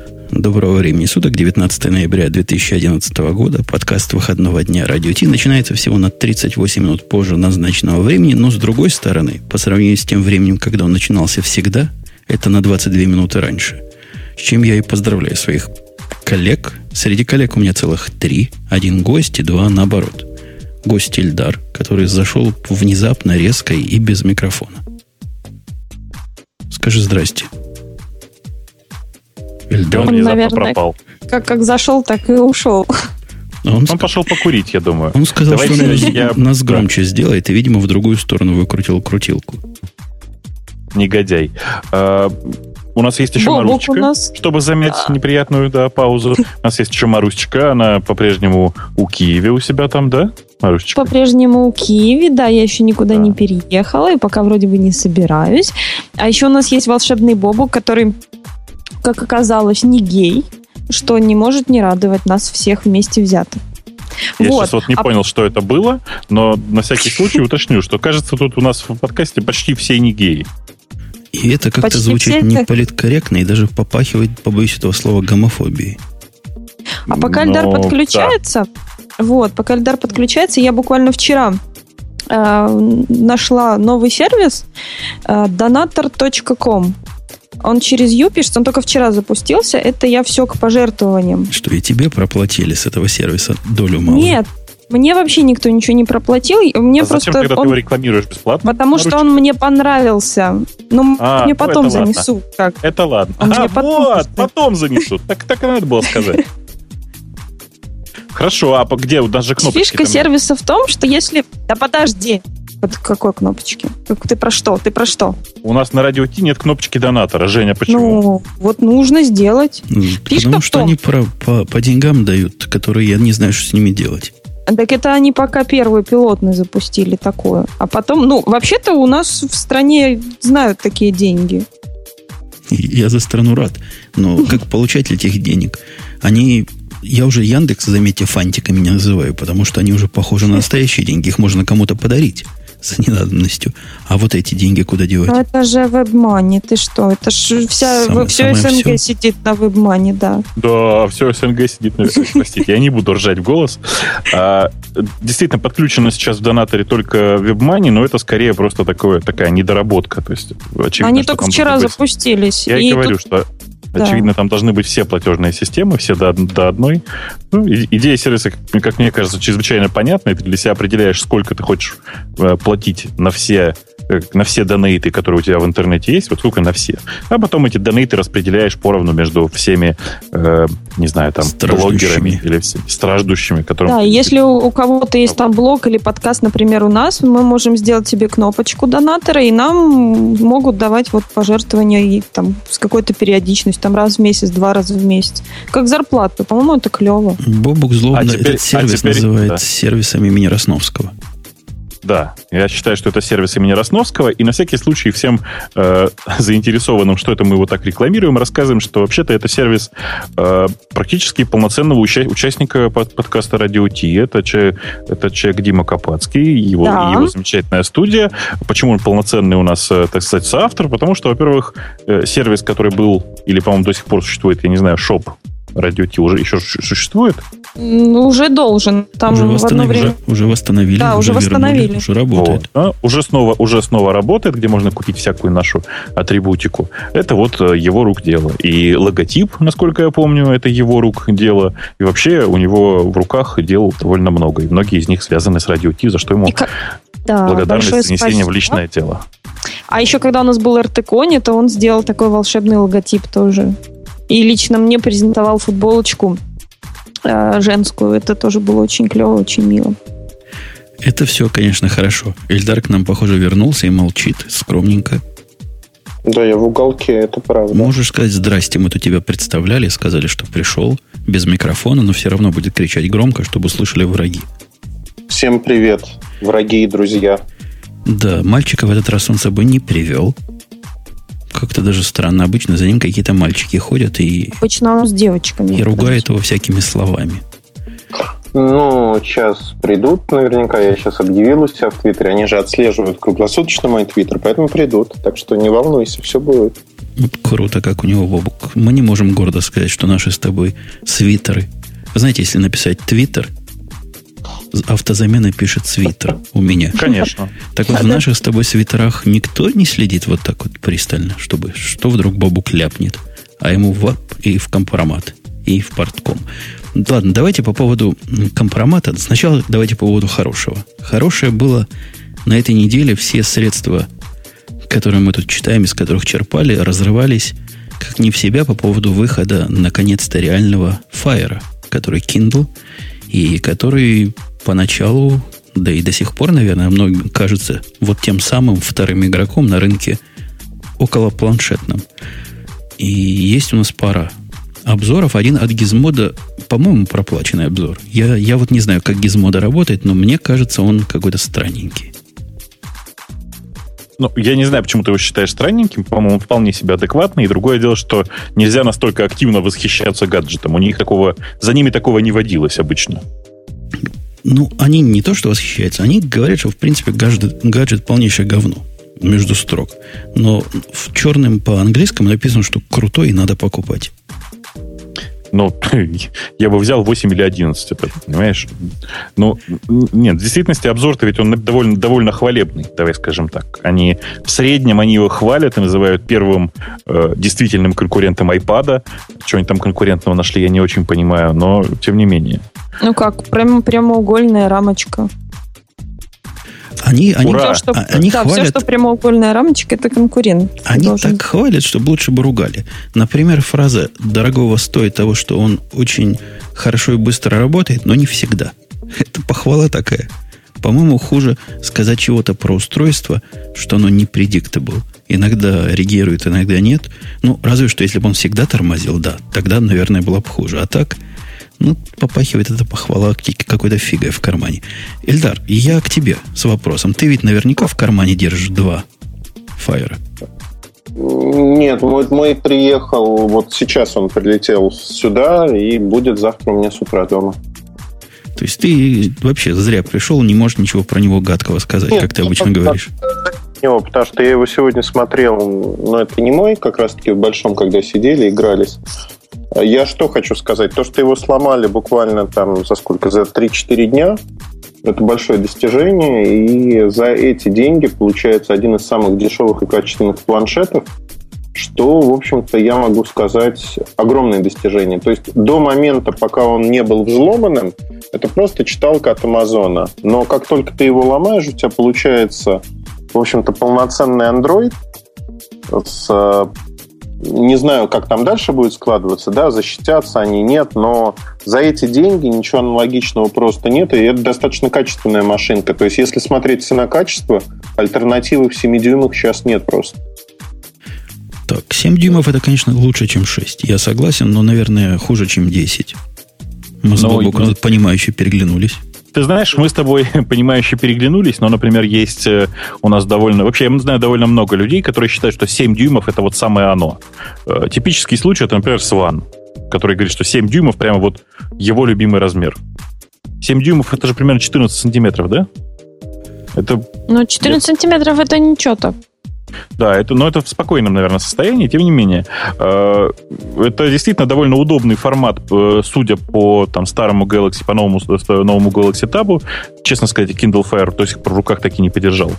Доброго времени суток, 19 ноября 2011 года. Подкаст выходного дня Радио Ти начинается всего на 38 минут позже назначенного времени, но с другой стороны, по сравнению с тем временем, когда он начинался всегда, это на 22 минуты раньше. С чем я и поздравляю своих коллег. Среди коллег у меня целых 3. 1 гость и 2 наоборот. Гость Ильдар, который зашел внезапно, резко и без микрофона. Скажи здрасте. Ильдар. Он, наверное, пропал. Как зашел, так и ушел. Он пошел покурить, я думаю. Он сказал, давайте что нас громче сделает, и, видимо, в другую сторону выкрутил крутилку. Негодяй. У нас есть еще Марусечка, чтобы замять неприятную паузу. У нас есть еще Марусечка, она по-прежнему у Киеве у себя там, да? Марусечка? По-прежнему у Киеве, да, я еще никуда не переехала, и пока вроде бы не собираюсь. А еще у нас есть волшебный Бобук, который, как оказалось, не гей, что не может не радовать нас всех вместе взятых. Я сейчас не понял, что это было, но на всякий случай уточню, что, кажется, тут у нас в подкасте почти все не геи. И это как-то почти звучит неполиткорректно и даже попахивает, побоюсь этого слова, гомофобией. А пока Ильдар подключается, пока Ильдар подключается, я буквально вчера нашла новый сервис donator.com. Он через Ю пишется, он только вчера запустился. Это я все к пожертвованиям. Что, и тебе проплатили с этого сервиса долю малую? Нет, мне вообще никто ничего не проплатил. Мне просто зачем тогда ты его рекламируешь бесплатно? Потому что он мне понравился. Ну, мне потом занесут. Как? Это ладно. Потом занесут. Так и надо было сказать. Хорошо, а где даже кнопочки? Фишка сервиса в том, что если... Да подожди. Под какой кнопочки? Ты про что? У нас на Радио Ти нет кнопочки донатора. Женя, почему? Нужно сделать. Потому что они по деньгам дают, которые я не знаю, что с ними делать. Так это они пока первый пилотный запустили такое. А потом, вообще-то у нас в стране знают такие деньги. Я за страну рад. Но как получатель этих денег? Я уже Яндекс, заметьте, фантиками не называю, потому что они уже похожи на настоящие деньги. Их можно кому-то подарить за ненадобностью. А вот эти деньги куда девать? Это же WebMoney, ты что? Это же все СНГ сидит на WebMoney, да. Да, все СНГ сидит на... Простите, я не буду ржать в голос. Действительно, подключено сейчас в донаторе только WebMoney, но это скорее просто такая недоработка. То есть, очевидно, они только вчера запустились. Я и говорю, что... Очевидно, там должны быть все платежные системы, все до одной. Идея сервиса, как мне кажется, чрезвычайно понятная. Ты для себя определяешь, сколько ты хочешь платить на все донейты, которые у тебя в интернете есть, вот сколько на все. А потом эти донейты распределяешь поровну между всеми, не знаю, там, блогерами или страждущими. Да, если у кого-то есть там блог или подкаст, например, у нас, мы можем сделать себе кнопочку донатора, и нам могут давать пожертвования и, там, с какой-то периодичностью, там, раз в месяц, 2 раза в месяц. Как зарплату. По-моему, это клево. Бобук злобно этот сервис называет сервисом имени Росновского. Да, я считаю, что это сервис имени Росновского, и на всякий случай всем заинтересованным, что это мы его так рекламируем, рассказываем, что вообще-то это сервис практически полноценного участника подкаста Радио Ти. Это человек Дима Копацкий, его замечательная студия. Почему он полноценный у нас, так сказать, соавтор? Потому что, во-первых, сервис, который был, или, по-моему, до сих пор существует, я не знаю, шоп Радио Ти уже еще существует? Уже должен. Там уже восстановили. Да, уже восстановили. Уже работает. Уже снова работает, где можно купить всякую нашу атрибутику. Это его рук дело. И логотип, насколько я помню, это его рук дело. И вообще у него в руках дел довольно много. И многие из них связаны с Радио Ти, за что ему благодарность за занесение в личное дело. А еще, когда у нас был РТКоне, то он сделал такой волшебный логотип тоже. И лично мне презентовал футболочку женскую. Это тоже было очень клево, очень мило. Это все, конечно, хорошо. Ильдар к нам, похоже, вернулся и молчит скромненько. Да, я в уголке, это правда. Можешь сказать здрасте, мы тут тебя представляли, сказали, что пришел без микрофона, но все равно будет кричать громко, чтобы услышали враги. Всем привет, враги и друзья. Да, мальчика в этот раз он с собой не привел. Как-то даже странно. Обычно за ним какие-то мальчики ходят и... Обычно он с девочками. И ругают его всякими словами. Сейчас придут, наверняка. Я сейчас объявил у себя в Твиттере. Они же отслеживают круглосуточно мой Твиттер, поэтому придут. Так что не волнуйся, все будет. Круто, как у него Бобук. Мы не можем гордо сказать, что наши с тобой свитеры. Вы знаете, если написать Твиттер, автозамена пишет свитер у меня. Конечно. Так вот, в наших с тобой свитерах никто не следит вот так вот пристально, чтобы что вдруг Бобук ляпнет, а ему в ап и в компромат, и в портком. Ладно, давайте по поводу компромата. Сначала давайте по поводу хорошего. Хорошее было на этой неделе. Все средства, которые мы тут читаем, из которых черпали, разрывались как не в себя по поводу выхода, наконец-то, реального Fire, который Kindle, и который поначалу, да и до сих пор, наверное, многим кажется вот тем самым вторым игроком на рынке около планшетном. И есть у нас пара обзоров. Один от Gizmodo, по-моему, проплаченный обзор. Я вот не знаю, как Gizmodo работает, но мне кажется, он какой-то странненький. Ну, я не знаю, почему ты его считаешь странненьким. По-моему, он вполне себе адекватный. И другое дело, что нельзя настолько активно восхищаться гаджетом. За ними такого не водилось обычно. Ну, они не то, что восхищаются. Они говорят, что, в принципе, гаджет полнейшее говно между строк. Но в черном по-английскому написано, что крутой и надо покупать. Ну, я бы взял 8 или 11, это, понимаешь? Ну, нет, в действительности обзор-то ведь он довольно хвалебный, давай скажем так. В среднем они его хвалят и называют первым действительным конкурентом iPad. Что они там конкурентного нашли, я не очень понимаю, но тем не менее. Ну как, прямоугольная рамочка. Они хвалят, все, что прямоугольная рамочка, это конкурент. Они так хвалят, чтобы лучше бы ругали. Например, фраза «дорогого стоит того, что он очень хорошо и быстро работает, но не всегда». Это похвала такая. По-моему, хуже сказать чего-то про устройство, что оно не predictable. Иногда реагирует, иногда нет. Ну, разве что, если бы он всегда тормозил, да, тогда, наверное, было бы хуже. А так... Ну, попахивает это похвала какой-то фигой в кармане. Эльдар, я к тебе с вопросом. Ты ведь наверняка в кармане держишь 2 Fire. Нет, мой приехал, вот сейчас он прилетел сюда и будет завтра у меня с утра дома. То есть ты вообще зря пришел, не можешь ничего про него гадкого сказать, нет, как ты обычно говоришь. Потому что я его сегодня смотрел, но это не мой, как раз-таки в большом, когда сидели, игрались. Я что хочу сказать? То, что его сломали буквально там за 3-4 дня, это большое достижение, и за эти деньги получается один из самых дешевых и качественных планшетов, что, в общем-то, я могу сказать, огромное достижение. То есть до момента, пока он не был взломанным, это просто читалка от Амазона. Но как только ты его ломаешь, у тебя получается, в общем-то, полноценный Android с... Не знаю, как там дальше будет складываться, да, защитятся они, нет, но за эти деньги ничего аналогичного просто нет, и это достаточно качественная машинка. То есть, если смотреть цена-качество, альтернативы в 7 дюймах сейчас нет просто. Так, 7 дюймов это, конечно, лучше, чем 6. Я согласен, но, наверное, хуже, чем 10. Мы с Бобуком понимающе переглянулись. Ты знаешь, мы с тобой, понимающе переглянулись, но, например, есть у нас вообще, я знаю довольно много людей, которые считают, что 7 дюймов это вот самое оно. Типический случай, это, например, Сван, который говорит, что 7 дюймов прямо вот его любимый размер. 7 дюймов это же примерно 14 сантиметров, да? Ну, 14 сантиметров это ничего так. Да, это в спокойном, наверное, состоянии, тем не менее. Это действительно довольно удобный формат, судя по старому Galaxy, по новому Galaxy Tab. Честно сказать, Kindle Fire до сих пор в руках так и не подержал.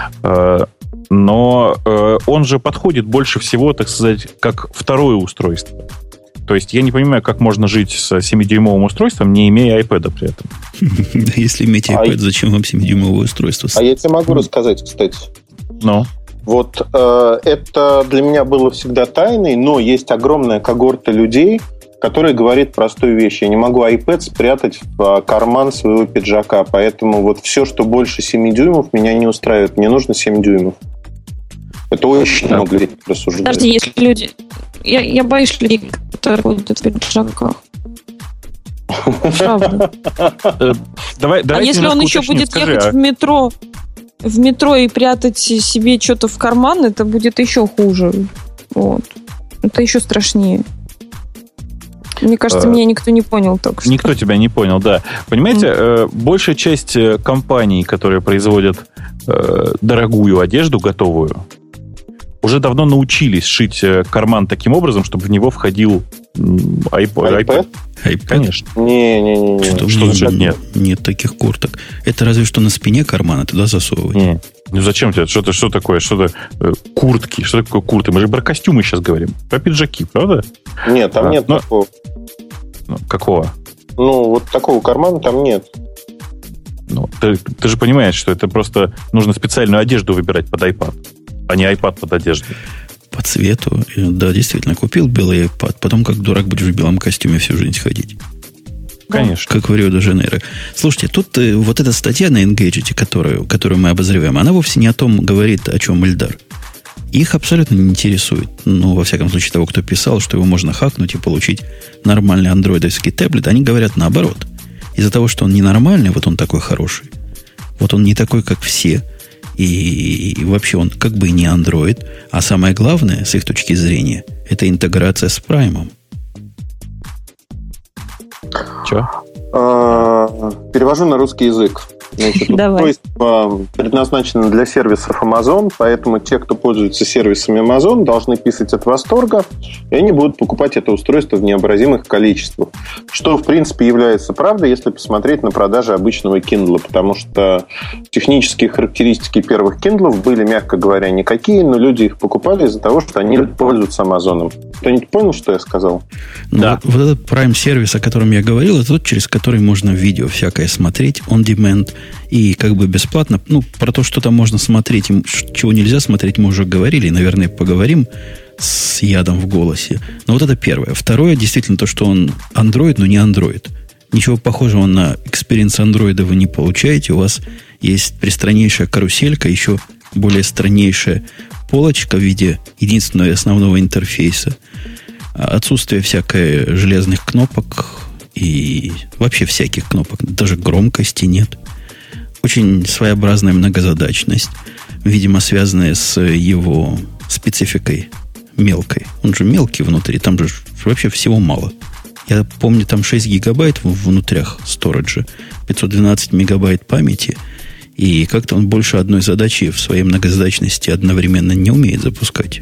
Но он же подходит больше всего, так сказать, как второе устройство. То есть я не понимаю, как можно жить с 7-дюймовым устройством, не имея iPad при этом. Если иметь iPad, зачем вам 7-дюймовое устройство? А я тебе могу рассказать, кстати. Ну? Вот это для меня было всегда тайной, но есть огромная когорта людей, которые говорят простую вещь. Я не могу iPad спрятать в карман своего пиджака, поэтому вот все, что больше 7 дюймов, меня не устраивает. Мне нужно 7 дюймов. Это очень много людей рассуждают. Подожди, есть люди... Я боюсь людей, которые ходят в пиджаках. Правда. А если он еще будет ехать в метро и прятать себе что-то в карман, это будет еще хуже. Вот. Это еще страшнее. Мне кажется, меня никто не понял только что. Никто тебя не понял, да. Понимаете, большая часть компаний, которые производят дорогую одежду, готовую, уже давно научились шить карман таким образом, чтобы в него входил iPad. Конечно. Не. Что значит нет? Нет таких курток. Это разве что на спине кармана туда засовывать. Не. Ну зачем тебе? Что такое? Куртки? Что такое куртки? Мы же про костюмы сейчас говорим. Про пиджаки, правда? Нет, там нет такого. Какого? Ну, вот такого кармана там нет. Ну, ты же понимаешь, что это просто нужно специальную одежду выбирать под iPad, а не iPad под одежду. По цвету. Да, действительно, купил белый iPad, потом как дурак будешь в белом костюме всю жизнь ходить. Конечно. Как в Рио-де-Жанейро. Слушайте, тут вот эта статья на Engadget, которую мы обозреваем, она вовсе не о том говорит, о чем Эльдар. Их абсолютно не интересует. Ну, во всяком случае, того, кто писал, что его можно хакнуть и получить нормальный андроидовский таблет. Они говорят наоборот. Из-за того, что он ненормальный, вот он такой хороший. Вот он не такой, как все. И вообще он как бы не андроид. А самое главное, с их точки зрения, это интеграция с Праймом. Че? Перевожу на русский язык. Значит, устройство предназначено для сервисов Amazon, поэтому те, кто пользуется сервисами Amazon, должны писать от восторга, и они будут покупать это устройство в необразимых количествах. Что, в принципе, является правдой, если посмотреть на продажи обычного Kindle, потому что технические характеристики первых Kindle были, мягко говоря, никакие, но люди их покупали из-за того, что они пользуются Amazon. Кто-нибудь понял, что я сказал? Да. Вот этот Prime-сервис, о котором я говорил, это тот, через который можно видео всякое смотреть, on demand, и как бы бесплатно. Ну, про то, что там можно смотреть, чего нельзя смотреть, мы уже говорили, и, наверное, поговорим с ядом в голосе. Но вот это первое. Второе, действительно, то, что он Android, но не Android. Ничего похожего на экспириенс Android вы не получаете. У вас есть пристраннейшая каруселька, еще более страннейшая полочка в виде единственного и основного интерфейса. Отсутствие всякой железных кнопок и вообще всяких кнопок. Даже громкости нет. Очень своеобразная многозадачность, видимо, связанная с его спецификой мелкой. Он же мелкий внутри, там же вообще всего мало. Я помню, там 6 гигабайт внутрях сториджа, 512 мегабайт памяти, и как-то он больше одной задачи в своей многозадачности одновременно не умеет запускать.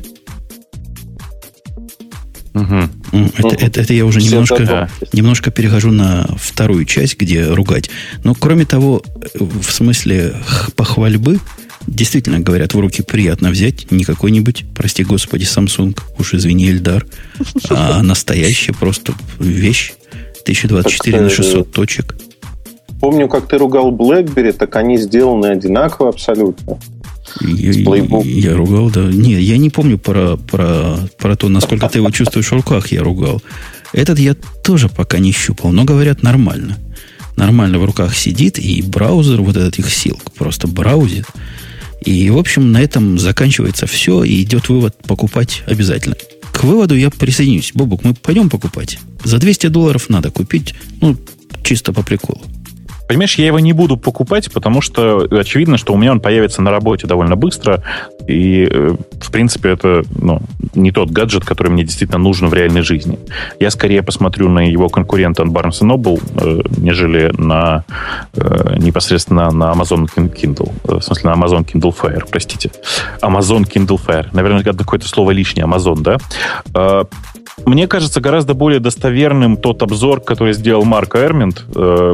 Это я уже немножко перехожу на вторую часть, где ругать. Но кроме того, в смысле похвальбы, действительно, говорят, в руки приятно взять не какой-нибудь, прости господи, Samsung, уж извини, Эльдар, а настоящая просто вещь 1024 на 600 точек. Помню, как ты ругал BlackBerry, так они сделаны одинаково абсолютно. Я ругал, да. Не, я не помню про то, насколько ты его чувствуешь в руках, я ругал. Этот я тоже пока не щупал, но говорят нормально. Нормально в руках сидит, и браузер, вот этот их Silk, просто браузит. И, в общем, на этом заканчивается все, и идет вывод покупать обязательно. К выводу я присоединюсь. Бобук, мы пойдем покупать. За $200 надо купить, ну, чисто по приколу. Понимаешь, я его не буду покупать, потому что очевидно, что у меня он появится на работе довольно быстро. И, в принципе, это не тот гаджет, который мне действительно нужен в реальной жизни. Я скорее посмотрю на его конкурента Barnes & Noble, нежели непосредственно на Amazon Kindle. В смысле, на Amazon Kindle Fire, простите. Amazon Kindle Fire. Наверное, какое-то слово лишнее. Amazon, да? Мне кажется, гораздо более достоверным тот обзор, который сделал Марк Эрминд,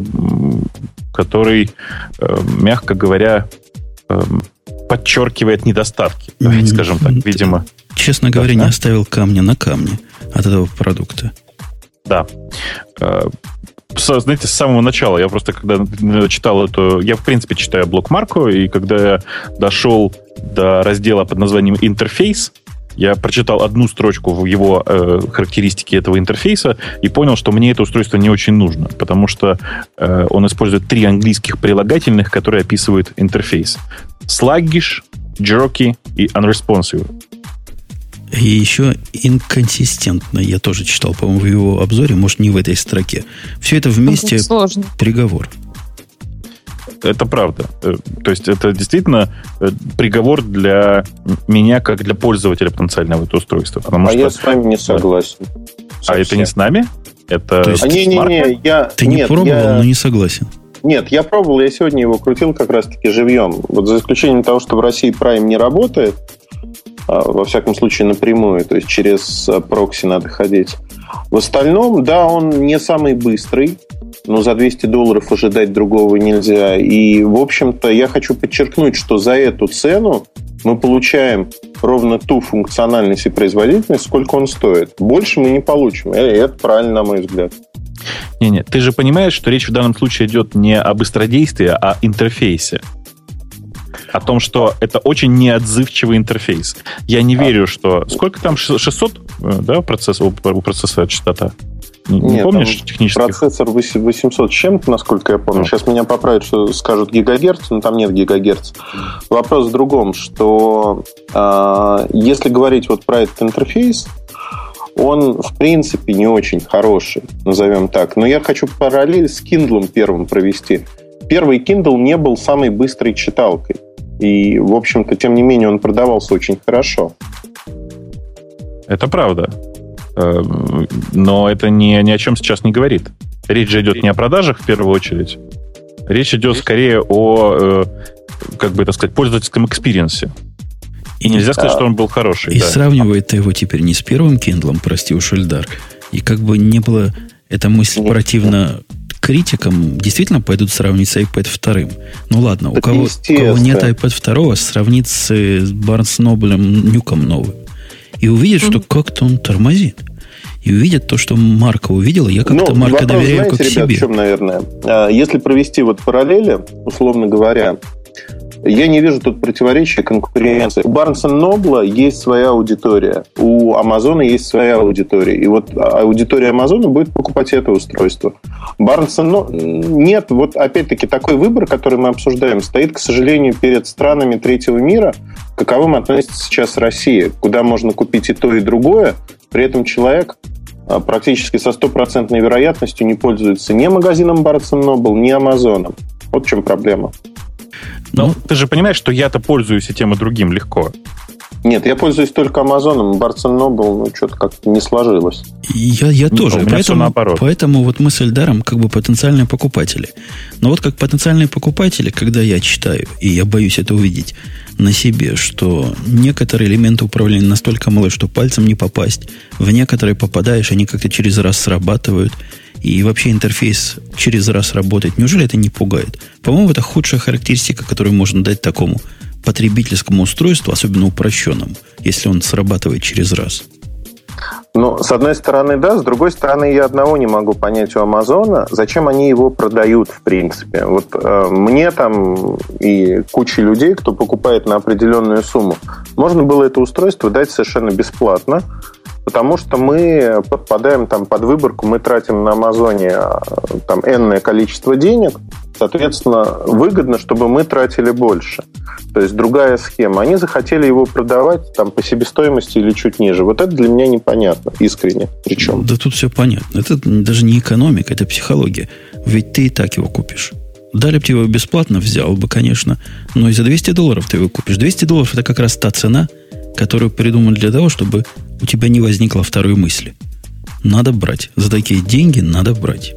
который, мягко говоря, подчеркивает недостатки, скажем так, видимо. Честно говоря, не оставил камня на камне от этого продукта. Да. Знаете, с самого начала, я просто, когда читал это, я, в принципе, читаю блог Марко, и когда я дошел до раздела под названием «Интерфейс», я прочитал одну строчку в его характеристике этого интерфейса и понял, что мне это устройство не очень нужно, потому что он использует 3 английских прилагательных, которые описывают интерфейс. Sluggish, jerky и unresponsive. И еще инконсистентно. Я тоже читал, по-моему, в его обзоре, может, не в этой строке. Все это вместе приговор. Это правда. То есть это действительно приговор для меня, как для пользователя потенциального этого устройства. Я с вами не согласен. А это не с нами? Это то есть, ты не пробовал, но не согласен. Нет, я пробовал, я сегодня его крутил как раз-таки живьем. Вот за исключением того, что в России Prime не работает, Во всяком случае, напрямую. То есть через прокси надо ходить. В остальном, да, он не самый быстрый. Но за $200 ожидать другого нельзя. И, в общем-то, я хочу подчеркнуть, что за эту цену мы получаем ровно ту функциональность и производительность, сколько он стоит. Больше мы не получим. И это правильно, на мой взгляд. Не, ты же понимаешь, что речь в данном случае идет не о быстродействии, а о интерфейсе. О том, что это очень неотзывчивый интерфейс. Я не верю, что... Сколько там? 600? Да, у процессора частота? Не помнишь технических? Процессор 800 с чем-то, насколько я помню. Сейчас меня поправят, что скажут гигагерц, но там нет гигагерц. Вопрос в другом, что если говорить вот про этот интерфейс, он, в принципе, не очень хороший, назовем так. Но я хочу параллель с Kindle первым провести. Первый Kindle не был самой быстрой читалкой. И, в общем-то, тем не менее, он продавался очень хорошо. Это правда. Но это ни о чем сейчас не говорит. Речь же идет не о продажах в первую очередь. Речь идет скорее о, как бы это сказать, пользовательском экспириенсе. И нельзя сказать, что он был хороший. И сравнивает его теперь не с первым Kindle, прости уж, Эльдар. И как бы не было... Эта мысль противна критикам. Действительно пойдут сравнить с iPad 2. Ну ладно, у кого нет iPad 2, сравнит с Barnes Noble Нюком новым. И увидит, что как-то он тормозит. И увидят то, что Марка увидела. Я как-то Марка доверяю, знаете, как ребят, себе. В чем, наверное? Если провести вот параллели, условно говоря, я не вижу тут противоречия конкуренции. У Barnes & Noble есть своя аудитория. У Amazon есть своя аудитория. И вот аудитория Amazon будет покупать это устройство. Barnes & Noble... Нет, вот опять-таки такой выбор, который мы обсуждаем, стоит, к сожалению, перед странами третьего мира, к каковым относится сейчас Россия, куда можно купить и то, и другое. При этом человек практически со 100% вероятностью не пользуется ни магазином Barnes & Noble, ни Amazon. Вот в чем проблема. Но ты же понимаешь, что я-то пользуюсь и тем, и другим легко. Нет, я пользуюсь только Amazon, Barnes & Noble, что-то как-то не сложилось. Я тоже. Поэтому вот мы с Эльдаром как бы потенциальные покупатели. Но вот как потенциальные покупатели, когда я читаю, и я боюсь это увидеть на себе, что некоторые элементы управления настолько малы, что пальцем не попасть. В некоторые попадаешь, они как-то через раз срабатывают. И вообще интерфейс через раз работает. Неужели это не пугает? По-моему, это худшая характеристика, которую можно дать такому потребительскому устройству, особенно упрощенному, если он срабатывает через раз. Ну, с одной стороны, да. С другой стороны, я одного не могу понять у Амазона, зачем они его продают, в принципе. Вот мне там и куча людей, кто покупает на определенную сумму, можно было это устройство дать совершенно бесплатно, потому что мы подпадаем там под выборку, мы тратим на Амазоне там энное количество денег, соответственно, выгодно, чтобы мы тратили больше. То есть другая схема. Они захотели его продавать там по себестоимости или чуть ниже. Вот это для меня непонятно, искренне. Причем. Да тут все понятно. Это даже не экономика, это психология. Ведь ты и так его купишь. Дали бы тебе его бесплатно, взял бы, конечно. Но и за $200 ты его купишь. $200 это как раз та цена, которую придумали для того, чтобы у тебя не возникло второй мысли. Надо брать. За такие деньги надо брать.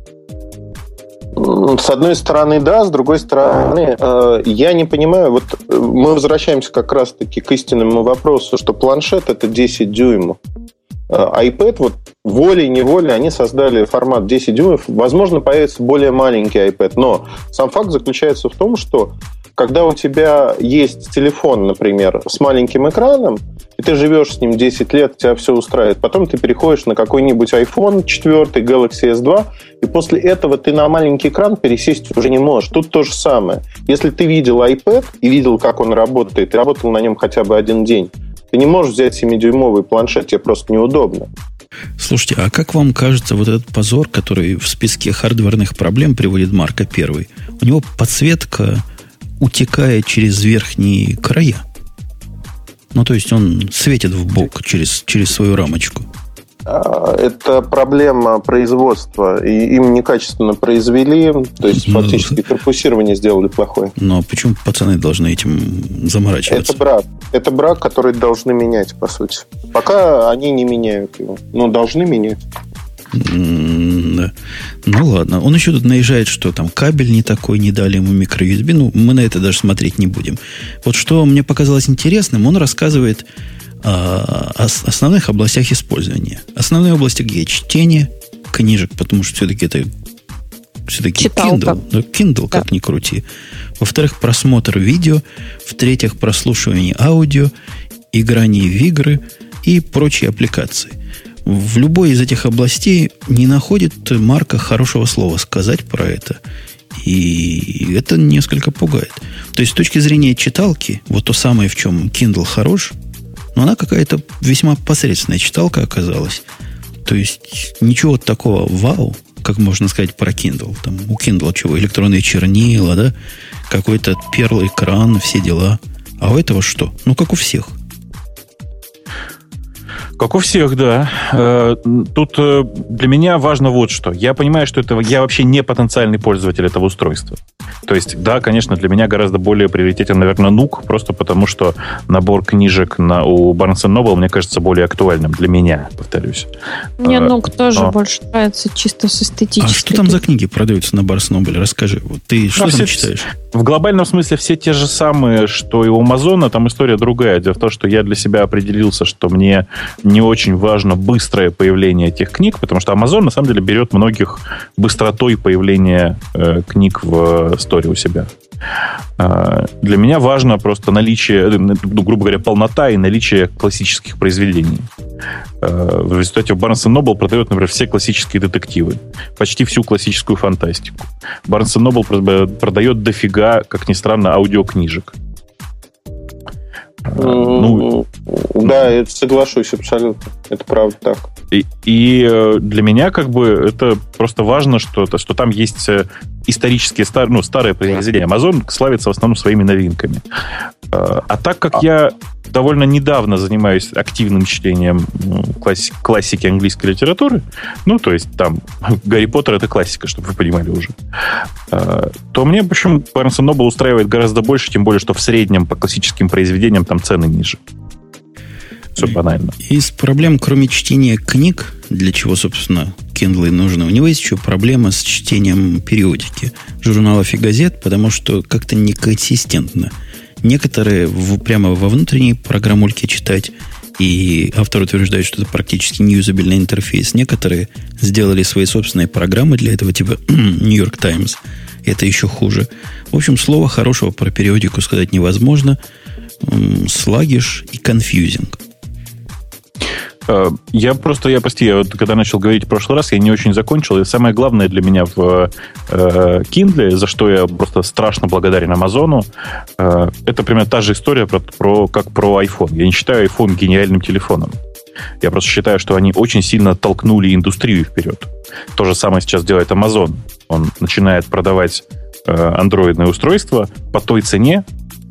С одной стороны, да, с другой стороны, я не понимаю, вот мы возвращаемся как раз-таки к истинному вопросу, что планшет – это 10 дюймов. iPad, вот волей-неволей они создали формат 10 дюймов. Возможно, появится более маленький iPad, но сам факт заключается в том, что когда у тебя есть телефон, например, с маленьким экраном, и ты живешь с ним 10 лет, тебя все устраивает, потом ты переходишь на какой-нибудь iPhone 4, Galaxy S2, и после этого ты на маленький экран пересесть уже не можешь. Тут то же самое. Если ты видел iPad и видел, как он работает, и работал на нем хотя бы один день, ты не можешь взять 7-дюймовый планшет, тебе просто неудобно. Слушайте, а как вам кажется вот этот позор, который в списке хардверных проблем приводит Марка Первый? У него подсветка утекает через верхние края. Ну, то есть он светит в бок через свою рамочку. Это проблема производства. И им некачественно произвели. То есть фактически корпусирование сделали плохое. Но почему пацаны должны этим заморачиваться? Это брак, который должны менять, по сути. Пока они не меняют его. Но должны менять. Да. Ну ладно. Он еще тут наезжает, что там кабель не такой, не дали ему микро-USB. Ну, мы на это даже смотреть не будем. Вот что мне показалось интересным, он рассказывает о основных областях использования. Основные области где? Чтение книжек, потому что все-таки это Kindle. Kindle, как ни крути. Во-вторых, просмотр видео. В-третьих, прослушивание аудио, играние в игры и прочие аппликации. В любой из этих областей не находит Марка хорошего слова сказать про это. И это несколько пугает. То есть, с точки зрения читалки, вот то самое, в чем Kindle хорош, но она какая-то весьма посредственная читалка оказалась. То есть, ничего такого вау, как можно сказать про Kindle. Там у Kindle чего? Электронные чернила, да? Какой-то перл-экран, все дела. А у этого что? Ну, как у всех. Как у всех, да. Тут для меня важно вот что. Я понимаю, что я вообще не потенциальный пользователь этого устройства. То есть, да, конечно, для меня гораздо более приоритетен, наверное, Nook, просто потому что набор книжек у Barnes & Noble, мне кажется, более актуальным для меня, повторюсь. Мне Nook тоже больше нравится чисто с эстетической. А что там за книги продаются на Barnes & Noble? Расскажи. Вот ты что там читаешь? В глобальном смысле все те же самые, что и у Амазона, там история другая. Дело в том, что я для себя определился, что мне не очень важно быстрое появление этих книг, потому что Amazon, на самом деле, берет многих быстротой появления книг в сторе у себя. Для меня важно просто наличие, грубо говоря, полнота и наличие классических произведений. В результате Barnes & Noble продает, например, все классические детективы, почти всю классическую фантастику. Barnes & Noble продает дофига, как ни странно, аудиокнижек. Да, это соглашусь абсолютно. Это правда так. И для меня как бы это просто важно, что там есть исторические старые произведения. Amazon славится в основном своими новинками. А так как я довольно недавно занимаюсь активным чтением классики английской литературы, ну, то есть там Гарри Поттер — это классика, чтобы вы понимали уже, то мне, в общем, Barnes & Noble устраивает гораздо больше, тем более, что в среднем по классическим произведениям там цены ниже. Все банально. Из проблем, кроме чтения книг, для чего, собственно, Kindle нужны, у него есть еще проблема с чтением периодики, журналов и газет, потому что как-то неконсистентно. Некоторые прямо во внутренней программульке читать, и автор утверждает, что это практически неюзабельный интерфейс. Некоторые сделали свои собственные программы для этого, типа New York Times. Это еще хуже. В общем, слова хорошего про периодику сказать невозможно. Слагиш и конфьюзинг. Я когда начал говорить в прошлый раз, я не очень закончил. И самое главное для меня в Kindle, за что я просто страшно благодарен Амазону, это примерно та же история, как про iPhone. Я не считаю iPhone гениальным телефоном. Я просто считаю, что они очень сильно толкнули индустрию вперед. То же самое сейчас делает Amazon. Он начинает продавать андроидные устройства по той цене,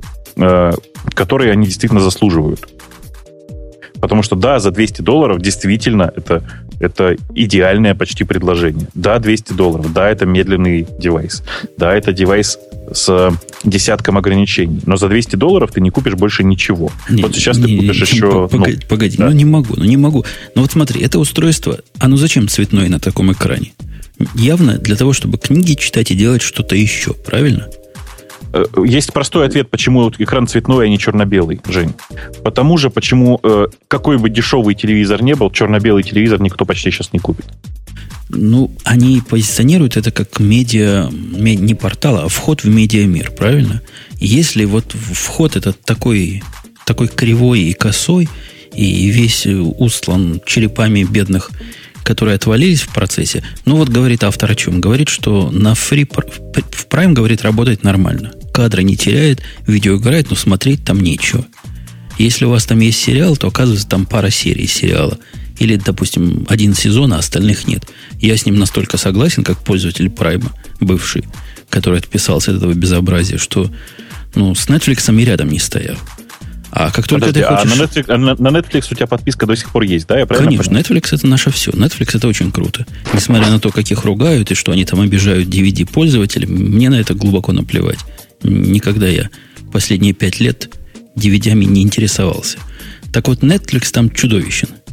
которые они действительно заслуживают. Потому что, да, за $200 действительно это идеальное почти предложение. Да, $200. Да, это медленный девайс. Да, это девайс с десятком ограничений. Но за $200 ты не купишь больше ничего. Вот сейчас ты купишь еще... Погоди, да. не могу. Но вот смотри, это устройство, оно зачем цветное на таком экране? Явно для того, чтобы книги читать и делать что-то еще, правильно? Есть простой ответ, почему экран цветной, а не черно-белый, Жень. Потому же, почему какой бы дешевый телевизор не был, черно-белый телевизор никто почти сейчас не купит. Ну, они позиционируют это как не портал, а вход в медиамир, правильно? Если вот вход этот такой кривой и косой, и весь устлан черепами бедных, которые отвалились в процессе. Ну, вот говорит автор о чем? Говорит, что в Prime, говорит, работает нормально. Кадры не теряет, видео играет, но смотреть там нечего. Если у вас там есть сериал, то, оказывается, там пара серий сериала. Или, допустим, один сезон, а остальных нет. Я с ним настолько согласен, как пользователь Prime, бывший, который отписался от этого безобразия, что с Netflix и рядом не стоял. А как только ты хочешь... на Netflix у тебя подписка до сих пор есть, да? Я правильно Конечно, понимаю? Netflix это наше все. Netflix это очень круто. Несмотря на то, как их ругают, и что они там обижают DVD-пользователей, мне на это глубоко наплевать. Никогда я последние 5 лет DVD-ами не интересовался. Так вот, Netflix там чудовищен.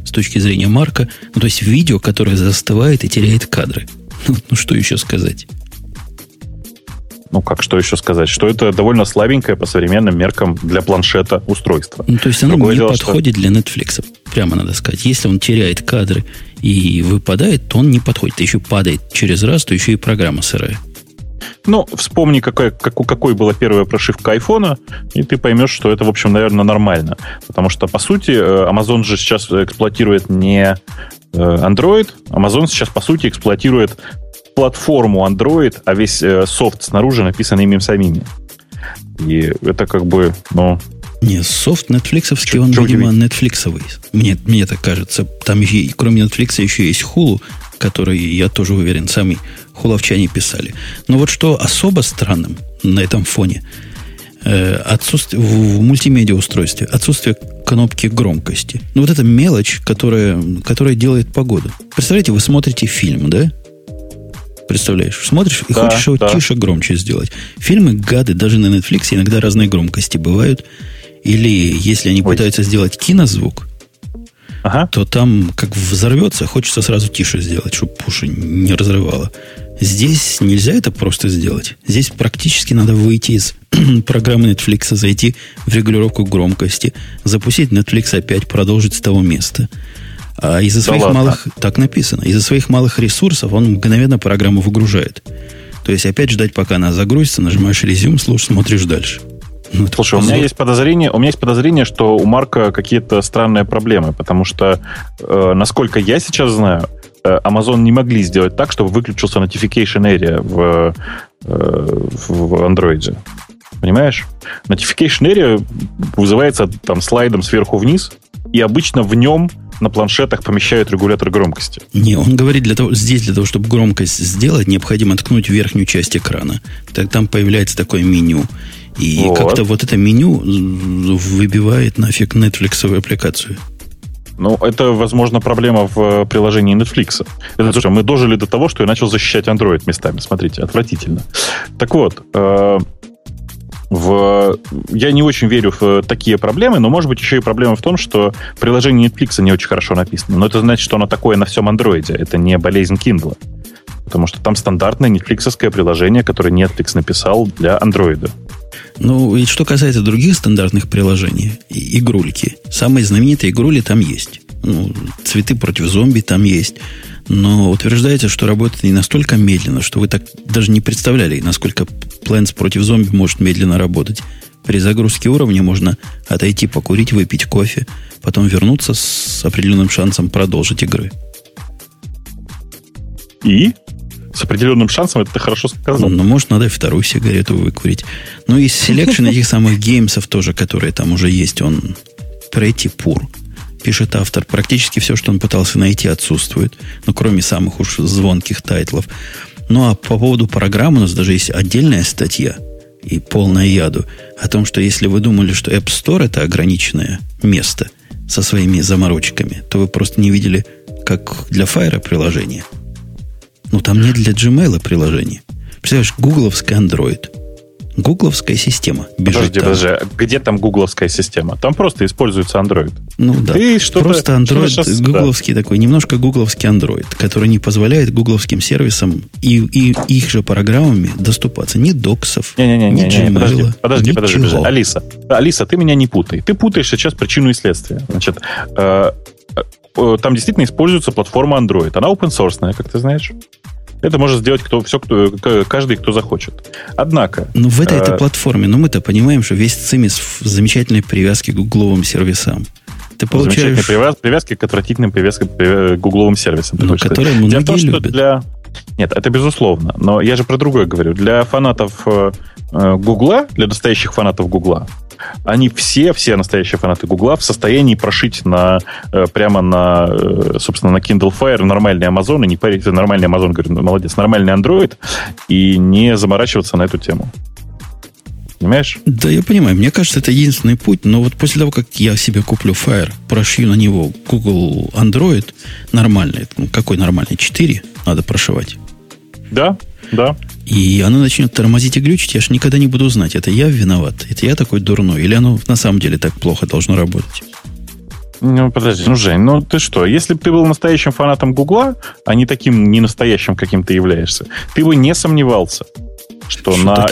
с точки зрения Марка. Ну, то есть видео, которое застывает и теряет кадры. Ну, что еще сказать? Ну, как что еще сказать? Что это довольно слабенькое по современным меркам для планшета устройство. Ну, то есть оно не подходит для Netflix. Прямо надо сказать. Если он теряет кадры и выпадает, то он не подходит. Еще падает через раз, то еще и программа сырая. Ну, вспомни, какой была первая прошивка айфона, и ты поймешь, что это, в общем, наверное, нормально. Потому что, по сути, Amazon же сейчас эксплуатирует не Android. Amazon сейчас, по сути, эксплуатирует платформу Android, а весь софт снаружи написан ими самими. И это как бы, ну... Не, софт нетфликсовский, он, видимо, нетфликсовый. Мне так кажется. Там, кроме Netflix, еще есть Hulu, который, я тоже уверен, сами хуловчане писали. Но вот что особо странным на этом фоне, отсутствие в мультимедиа устройстве, отсутствие кнопки громкости. Ну, вот эта мелочь, которая делает погоду. Представляете, вы смотрите фильм, да? Представляешь, смотришь и хочешь его тише, громче сделать. Фильмы, гады, даже на Netflix иногда разной громкости бывают. Или если они пытаются сделать кинозвук, то там как взорвется, хочется сразу тише сделать, чтобы уши не разрывало. Здесь нельзя это просто сделать. Здесь практически надо выйти из программы Netflix, зайти в регулировку громкости, запустить Netflix опять, продолжить с того места. А из-за своих малых, так написано, из-за своих малых ресурсов он мгновенно программу выгружает. То есть опять ждать, пока она загрузится, нажимаешь резюм, слушай, смотришь дальше. Ну, слушай, у меня есть подозрение, что у Марка какие-то странные проблемы, потому что, насколько я сейчас знаю, Amazon не могли сделать так, чтобы выключился notification area в Android. Понимаешь? Notification area вызывается там слайдом сверху вниз, и обычно в нем на планшетах помещают регулятор громкости. Не, он говорит, для того, чтобы громкость сделать, необходимо ткнуть верхнюю часть экрана. Так там появляется такое меню. И вот. Как-то вот это меню выбивает нафиг Netflix-овую аппликацию. Ну, это, возможно, проблема в приложении Netflix. Слушай, мы дожили до того, что я начал защищать Android местами. Смотрите, отвратительно. Так вот, я не очень верю в такие проблемы, но, может быть, еще и проблема в том, что приложение Netflix не очень хорошо написано. Но это значит, что оно такое на всем Android. Это не болезнь Kindle. Потому что там стандартное нетфликсовское приложение, которое Netflix написал для Android. Ну, и что касается других стандартных приложений, игрульки. Самые знаменитые игрули там есть. Ну, цветы против зомби там есть. Но утверждается, что работает не настолько медленно, что вы так даже не представляли, насколько Plants против зомби может медленно работать. При загрузке уровня можно отойти покурить, выпить кофе, потом вернуться с определенным шансом продолжить игры. И? С определенным шансом, это ты хорошо сказал. Ну, может, надо и вторую сигарету выкурить. Ну, и селекшн этих самых геймсов тоже, которые там уже есть, он pretty poor. Пишет автор. Практически все, что он пытался найти, отсутствует. Ну, кроме самых уж звонких тайтлов. Ну, а по поводу программ у нас даже есть отдельная статья и полная яду о том, что если вы думали, что App Store это ограниченное место со своими заморочками, то вы просто не видели, как для Fire приложение. Ну, там нет для Gmail приложения. Представляешь, гугловский Android. Гугловская система бежит. Подожди. Где там гугловская система? Там просто используется Android. Ну да. Просто Android гугловский такой, немножко гугловский Android, который не позволяет гугловским сервисам и их же программами доступаться. Ни доксов, ни Gmail. Подожди. Алиса, ты меня не путай. Ты путаешь сейчас причину и следствие. Значит, там действительно используется платформа Android. Она open-source, как ты знаешь. Это может сделать каждый, кто захочет. Однако... Ну, в этой платформе, мы-то понимаем, что весь цимис в замечательной привязке к гугловым сервисам. Ты получаешь... Замечательной привязки к отвратительным привязкам к гугловым сервисам. Которые многие любят. Нет, это безусловно. Но я же про другое говорю. Для фанатов Гугла, для настоящих фанатов Гугла, они все настоящие фанаты Гугла в состоянии прошить прямо на, собственно, на Kindle Fire нормальный Amazon, и не парить, нормальный Amazon, говорю, молодец, нормальный Android, и не заморачиваться на эту тему. Понимаешь? Да, я понимаю. Мне кажется, это единственный путь, но вот после того, как я себе куплю Fire, прошью на него Google Android нормальный, какой нормальный? 4 надо прошивать. Да. И оно начнет тормозить и глючить, я же никогда не буду знать, это я виноват, это я такой дурной, или оно на самом деле так плохо должно работать. Ну, подожди, Жень, ты что? Если бы ты был настоящим фанатом Гугла, а не таким ненастоящим, каким ты являешься, ты бы не сомневался, что на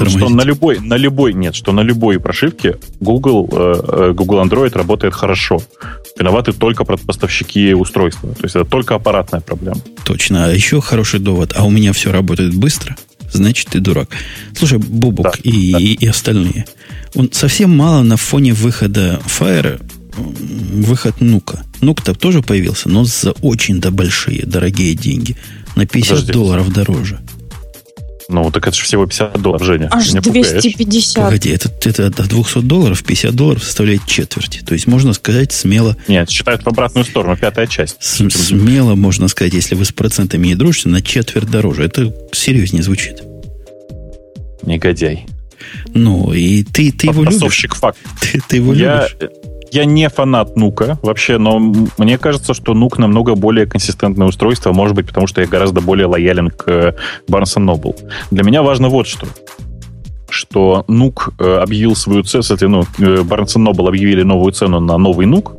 любой прошивке Google Android работает хорошо. Виноваты только поставщики устройства. То есть это только аппаратная проблема. Точно. А еще хороший довод. А у меня все работает быстро, значит, ты дурак. Слушай, Бобук и остальные. Совсем мало на фоне выхода Fire выход Нука. Нук-то тоже появился, но за очень-то большие, дорогие деньги. На $50 дороже. Ну, так это же всего $50, Женя. Аж 250. Погоди, это от $200, $50 составляет четверть. То есть, можно сказать, смело... Нет, считают в обратную сторону, пятая часть. Смело можно сказать, если вы с процентами не дружите, на четверть дороже. Это серьезнее звучит. Негодяй. Ну, и ты его любишь. Факт. Ты его любишь. Я не фанат Нука вообще, но мне кажется, что Нук намного более консистентное устройство, может быть, потому что я гораздо более лоялен к Barnes & Noble. Для меня важно вот что. Что Нук объявил свою цену, Barnes & Noble объявили новую цену на новый Нук,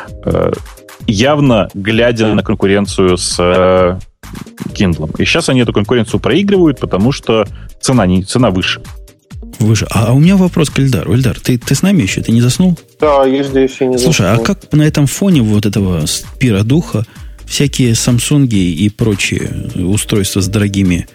явно глядя на конкуренцию с Kindle. И сейчас они эту конкуренцию проигрывают, потому что цена выше. Выше. А у меня вопрос к Эльдару. Эльдар, ты с нами еще? Ты не заснул? Да, я здесь и не заснул. Слушай, а как на этом фоне вот этого спира духа всякие Samsung и прочие устройства с дорогими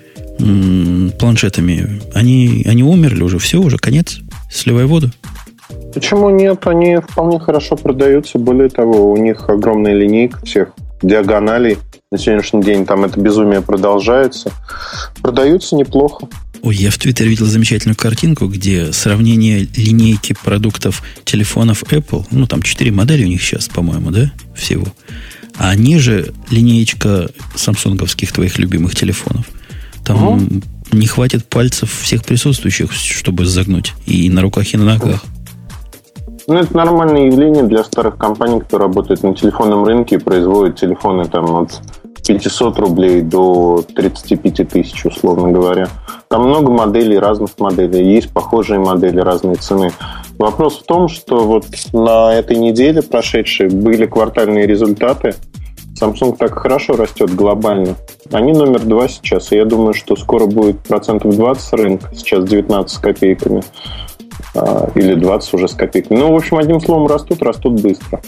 планшетами, они умерли уже? Все, уже конец? Сливай воду? Почему нет? Они вполне хорошо продаются. Более того, у них огромная линейка всех диагоналей. На сегодняшний день там это безумие продолжается. Продаются неплохо. Ой, я в Твиттере видел замечательную картинку, где сравнение линейки продуктов телефонов Apple, там 4 модели у них сейчас, по-моему, да, всего. А ниже линеечка самсунговских твоих любимых телефонов. Там не хватит пальцев всех присутствующих, чтобы загнуть и на руках, и на ногах. Это нормальное явление для старых компаний, которые работают на телефонном рынке и производят телефоны там от 500 рублей до 35 тысяч, условно говоря. Там много моделей, разных моделей. Есть похожие модели, разные цены. Вопрос в том, что вот на этой неделе прошедшей были квартальные результаты. Samsung так хорошо растет глобально. Они номер 2 сейчас. И я думаю, что скоро будет 20% рынка. Сейчас 19 с копейками. Или 20 уже с копейками. В общем, одним словом, растут быстро.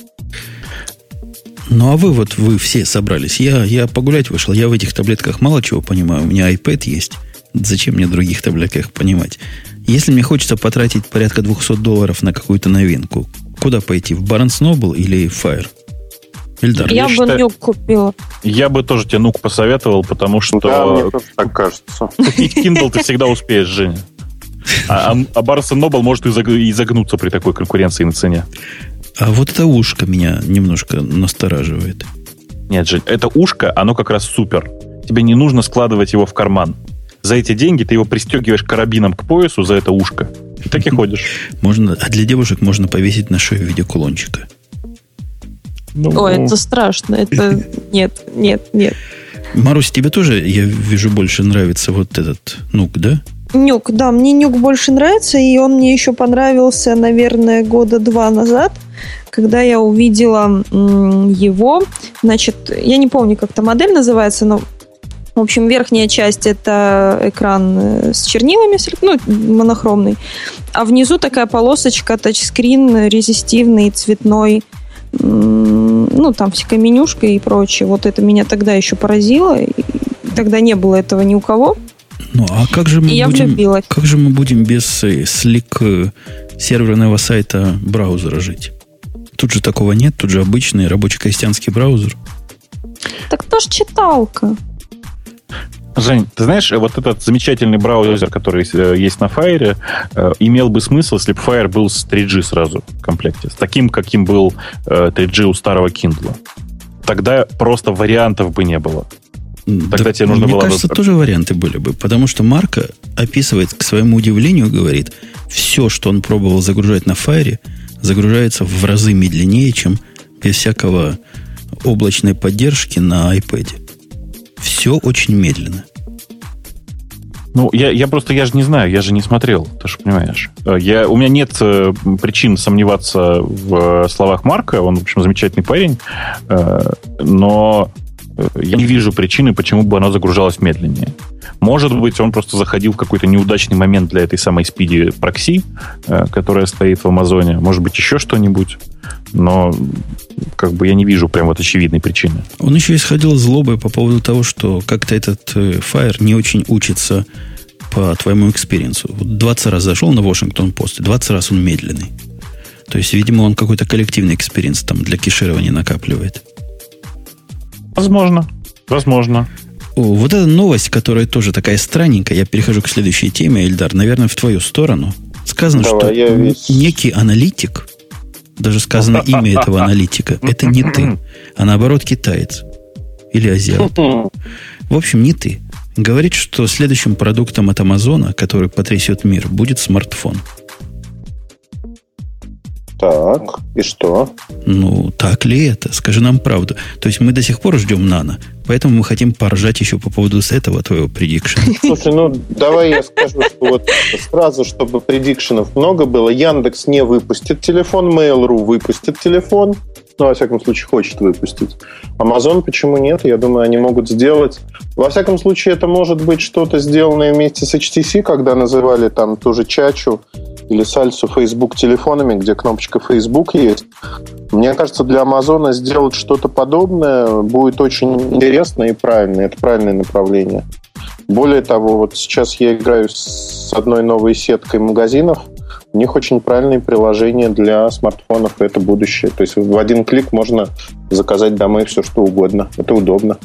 Ну, а вы все собрались. Я погулять вышел. Я в этих таблетках мало чего понимаю. У меня iPad есть. Зачем мне в других таблетках понимать? Если мне хочется потратить порядка $200 на какую-то новинку, куда пойти? В Barnes Noble или Fire? Эльдар, я бы Нюк купила. Я бы тоже тебе Нук посоветовал, потому что... Да, мне тоже так кажется. Купить Kindle ты всегда успеешь, Женя. А Barnes Noble может и загнуться при такой конкуренции на цене. А вот это ушко меня немножко настораживает. Нет, Жень, это ушко, оно как раз супер. Тебе не нужно складывать его в карман. За эти деньги ты его пристегиваешь карабином к поясу за это ушко. И так и ходишь. Можно, а для девушек можно повесить на шею в виде кулончика. Ой, это страшно. Это нет. Марусь, тебе тоже, я вижу, больше нравится вот этот Нук, да? Нюк, да, мне Нюк больше нравится, и он мне еще понравился, наверное, 2 года назад, когда я увидела его. Значит, я не помню, как эта модель называется, но, в общем, верхняя часть — это экран с чернилами, монохромный, а внизу такая полосочка, тачскрин, резистивный, цветной, там всякая менюшка и прочее. Вот это меня тогда еще поразило, и тогда не было этого ни у кого. Ну, а как же мы будем без слик серверного сайта браузера жить? Тут же такого нет, тут же обычный рабочий-крестьянский браузер. Так то ж читалка. Жень, ты знаешь, вот этот замечательный браузер, который есть на Fire, имел бы смысл, если бы Fire был с 3G сразу в комплекте. С таким, каким был 3G у старого Kindle. Тогда просто вариантов бы не было. Тогда тебе нужно было... Мне кажется, тоже варианты были бы. Потому что Марко описывает, к своему удивлению, говорит, все, что он пробовал загружать на Fire, загружается в разы медленнее, чем без всякого облачной поддержки на iPad. Все очень медленно. Ну, я же не знаю, я же не смотрел, ты же понимаешь. У меня нет причин сомневаться в словах Марка, он, в общем, замечательный парень, но я не вижу причины, почему бы оно загружалось медленнее. Может быть, он просто заходил в какой-то неудачный момент для этой самой Speedy Proxy, которая стоит в Амазоне. Может быть, еще что-нибудь. Но как бы я не вижу прям вот очевидной причины. Он еще исходил злобой по поводу того, что как-то этот Fire не очень учится по твоему экспириенсу. Вот 20 раз зашел на Washington-Post, и 20 раз он медленный. То есть, видимо, он какой-то коллективный экспириенс там для кеширования накапливает. Возможно. Вот эта новость, которая тоже такая странненькая, я перехожу к следующей теме, Эльдар, наверное, в твою сторону. Сказано, что некий аналитик, даже сказано имя этого аналитика, это не ты, а наоборот китаец или азиат. В общем, не ты. Говорит, что следующим продуктом от Амазона, который потрясет мир, будет смартфон. Так, и что? Ну, так ли это? Скажи нам правду. То есть мы до сих пор ждем Нано, поэтому мы хотим поржать еще по поводу этого твоего предикшена. Слушай, давай я скажу, что вот сразу, чтобы предикшенов много было, Яндекс не выпустит телефон, Mail.ru выпустит телефон, во всяком случае, хочет выпустить. Amazon почему нет? Я думаю, они могут сделать. Во всяком случае, это может быть что-то сделанное вместе с HTC, когда называли там ту же Чачу или Сальсу Facebook телефонами, где кнопочка Facebook есть. Мне кажется, для Амазона сделать что-то подобное будет очень интересно и правильно. Это правильное направление. Более того, вот сейчас я играю с одной новой сеткой магазинов. У них очень правильные приложения для смартфонов, и это будущее. То есть в один клик можно заказать домой все, что угодно. Это удобно.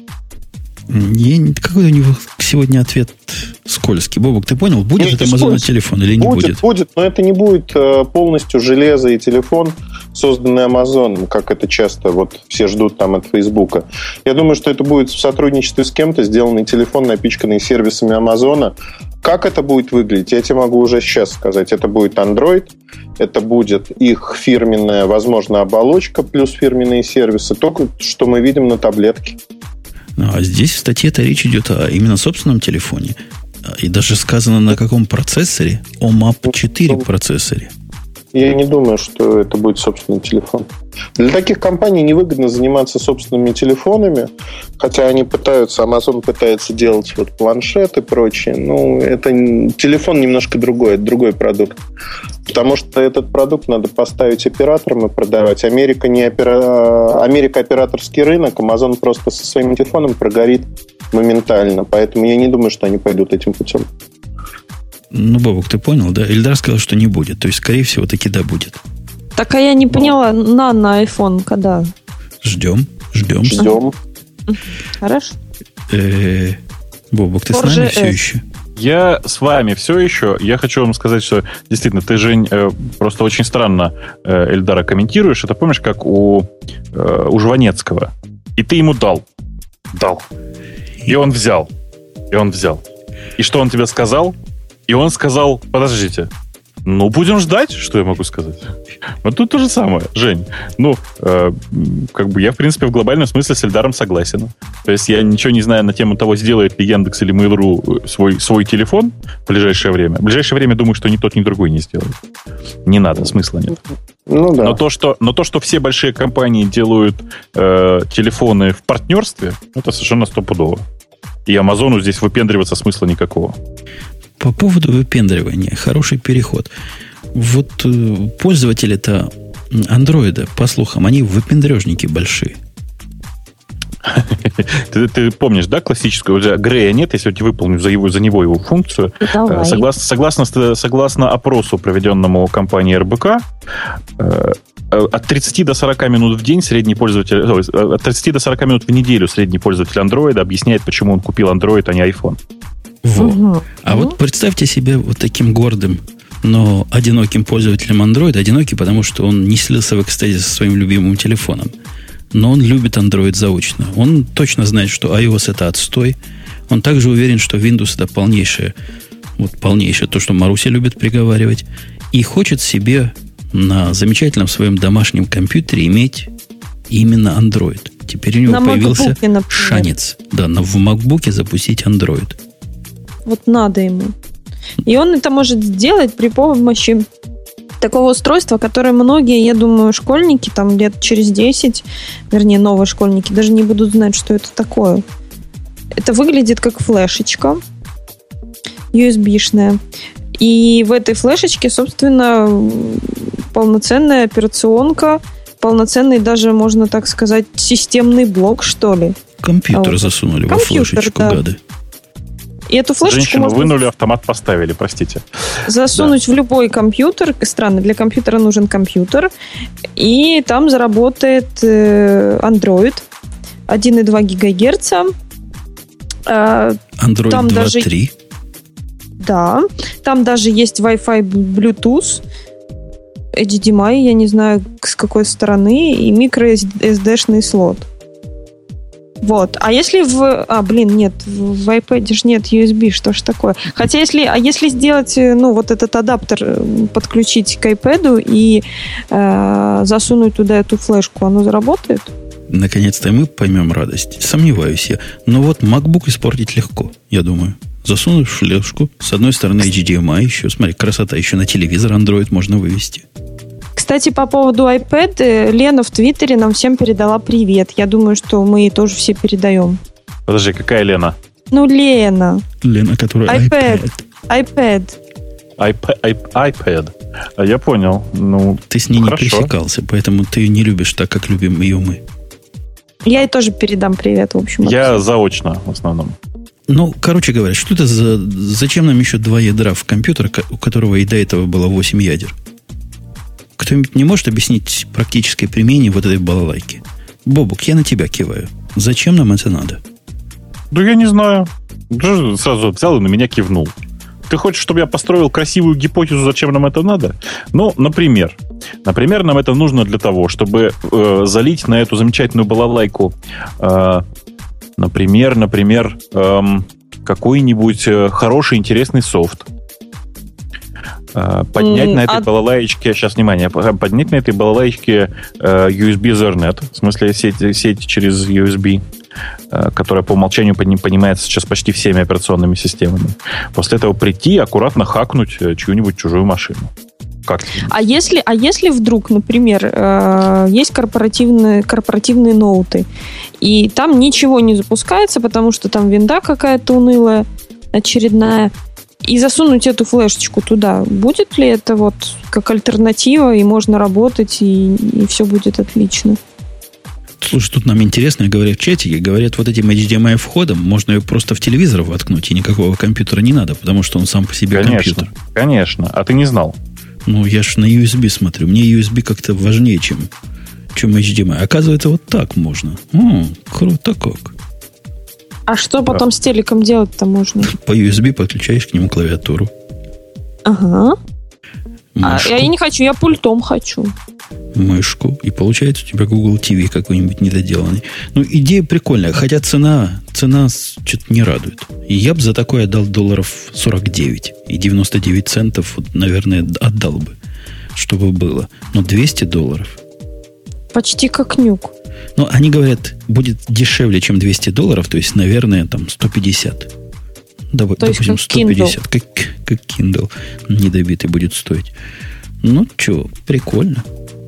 Какой у него сегодня ответ скользкий? Бобок, ты понял, будет это Amazon телефон или не будет? Будет, но это не будет полностью железо и телефон, созданный Amazon, как это часто вот все ждут там от Фейсбука. Я думаю, что это будет в сотрудничестве с кем-то сделанный телефон, напичканный сервисами Амазона. Как это будет выглядеть, я тебе могу уже сейчас сказать. Это будет Android, это будет их фирменная, возможно, оболочка плюс фирменные сервисы. То, что мы видим на таблетке. А здесь в статье-то речь идет о именно собственном телефоне. И даже сказано, на каком процессоре. OMAP 4 процессоре. Я не думаю, что это будет собственный телефон. Для таких компаний невыгодно заниматься собственными телефонами, хотя они пытаются, Amazon пытается делать вот планшет и прочее. Ну, это телефон немножко другой, это другой продукт. Потому что этот продукт надо поставить операторам и продавать. Америка операторский рынок, Amazon просто со своим телефоном прогорит моментально. Поэтому я не думаю, что они пойдут этим путем. Ну, Бобок, ты понял, да? Эльдар сказал, что не будет. То есть, скорее всего, таки да будет. Так, а я не поняла, на iPhone когда? Ждем. Хорошо. Бобок, ты с нами все еще? Я с вами все еще. Я хочу вам сказать, что действительно, ты, Жень, просто очень странно Эльдара комментируешь. Это помнишь, как у Жванецкого. И ты ему дал. И он взял. И что он тебе сказал? И он сказал, подождите, будем ждать, что я могу сказать. Вот тут то же самое, Жень. Как бы я, в принципе, в глобальном смысле с Эльдаром согласен. То есть я ничего не знаю на тему того, сделает ли Яндекс или Mail.ru свой телефон в ближайшее время. В ближайшее время, думаю, что ни тот, ни другой не сделает. Не надо, смысла нет. Ну, да. Но то, что все большие компании делают телефоны в партнерстве, это совершенно стопудово. И Амазону здесь выпендриваться смысла никакого. По поводу выпендривания, хороший переход. Вот пользователи-то андроида, по слухам, они выпендрежники большие. Ты помнишь, да, классическую? Грея нет, если я выполню за него его функцию. Согласно опросу, проведенному компанией РБК, от 30 до 40 минут в день средний пользователь, от 30 до 40 минут в неделю средний пользователь андроида объясняет, почему он купил андроид, а не iPhone. А вот представьте себе вот таким гордым, но одиноким пользователем Android. Одинокий, потому что он не слился в экстазе со своим любимым телефоном. Но он любит Android заочно. Он точно знает, что iOS это отстой. Он также уверен, что Windows это полнейшее, то, что Маруся любит приговаривать. И хочет себе на замечательном своем домашнем компьютере иметь именно Android. Теперь у него появился шанец. Да, в MacBook'е запустить Android. Вот надо ему. И он это может сделать при помощи такого устройства, которое многие, я думаю, школьники там лет через 10, вернее, новые школьники, даже не будут знать, что это такое. Это выглядит как флешечка USB-шная. И в этой флешечке, собственно, полноценная операционка, полноценный даже, можно так сказать, системный блок, что ли. Компьютер засунули во флешечку, да. Гады. И эту флешечку женщину можно вынули, автомат поставили, простите. Засунуть в любой компьютер. Странно, для компьютера нужен компьютер. И там заработает Android 1,2 ГГц. Android 2.3. Да. Там даже есть Wi-Fi, Bluetooth, HDMI, я не знаю, с какой стороны, и microSD-шный слот. Вот. А если в iPad же нет USB, что ж такое? Хотя если сделать, вот этот адаптер подключить к iPad и засунуть туда эту флешку, оно заработает? Наконец-то мы поймем радость. Сомневаюсь я. Но вот MacBook испортить легко, я думаю. Засунуть флешку, с одной стороны HDMI еще, смотри, красота, еще на телевизор Android можно вывести. Кстати, по поводу iPad, Лена в Твиттере нам всем передала привет. Я думаю, что мы ей тоже все передаем. Подожди, какая Лена? Лена. Лена, которая iPad. iPad. Я понял. Ты с ней хорошо. Не пересекался, поэтому ты не любишь так, как любим ее мы. Я ей тоже передам привет, в общем. Я заочно, в основном. Короче говоря, что это зачем нам еще 2 ядра в компьютер, у которого и до этого было 8 ядер? Кто-нибудь не может объяснить практическое применение вот этой балалайки? Бобук, я на тебя киваю. Зачем нам это надо? Да я не знаю. Сразу взял и на меня кивнул. Ты хочешь, чтобы я построил красивую гипотезу, зачем нам это надо? Например. Например, нам это нужно для того, чтобы залить на эту замечательную балалайку, например, какой-нибудь хороший, интересный софт. Поднять на этой балалаечке, сейчас, внимание, поднять на этой балалаечке USB Ethernet, в смысле сеть через USB, которая по умолчанию понимается сейчас почти всеми операционными системами. После этого прийти и аккуратно хакнуть чью-нибудь чужую машину. Как? А если вдруг, например, есть корпоративные ноуты, и там ничего не запускается, потому что там винда какая-то унылая, очередная, и засунуть эту флешечку туда, будет ли это вот как альтернатива, и можно работать, и все будет отлично? Слушай, тут нам интересно, говорят в чатике, говорят, вот этим HDMI входом можно ее просто в телевизор воткнуть, и никакого компьютера не надо, потому что он сам по себе компьютер. Конечно, а ты не знал? Я ж на USB смотрю. Мне USB как-то важнее, чем HDMI. Оказывается, вот так можно. Круто как. А что потом с телеком делать-то можно? По USB подключаешь к нему клавиатуру. Ага. Я не хочу, я пультом хочу. Мышку. И получается у тебя Google TV какой-нибудь недоделанный. Идея прикольная. Хотя цена что-то не радует. И я бы за такое отдал $49. И 99 центов, наверное, отдал бы, чтобы было. Но $200. Почти как нюк. Они говорят, будет дешевле, чем $200, то есть, наверное, там 150. Допустим, 150, как Kindle недобитый будет стоить. Прикольно.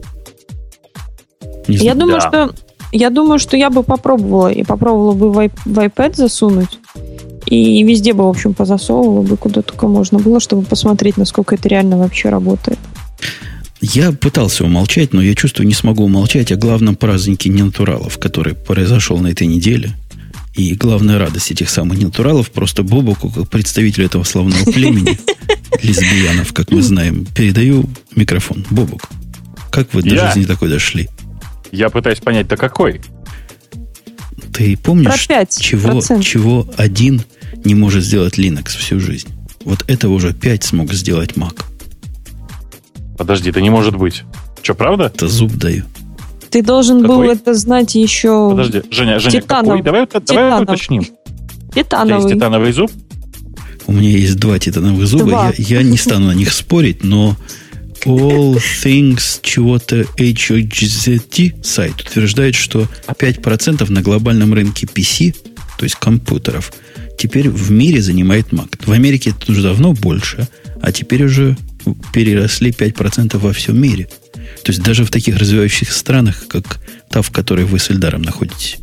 Я думаю, что я бы попробовала. И попробовала бы в iPad засунуть. И везде бы, в общем, позасовывала бы, куда только можно было, чтобы посмотреть, насколько это реально вообще работает. Я пытался умолчать, но я чувствую, не смогу умолчать о главном празднике ненатуралов, который произошел на этой неделе. И главная радость этих самых ненатуралов просто Бобуку, как представителю этого славного племени, лесбиянов, как мы знаем, передаю микрофон. Бобук, как вы до жизни такой дошли? Я пытаюсь понять, какой? Ты помнишь, чего один не может сделать Linux всю жизнь? Вот этого уже 5 смог сделать Mac. Подожди, это не может быть. Что, правда? Это зуб даю. Ты должен был это знать еще... Подожди, Женя, какой? Давай уточним. Титановый. У тебя есть титановый зуб? У меня есть 2 титановых зуба. Я не стану на них спорить, но All Things чего-то HOGZT сайт утверждает, что 5% на глобальном рынке PC то есть компьютеров, теперь в мире занимает Mac. В Америке это уже давно больше, а теперь уже переросли 5% во всем мире. То есть даже в таких развивающихся странах, как та, в которой вы с Эльдаром находитесь.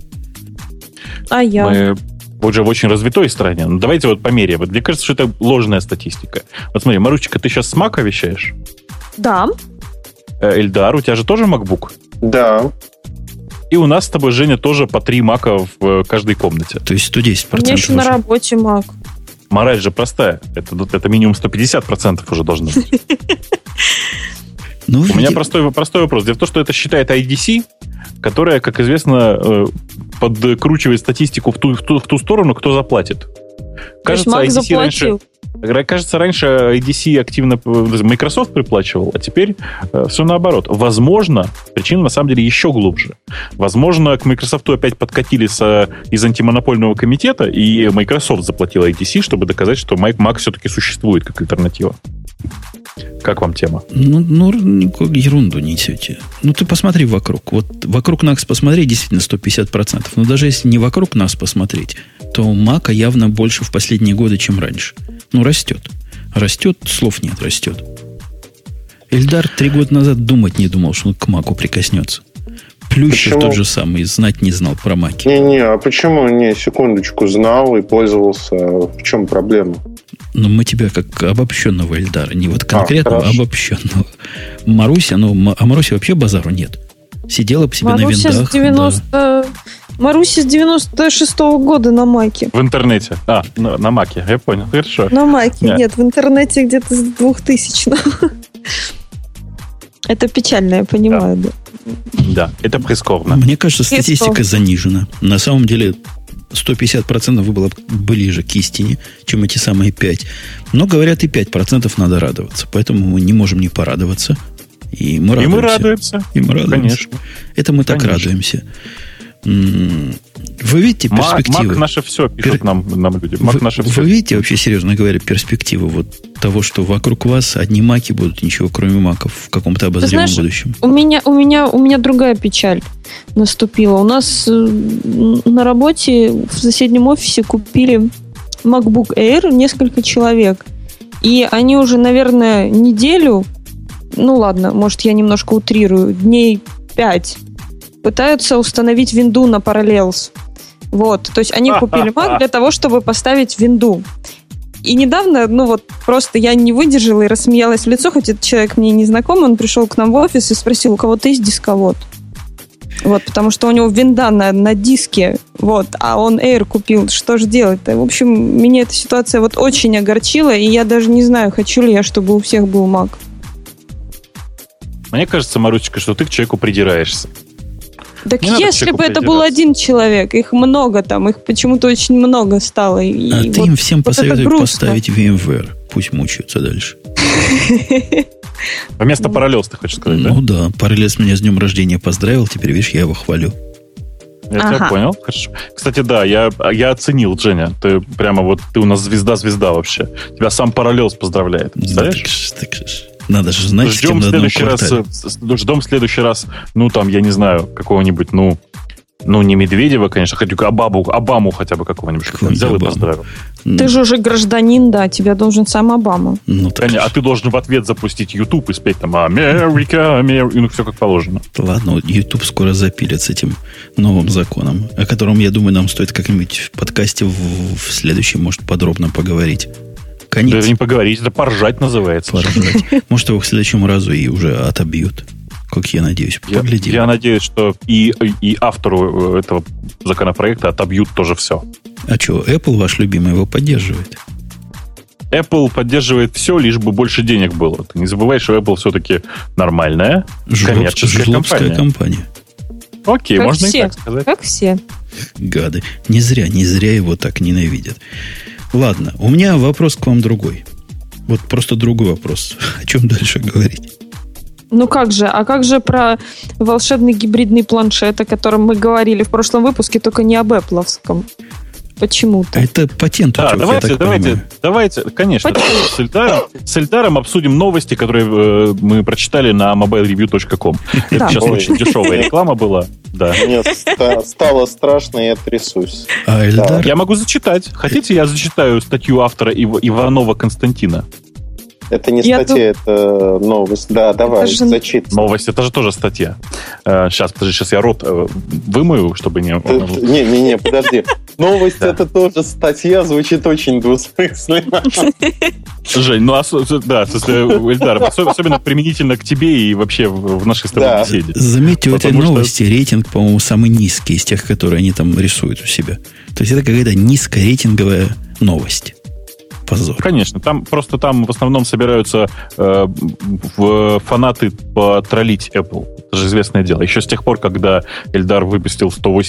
А я? Мы уже в очень развитой стране. Ну, давайте вот померяем. Вот мне кажется, что это ложная статистика. Вот смотри, Марусечка, ты сейчас с Mac вещаешь? Да. Эльдар, у тебя же тоже MacBook? Да. И у нас с тобой, Женя, тоже по 3 Мака в каждой комнате. То есть 110%. У меня еще на работе Mac. Мораль же простая. Это минимум 150% уже должно быть. Ну, У меня простой вопрос. Дело в том, что это считает IDC, которая, как известно, подкручивает статистику в ту сторону, кто заплатит. Кажется, Mac IDC заплатил. раньше IDC активно Microsoft приплачивал, а теперь все наоборот. Возможно, причина на самом деле еще глубже. Возможно, к Microsoft опять подкатили из антимонопольного комитета, и Microsoft заплатил IDC, чтобы доказать, что Mac все-таки существует как альтернатива. Как вам тема? Ну, ерунду несете. Ну, ты посмотри вокруг. Вот вокруг нас посмотри, действительно 150%. Но даже если не вокруг нас посмотреть, то у Мака явно больше в последние годы, чем раньше. Ну, растет. Растет, слов нет, растет. Эльдар 3 года назад думать не думал, что он к Маку прикоснется. Плющев тот же самый, знать не знал про Маки. Не, а почему? Не, секундочку, знал и пользовался. В чем проблема? Но мы тебя как обобщенного Эльдара, не вот конкретного, а обобщенного. Маруся, а Маруся вообще базару нет. Сидела по себе Маруся на виндах. С 90... Маруся с 96-го года на Маке. В интернете. На Маке, я понял. Хорошо. На Маке, нет, в интернете где-то с 2000-го. Это печально, я понимаю, да. Да, это прискорбно. Мне кажется, статистика занижена. На самом деле 150% было ближе к истине, чем эти самые 5%. Но, говорят, и 5% надо радоваться. Поэтому мы не можем не порадоваться. И мы радуемся. Конечно. Это мы так радуемся. Вы видите перспективы? Mac наше все, пишут нам люди. Mac наше все. Вы видите, вообще, серьезно говоря, перспективы вот того, что вокруг вас одни маки будут, ничего кроме маков в каком-то обозримом будущем? У меня другая печаль наступила. У нас на работе в соседнем офисе купили MacBook Air несколько человек. И они уже, наверное, неделю, ну ладно, может, я немножко утрирую, дней 5 пытаются установить винду на Parallels. Вот. То есть они купили Mac для того, чтобы поставить винду. И недавно, просто я не выдержала и рассмеялась в лицо, хоть этот человек мне не знакомый, он пришел к нам в офис и спросил, у кого-то есть дисковод? Вот, потому что у него винда на диске, а он Air купил. Что же делать-то? В общем, меня эта ситуация очень огорчила, и я даже не знаю, хочу ли я, чтобы у всех был Mac. Мне кажется, Марусечка, что ты к человеку придираешься. Так если бы это был один человек, их много там, их почему-то очень много стало. Ты им всем посоветуй поставить VMware. Пусть мучаются дальше. Вместо Parallels, ты хочешь сказать, да? Ну да, Parallels меня с днем рождения поздравил, теперь, видишь, я его хвалю. Я тебя понял. Хорошо. Кстати, да, я оценил, Женя. Ты прямо ты у нас звезда вообще. Тебя сам Parallels поздравляет. Представляешь? Надо же знать, ждем в следующий раз, я не знаю, какого-нибудь, не Медведева, конечно, хочу Обаму хотя бы какого-нибудь, чтобы взял и поздравил. Ты же уже гражданин, да, тебя должен сам Обама. А ты должен в ответ запустить YouTube и спеть там «Америка, Америка», все как положено. Ладно, YouTube скоро запилят с этим новым законом, о котором, я думаю, нам стоит как-нибудь в подкасте в следующем, может, подробно поговорить. Конец. Да это не поговорить, это поржать называется. Поржать. Может, его к следующему разу и уже отобьют. Как я надеюсь. Поглядим. Я надеюсь, что и автору этого законопроекта отобьют тоже все. А что, Apple, ваш любимый, его поддерживает? Apple поддерживает все, лишь бы больше денег было. Ты не забывай, что Apple все-таки нормальная коммерческая компания. Окей, как можно все. И так сказать. Как все. Гады. Не зря его так ненавидят. Ладно, у меня вопрос к вам другой. Вот просто другой вопрос. О чем дальше говорить? Ну как же? А как же про волшебный гибридный планшет, о котором мы говорили в прошлом выпуске, только не об Apple-овском? почему-то. Это патент у тебя, я так понимаю. Давайте, конечно, с Эльдаром обсудим новости, которые мы прочитали на mobilereview.com. Это сейчас очень дешевая реклама была. Да. Мне стало страшно, и я трясусь. А Эльдар... Я могу зачитать. Хотите, я зачитаю статью автора Иванова Константина? Это не статья, это новость. Да, давай, зачитай. Новость, это же тоже статья. Сейчас я рот вымою, чтобы не... Не, подожди. Новость, это тоже статья, звучит очень двусмысленно. Жень, да, Эльдар, особенно применительно к тебе и вообще в нашей с тобой беседе. Заметьте, в этой новости рейтинг, по-моему, самый низкий из тех, которые они там рисуют у себя. То есть это какая-то низкорейтинговая новость. Позор. Конечно, там в основном собираются фанаты потроллить Apple. Это же известное дело. Еще с тех пор, когда Эльдар выпустил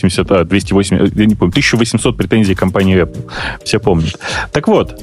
1800 претензий компании Apple. Все помнят. Так вот,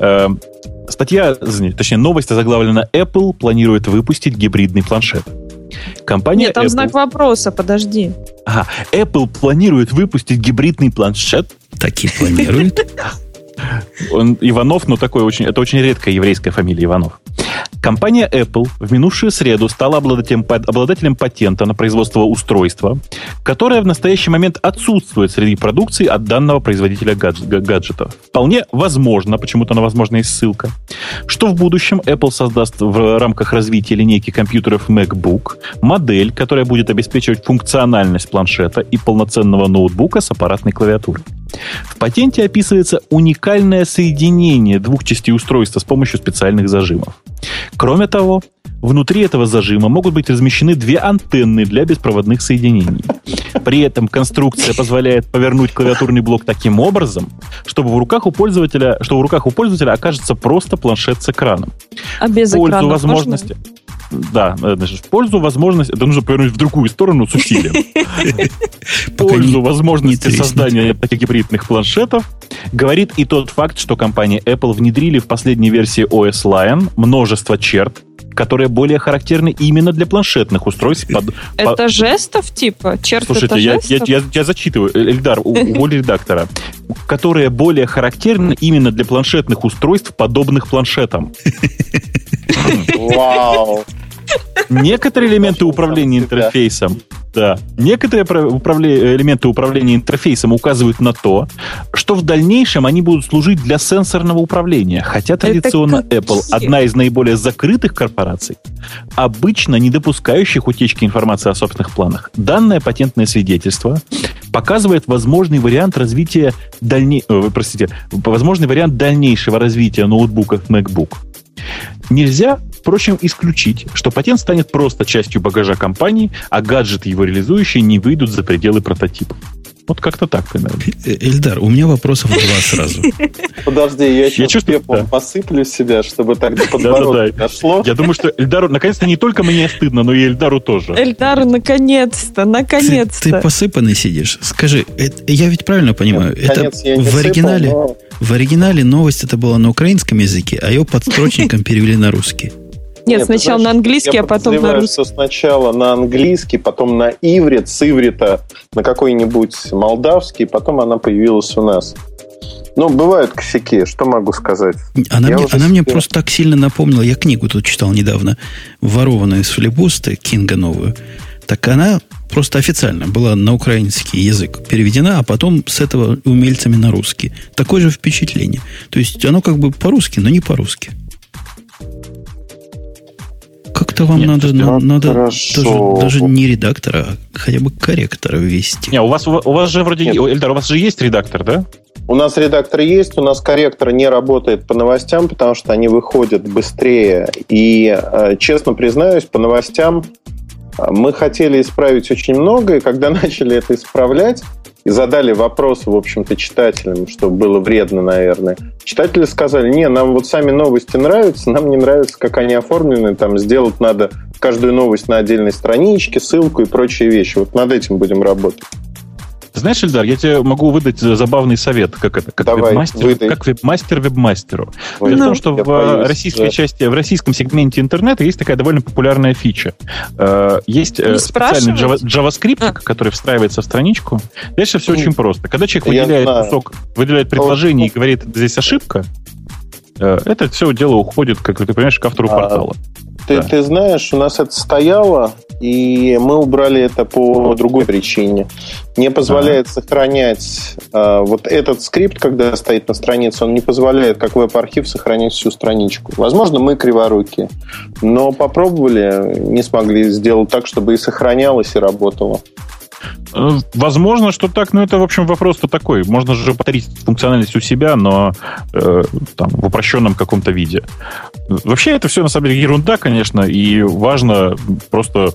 новость озаглавлена: Apple планирует выпустить гибридный планшет. Компания Нет, там Apple... знак вопроса, подожди. Ага, Apple планирует выпустить гибридный планшет. Так и планирует. Он Иванов, но это очень редкая еврейская фамилия Иванов. Компания Apple в минувшую среду стала обладателем патента на производство устройства, которое в настоящий момент отсутствует среди продукции от данного производителя гаджетов. Вполне возможно, почему-то на возможно есть ссылка, что в будущем Apple создаст в рамках развития линейки компьютеров MacBook модель, которая будет обеспечивать функциональность планшета и полноценного ноутбука с аппаратной клавиатурой. В патенте описывается уникальное соединение двух частей устройства с помощью специальных зажимов. Кроме того, внутри этого зажима могут быть размещены две антенны для беспроводных соединений. При этом конструкция позволяет повернуть клавиатурный блок таким образом, чтобы в руках у пользователя окажется просто планшет с экраном. А без экрана можно? Да, в пользу возможности... Это нужно повернуть в другую сторону с усилием. В пользу возможности создания таких гибридных планшетов говорит и тот факт, что компания Apple внедрили в последней версии OS Lion множество черт, которые более характерны именно для планшетных устройств. Это жестов типа? Слушайте, я зачитываю. Эльдар, уволь редактора. Которые более характерны именно для планшетных устройств, подобных планшетам. Вау! Некоторые элементы управления интерфейсом, элементы управления интерфейсом указывают на то, что в дальнейшем они будут служить для сенсорного управления, хотя традиционно Apple одна из наиболее закрытых корпораций, обычно не допускающих утечки информации о собственных планах. Данное патентное свидетельство показывает возможный вариант дальнейшего развития ноутбуков MacBook. Нельзя, впрочем, исключить, что патент станет просто частью багажа компании, а гаджеты, его реализующие, не выйдут за пределы прототипов. Вот как-то так примерно. Эльдар, у меня вопросов два сразу. Подожди, я сейчас пеплом посыплю себя, чтобы так до подбородка дошло. Я думаю, что Эльдару, наконец-то, не только мне стыдно, но и Эльдару тоже. Эльдару, наконец-то. Ты посыпанный сидишь. Скажи, я ведь правильно понимаю, это в оригинале новость это была на украинском языке, а ее подстрочником перевели на русский. Нет, сначала на английский, а потом на русский. Сначала на английский, потом на иврит, с иврита на какой-нибудь молдавский, потом она появилась у нас. Ну, бывают косяки, что могу сказать. Она мне просто так сильно напомнила, я книгу тут читал недавно, ворованную из флибуста, Кинга новую. Так она просто официально была на украинский язык переведена, а потом с этого умельцами на русский. Такое же впечатление. То есть оно как бы по-русски, но не по-русски. Как-то вам надо даже не редактора, а хотя бы корректора ввести. Не, у вас же вроде... Эльдар, у вас же есть редактор, да? У нас редактор есть, у нас корректор не работает по новостям, потому что они выходят быстрее. И, честно признаюсь, по новостям мы хотели исправить очень много, и когда начали это исправлять, и задали вопросы, в общем-то, читателям, что было вредно, наверное. Читатели сказали, не, нам вот сами новости нравятся, нам не нравится, как они оформлены, там сделать надо каждую новость на отдельной страничке, ссылку и прочие вещи. Вот над этим будем работать. Знаешь, Эльдар, я тебе могу выдать забавный совет, как вебмастер вебмастеру. Дело в том, что в российской части, в российском сегменте интернета есть такая довольно популярная фича. Есть специальный JavaScript, который встраивается в страничку. Дальше все очень просто. Когда человек выделяет предложение и говорит, здесь ошибка, это все дело уходит, как ты понимаешь, к автору портала. Ты знаешь, у нас это стояло, и мы убрали это по другой причине. Не позволяет сохранять вот этот скрипт, когда стоит на странице, он не позволяет, как веб-архив, сохранять всю страничку. Возможно, мы криворукие, но попробовали, не смогли сделать так, чтобы и сохранялось, и работало. Возможно, что так, но это, в общем, вопрос-то такой. Можно же повторить функциональность у себя, но там, в упрощенном каком-то виде. Вообще, это все, на самом деле, ерунда, конечно, и важно просто,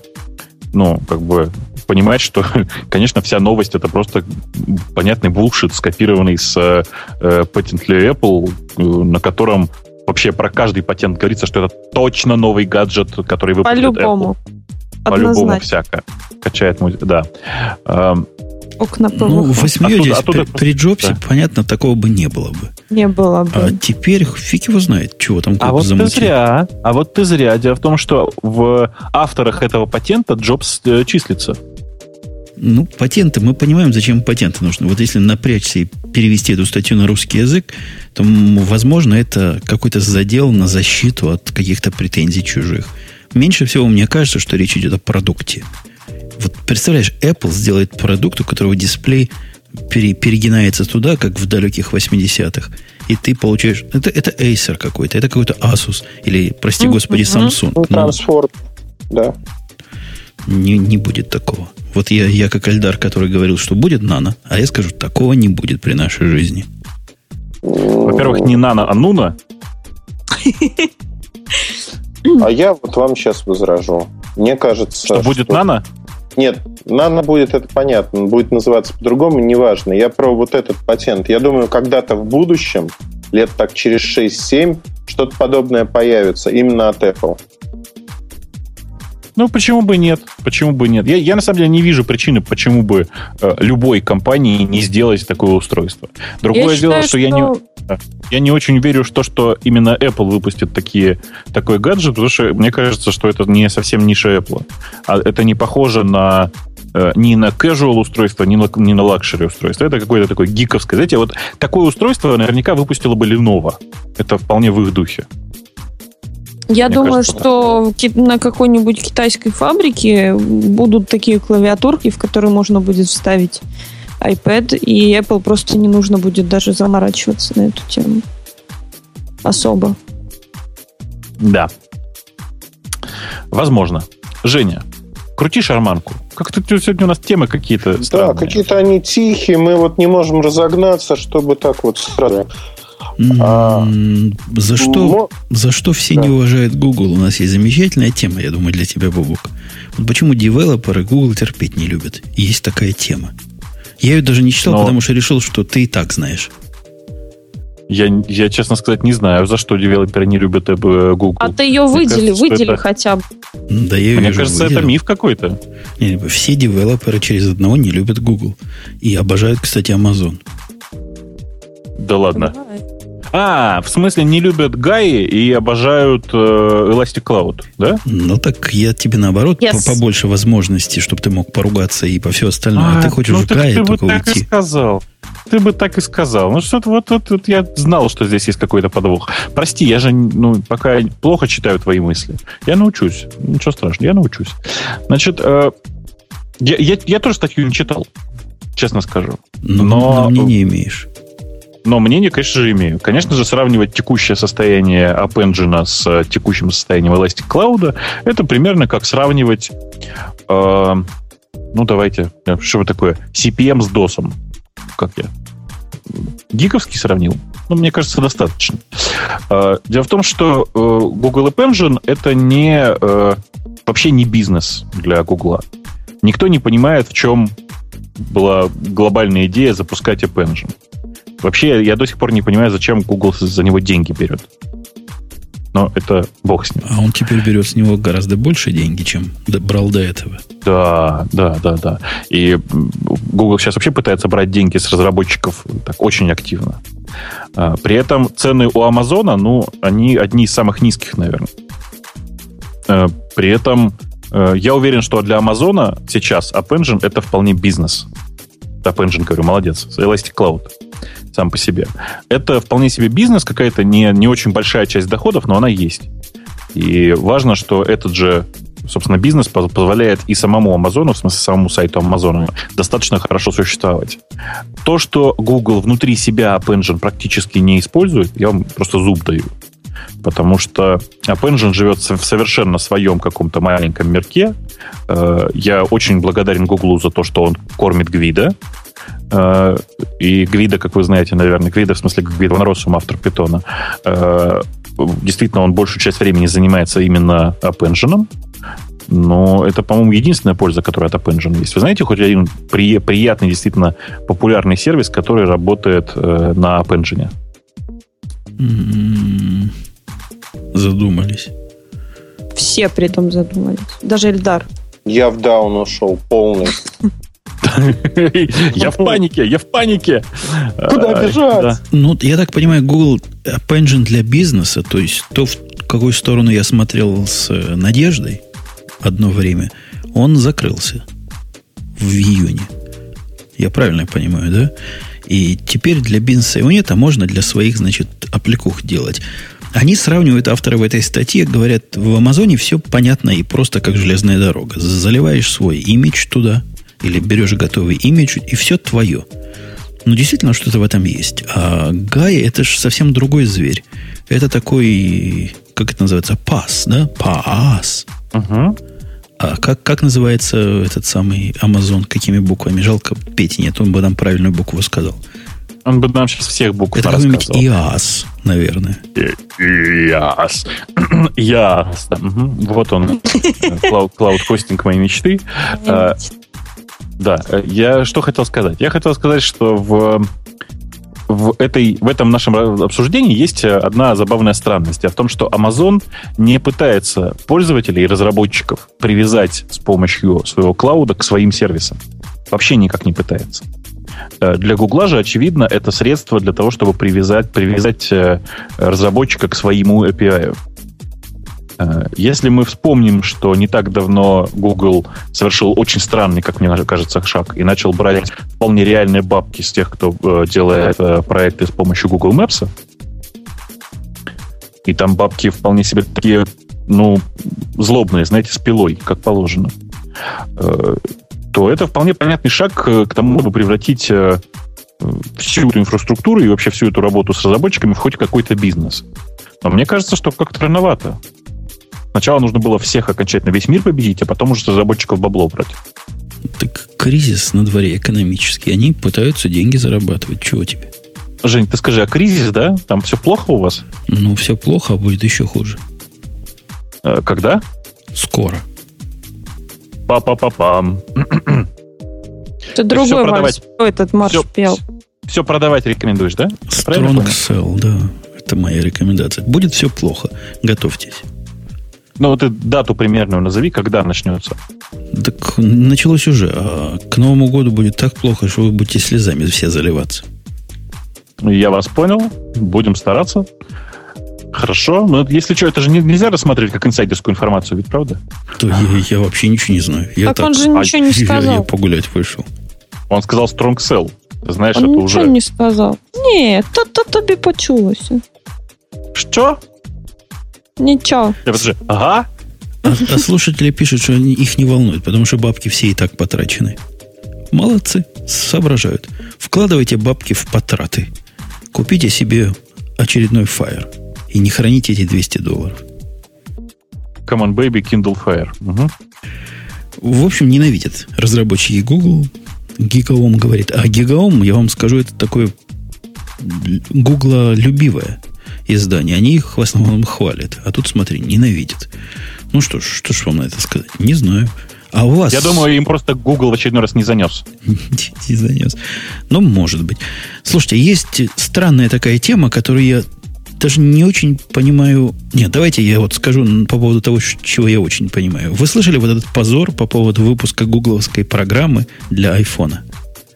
понимать, что, конечно, вся новость — это просто понятный булшит, скопированный с Patently Apple, на котором вообще про каждый патент говорится, что это точно новый гаджет, который выпустит Apple. По-любому всякое. Качает музыку, да. Окна ПВХ. Вы смеетесь, при Джобсе, понятно, такого бы не было бы. Не было бы. А теперь фиг его знает, чего там Google замутил. А вот ты зря. Дело в том, что в авторах этого патента Джобс числится. Патенты, мы понимаем, зачем патенты нужны. Вот если напрячься и перевести эту статью на русский язык, то, возможно, это какой-то задел на защиту от каких-то претензий чужих. Меньше всего мне кажется, что речь идет о продукте. Вот представляешь, Apple сделает продукт, у которого дисплей перегинается туда, как в далеких 80-х, и ты получаешь... Это Acer какой-то, это какой-то Asus, или, прости господи, Samsung. Трансформ, да. Не будет такого. Вот я как Эльдар, который говорил, что будет нано, а я скажу, такого не будет при нашей жизни. Во-первых, не нано, а нуна. А я вот вам сейчас возражу. Мне кажется... Что будет нано? Нет, нано будет, это понятно. Будет называться по-другому, неважно. Я про вот этот патент. Я думаю, когда-то в будущем, лет так через 6-7, что-то подобное появится именно от Apple. Почему бы нет? Почему бы нет? Я на самом деле не вижу причины, почему бы любой компании не сделать такое устройство. Другое дело, что я не очень верю в то, что именно Apple выпустит такой гаджет, потому что мне кажется, что это не совсем ниша Apple. А это не похоже ни на casual устройство, ни на luxury устройство. Это какое-то такое гиковское. Знаете, вот такое устройство наверняка выпустило бы Lenovo. Это вполне в их духе. Я думаю, что на какой-нибудь китайской фабрике будут такие клавиатурки, в которые можно будет вставить iPad, и Apple просто не нужно будет даже заморачиваться на эту тему. Особо. Да. Возможно. Женя, крути шарманку. Как-то сегодня у нас темы какие-то странные. Да, какие-то они тихие, мы вот не можем разогнаться, чтобы так вот сразу... За что все не уважают Google? У нас есть замечательная тема, я думаю, для тебя, Бобук. Вот почему девелоперы Google терпеть не любят? Есть такая тема. Я ее даже не читал, потому что решил, что ты и так знаешь. Я, честно сказать, не знаю, за что девелоперы не любят Google. А ты ее выдели хотя бы. Да, я Мне кажется, выделил. Это миф какой-то. Все девелоперы через одного не любят Google. И обожают, кстати, Amazon. Да ладно. В смысле, не любят Гаи и обожают Elastic Cloud, да? Так я тебе наоборот побольше возможностей, чтобы ты мог поругаться и по все остальное. Ты хочешь в Гаи только уйти. Ты бы так и сказал. Что-то вот я знал, что здесь есть какой-то подвох. Прости, я же пока плохо читаю твои мысли. Я научусь. Ничего страшного, я научусь. Значит, я тоже статью не читал, честно скажу. Но мнение имеешь. Но мнение, конечно же, имею. Конечно же, сравнивать текущее состояние App Engine с текущим состоянием Elastic Cloud — это примерно как сравнивать, давайте, что такое, CPM с DOS. Как я? Гиковский сравнил? Мне кажется, достаточно. Дело в том, что Google App Engine — это вообще не бизнес для Google. Никто не понимает, в чем была глобальная идея запускать App Engine. Вообще, я до сих пор не понимаю, зачем Google за него деньги берет. Но это бог с ним. А он теперь берет с него гораздо больше деньги, чем брал до этого. Да. И Google сейчас вообще пытается брать деньги с разработчиков так очень активно. При этом цены у Амазона, они одни из самых низких, наверное. При этом я уверен, что для Амазона сейчас App Engine это вполне бизнес. App Engine, говорю, молодец. Elastic Cloud сам по себе. Это вполне себе бизнес, какая-то не очень большая часть доходов, но она есть. И важно, что этот же, собственно, бизнес позволяет и самому Амазону, в смысле самому сайту Амазона, достаточно хорошо существовать. То, что Google внутри себя App Engine практически не использует, я вам просто зуб даю. Потому что App Engine живет в совершенно своем каком-то маленьком мирке. Я очень благодарен Google за то, что он кормит Гвида. И Гвида, как вы знаете, наверное, Гвида, в смысле Гвида Ван Россум, автор Питона, действительно, он большую часть времени занимается именно App Engine. Но это, по-моему, единственная польза, которая от App Engine есть. Вы знаете хоть один приятный, действительно популярный сервис, который работает на App Engine? Задумались. Все при этом задумались. Даже Эльдар. Я в даун ушел полный. Я в панике. Куда бежать? Ну, я так понимаю, Google App Engine для бизнеса, то есть то, в какую сторону я смотрел с надеждой одно время, он закрылся в июне. Я правильно понимаю, да? И теперь для бизнеса его нет, а можно для своих, значит, аппликух делать. Они сравнивают, авторы в этой статье, говорят, в Амазоне все понятно и просто как железная дорога. Заливаешь свой имидж туда, или берешь готовый имидж, и все твое. Ну, действительно, что-то в этом есть. А Гай, это же совсем другой зверь. Это такой, как это называется, PaaS, да? PaaS. Угу. А как называется этот самый Amazon? Какими буквами? Жалко, Пети нет, он бы нам правильную букву сказал. Он бы нам сейчас всех букв это рассказал. Это какой-нибудь IaaS, наверное. IaaS. Вот он. Клауд-хостинг моей мечты. Да, я что хотел сказать? Я хотел сказать, что в этом нашем обсуждении есть одна забавная странность. Дело в том, что Amazon не пытается пользователей и разработчиков привязать с помощью своего клауда к своим сервисам. Вообще никак не пытается. Для Гугла же, очевидно, это средство для того, чтобы привязать разработчика к своему API. Если мы вспомним, что не так давно Google совершил очень странный, как мне кажется, шаг и начал брать вполне реальные бабки с тех, кто делает проекты с помощью Google Maps, и там бабки вполне себе такие, злобные, знаете, с пилой, как положено, то это вполне понятный шаг к тому, чтобы превратить всю эту инфраструктуру и вообще всю эту работу с разработчиками в хоть какой-то бизнес. Но мне кажется, что как-то рановато. Сначала нужно было всех окончательно, весь мир победить, а потом уже с разработчиков бабло брать. Так кризис на дворе экономический. Они пытаются деньги зарабатывать. Чего тебе? Жень, ты скажи, а кризис, да? Там все плохо у вас? Ну, все плохо, а будет еще хуже. Когда? Скоро. Па-па-па-пам. Это другой марш. Этот марш пел. Все продавать рекомендуешь, да? Strong Sell, да. Это моя рекомендация. Будет все плохо. Готовьтесь. Ну, вот ты дату примерную назови, когда начнется. Так началось уже. А к Новому году будет так плохо, что вы будете слезами все заливаться. Я вас понял. Будем стараться. Хорошо. Но если что, это же нельзя рассматривать как инсайдерскую информацию, ведь правда? То я вообще ничего не знаю. Так он же ничего не сказал. Я погулять вышел. Он сказал strong sell. Ты знаешь, он это ничего уже... не сказал. Ні, то тобі почулося. Что? Ничего. Подожди. Ага. А слушатели пишут, что их не волнует, потому что бабки все и так потрачены. Молодцы, соображают. Вкладывайте бабки в потраты. Купите себе очередной Fire. И не храните эти $200. Come on, baby, Kindle Fire. Угу. В общем, ненавидят разработчики Google. Гигаом говорит. А Гигаом, я вам скажу, это такое Гугла-любивое издание. Они их в основном хвалят. А тут, смотри, ненавидят. Ну что ж вам на это сказать? Не знаю. А у вас... Я думаю, им просто Google в очередной раз не занес. Не занес. Ну, может быть. Слушайте, есть странная такая тема, которую я даже не очень понимаю. Нет, давайте я вот скажу по поводу того, чего я очень понимаю. Вы слышали вот этот позор по поводу выпуска гугловской программы для айфона?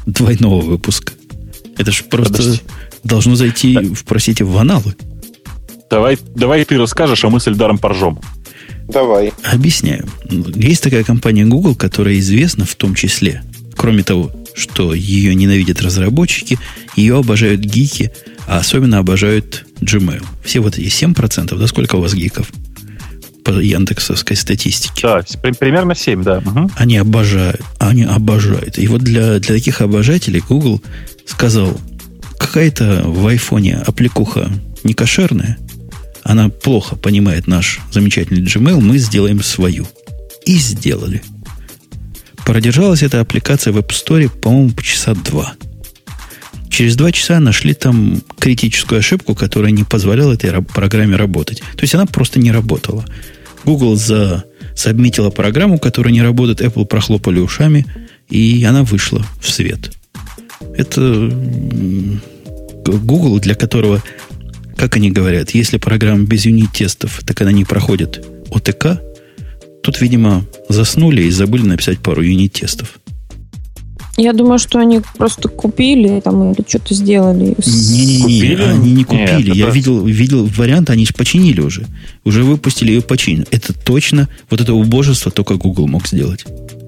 двойного выпуска. Это же просто должно зайти, простите, в аналы. Давай ты расскажешь, а мы с Эльдаром поржем. Давай. Объясняю. Есть такая компания Google, которая известна в том числе, кроме того, что ее ненавидят разработчики, ее обожают гики, а особенно обожают Gmail. Все вот эти 7%, да сколько у вас гиков по яндексовской статистике? Да, примерно 7, да. Угу. Они обожают. И вот для таких обожателей Google сказал, какая-то в айфоне аппликуха не кошерная, она плохо понимает наш замечательный Gmail, мы сделаем свою. И сделали. Продержалась эта аппликация в App Store, по-моему, часа 2. Через 2 часа нашли там критическую ошибку, которая не позволяла этой программе работать. То есть она просто не работала. Google сабмитила программу, которая не работает, Apple прохлопали ушами, и она вышла в свет. Это Google, для которого, как они говорят, если программа без юнит-тестов, так она не проходит ОТК. Тут, видимо, заснули и забыли написать пару юнит-тестов. Я думаю, что они просто купили там или что-то сделали. Не, они не купили. Нет, я видел вариант, они же починили уже. Уже выпустили ее починку. Это точно, вот это убожество только Google мог сделать.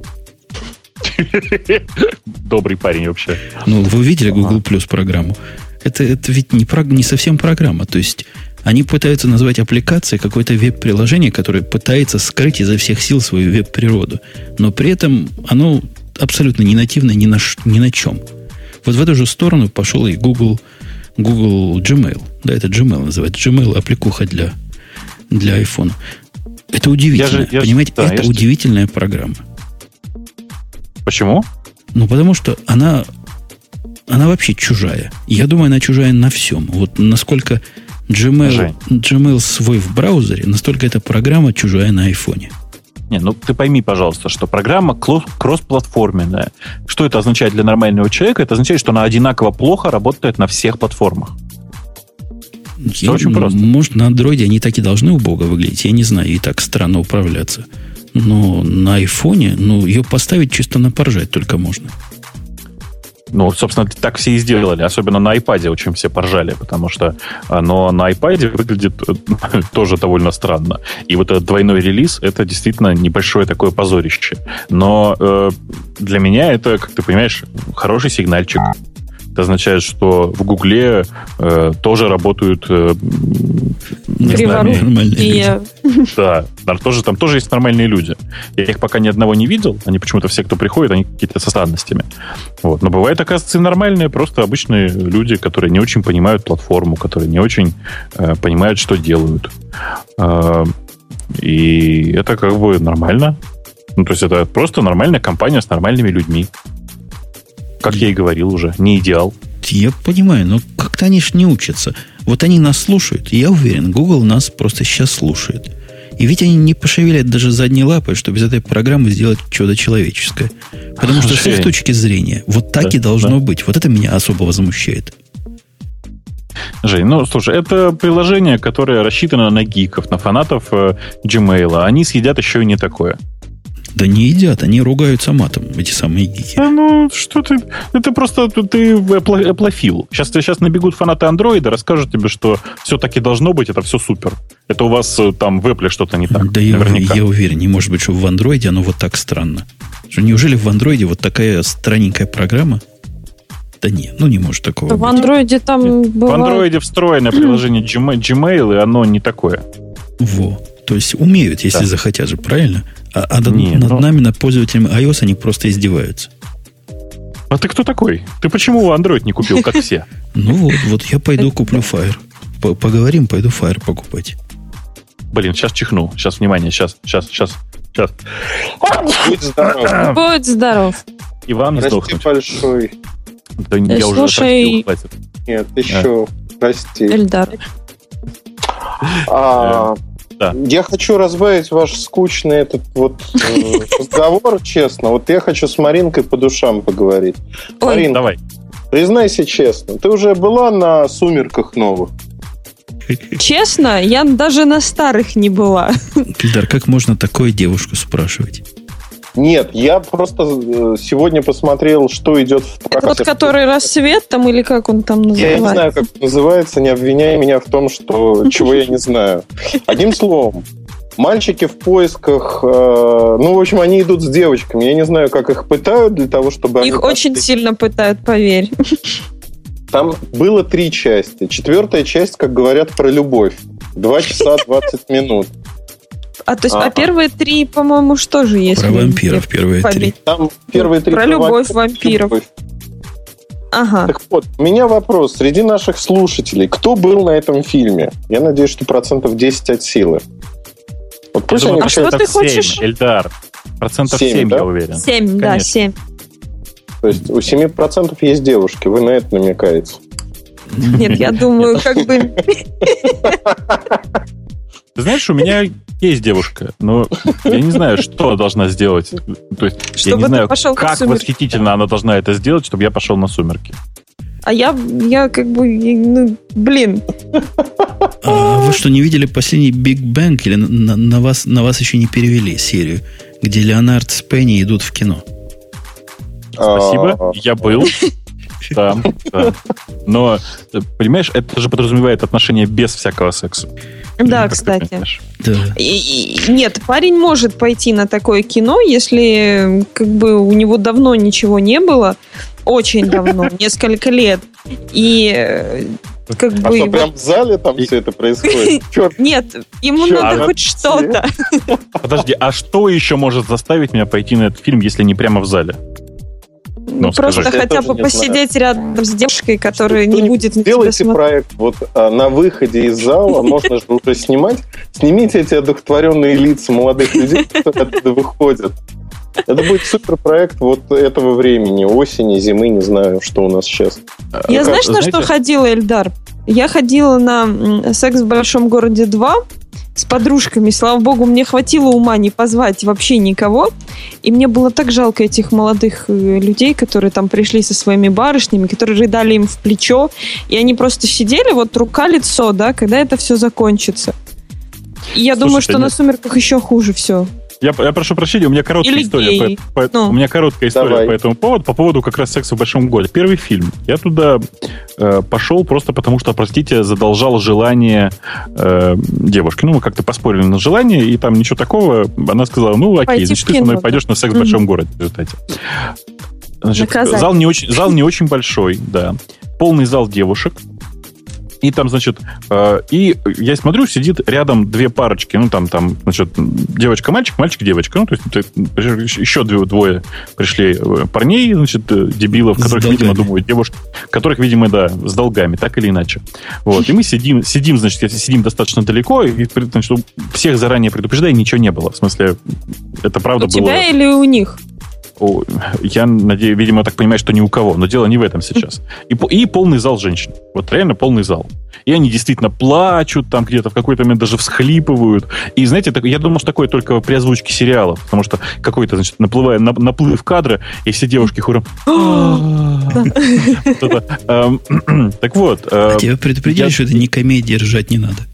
Добрый парень вообще. Ну, вы видели Google Plus программу? Это ведь не совсем программа. То есть они пытаются назвать аппликацией какое-то веб-приложение, которое пытается скрыть изо всех сил свою веб-природу. Но при этом оно абсолютно не нативное ни на чем. Вот в эту же сторону пошел и Google Gmail. Да, это Gmail называется. Gmail аппликуха для iPhone. Это удивительно. Понимаете, это удивительная программа. Почему? Ну, потому что она вообще чужая. Я думаю, она чужая на всем. Вот насколько Gmail свой в браузере, настолько эта программа чужая на айфоне. Не, ну ты пойми, пожалуйста, что программа кроссплатформенная. Что это означает для нормального человека? Это означает, что она одинаково плохо работает на всех платформах. Все очень просто. Может, на андроиде они так и должны убого выглядеть. Я не знаю, и так странно управляться. Но на айфоне, ее поставить чисто на поржать только можно. Ну, собственно, так все и сделали. Особенно на iPad очень все поржали, потому что оно на iPad выглядит тоже довольно странно. И вот этот двойной релиз, это действительно небольшое такое позорище. Но для меня это, как ты понимаешь, хороший сигнальчик. Это означает, что в Гугле тоже работают нормальные люди. Да, там тоже есть нормальные люди. Я их пока ни одного не видел. Они почему-то все, кто приходит, они какие-то со странностями. Вот. Но бывают, оказывается, и нормальные, просто обычные люди, которые не очень понимают платформу, которые не очень понимают, что делают. И это как бы нормально. Ну, то есть это просто нормальная компания с нормальными людьми. Как я и говорил уже, не идеал. Я понимаю, но как-то они ж не учатся. Вот они нас слушают, и я уверен, Google нас просто сейчас слушает. И ведь они не пошевелят даже задней лапой, чтобы из этой программы сделать что-то человеческое. Потому что с их точки зрения, вот так и должно быть. Вот это меня особо возмущает. Жень, слушай, это приложение, которое рассчитано на гиков, на фанатов Gmail. Они съедят еще и не такое. Да не едят, они ругаются матом, эти самые гики. Да что ты... Это просто ты эплофил. Сейчас набегут фанаты андроида, расскажут тебе, что все таки должно быть, это все супер. Это у вас там в Apple что-то не так. Да я уверен, не может быть, что в андроиде оно вот так странно. Что, неужели в андроиде вот такая странненькая программа? Да нет, не может такого быть. В андроиде там бывает... В андроиде встроенное приложение Gmail, и оно не такое. Во. То есть умеют, если захотят же, правильно? А над нами, над пользователями iOS, они просто издеваются. А ты кто такой? Ты почему Android не купил, как все? Вот я пойду куплю Fire. Поговорим, пойду Fire покупать. Блин, сейчас чихну. Сейчас, внимание, сейчас. Будь здоров. Будь здоров. И вам не сдохнуть. Прости большой. Да я уже простил, хватит. Нет, еще. Прости. Эльдар. Да. Я хочу разбавить ваш скучный этот разговор, честно. Вот я хочу с Маринкой по душам поговорить. Маринка, давай. Признайся честно, ты уже была на «Сумерках» новых? Честно, я даже на старых не была. Эльдар, как можно такое девушку спрашивать? Нет, я просто сегодня посмотрел, что идет в прокате. Это тот, который «Рассвет» там, или как он там называется? Я не знаю, как это называется, не обвиняй меня в том, чего я не знаю. Одним словом, мальчики в поисках, в общем, они идут с девочками. Я не знаю, как их пытают для того, чтобы... Их очень сильно пытают, поверь. Там было 3 части. 4-я часть, как говорят, про любовь. 2 часа 20 минут. А первые 3, по-моему, что же есть? Про вампиров первые 3. Там первые 3 про любовь вампиров. Ага. Так вот, у меня вопрос. Среди наших слушателей, кто был на этом фильме? Я надеюсь, что 10% от силы. Вот пусть они... что ты хочешь? Эльдар. 7%, да? я уверен. 7, Конечно. да, 7. То есть у 7% есть девушки. Вы на это намекаете? Нет, я думаю, как бы... Ты знаешь, у меня есть девушка, но я не знаю, что она должна сделать. То есть чтобы я не знаю, как «Сумерки». восхитительно она должна это сделать, чтобы я пошел на «Сумерки». А я как бы, блин. А вы что, не видели последний Big Bang? Или на вас еще не перевели серию, где Леонард с Пенни идут в кино? Спасибо, я был. Да. Но, понимаешь, это же подразумевает отношения без всякого секса. Да, кстати. Да. Нет, парень может пойти на такое кино, если как бы у него давно ничего не было, очень давно, несколько лет. И как бы... что, прям в зале там все это происходит? Черт. Нет, ему надо хоть что-то. Подожди, а что еще может заставить меня пойти на этот фильм, если не прямо в зале? Просто скажи. хотя бы посидеть рядом с девушкой, которая не будет на тебя Делайте смотреть. проект вот на выходе из зала, можно же уже снимать. Снимите эти одухотворенные лица молодых людей, которые оттуда выходят. Это будет суперпроект вот этого времени, осени, зимы, не знаю, что у нас сейчас. Я знаешь, на что ходила, Эльдар? Я ходила на «Секс в большом городе 2» с подружками. Слава богу, мне хватило ума не позвать вообще никого. И мне было так жалко этих молодых людей, которые там пришли со своими барышнями, которые рыдали им в плечо. И они просто сидели, вот рука-лицо, да, когда это все закончится. И я думаю, что на «Сумерках» еще хуже все. Я прошу прощения, у меня короткая история. У меня короткая история по этому поводу. По поводу как раз «Секса в большом городе». Первый фильм. Я туда пошел просто потому, что, простите, задолжал желание девушки. Мы как-то поспорили на желание, и там ничего такого. Она сказала, окей, значит, ты со мной пойдешь на «Секс в большом городе» в результате. Значит, зал не очень большой, да. Полный зал девушек. И там, значит, и я смотрю, сидит рядом 2 парочки. Значит, девочка-мальчик, мальчик-девочка. То есть еще двое пришли парней, значит, дебилов, которых, видимо, думают, девушки, которых, видимо, да, с долгами, так или иначе. Вот. И мы сидим, значит, сидим достаточно далеко, и, значит, всех заранее предупреждая, ничего не было. В смысле, это правда было... У тебя или у них? Я надеюсь, видимо, так понимаю, что ни у кого, но дело не в этом сейчас. И полный зал женщин. Вот реально полный зал. И они действительно плачут, там где-то в какой-то момент даже всхлипывают. И, знаете, я думал, что такое только при озвучке сериалов, потому что какой-то, значит, наплыв кадра, и все девушки хором... Так вот... А тебя предупредили, что это не комедия, ржать не надо?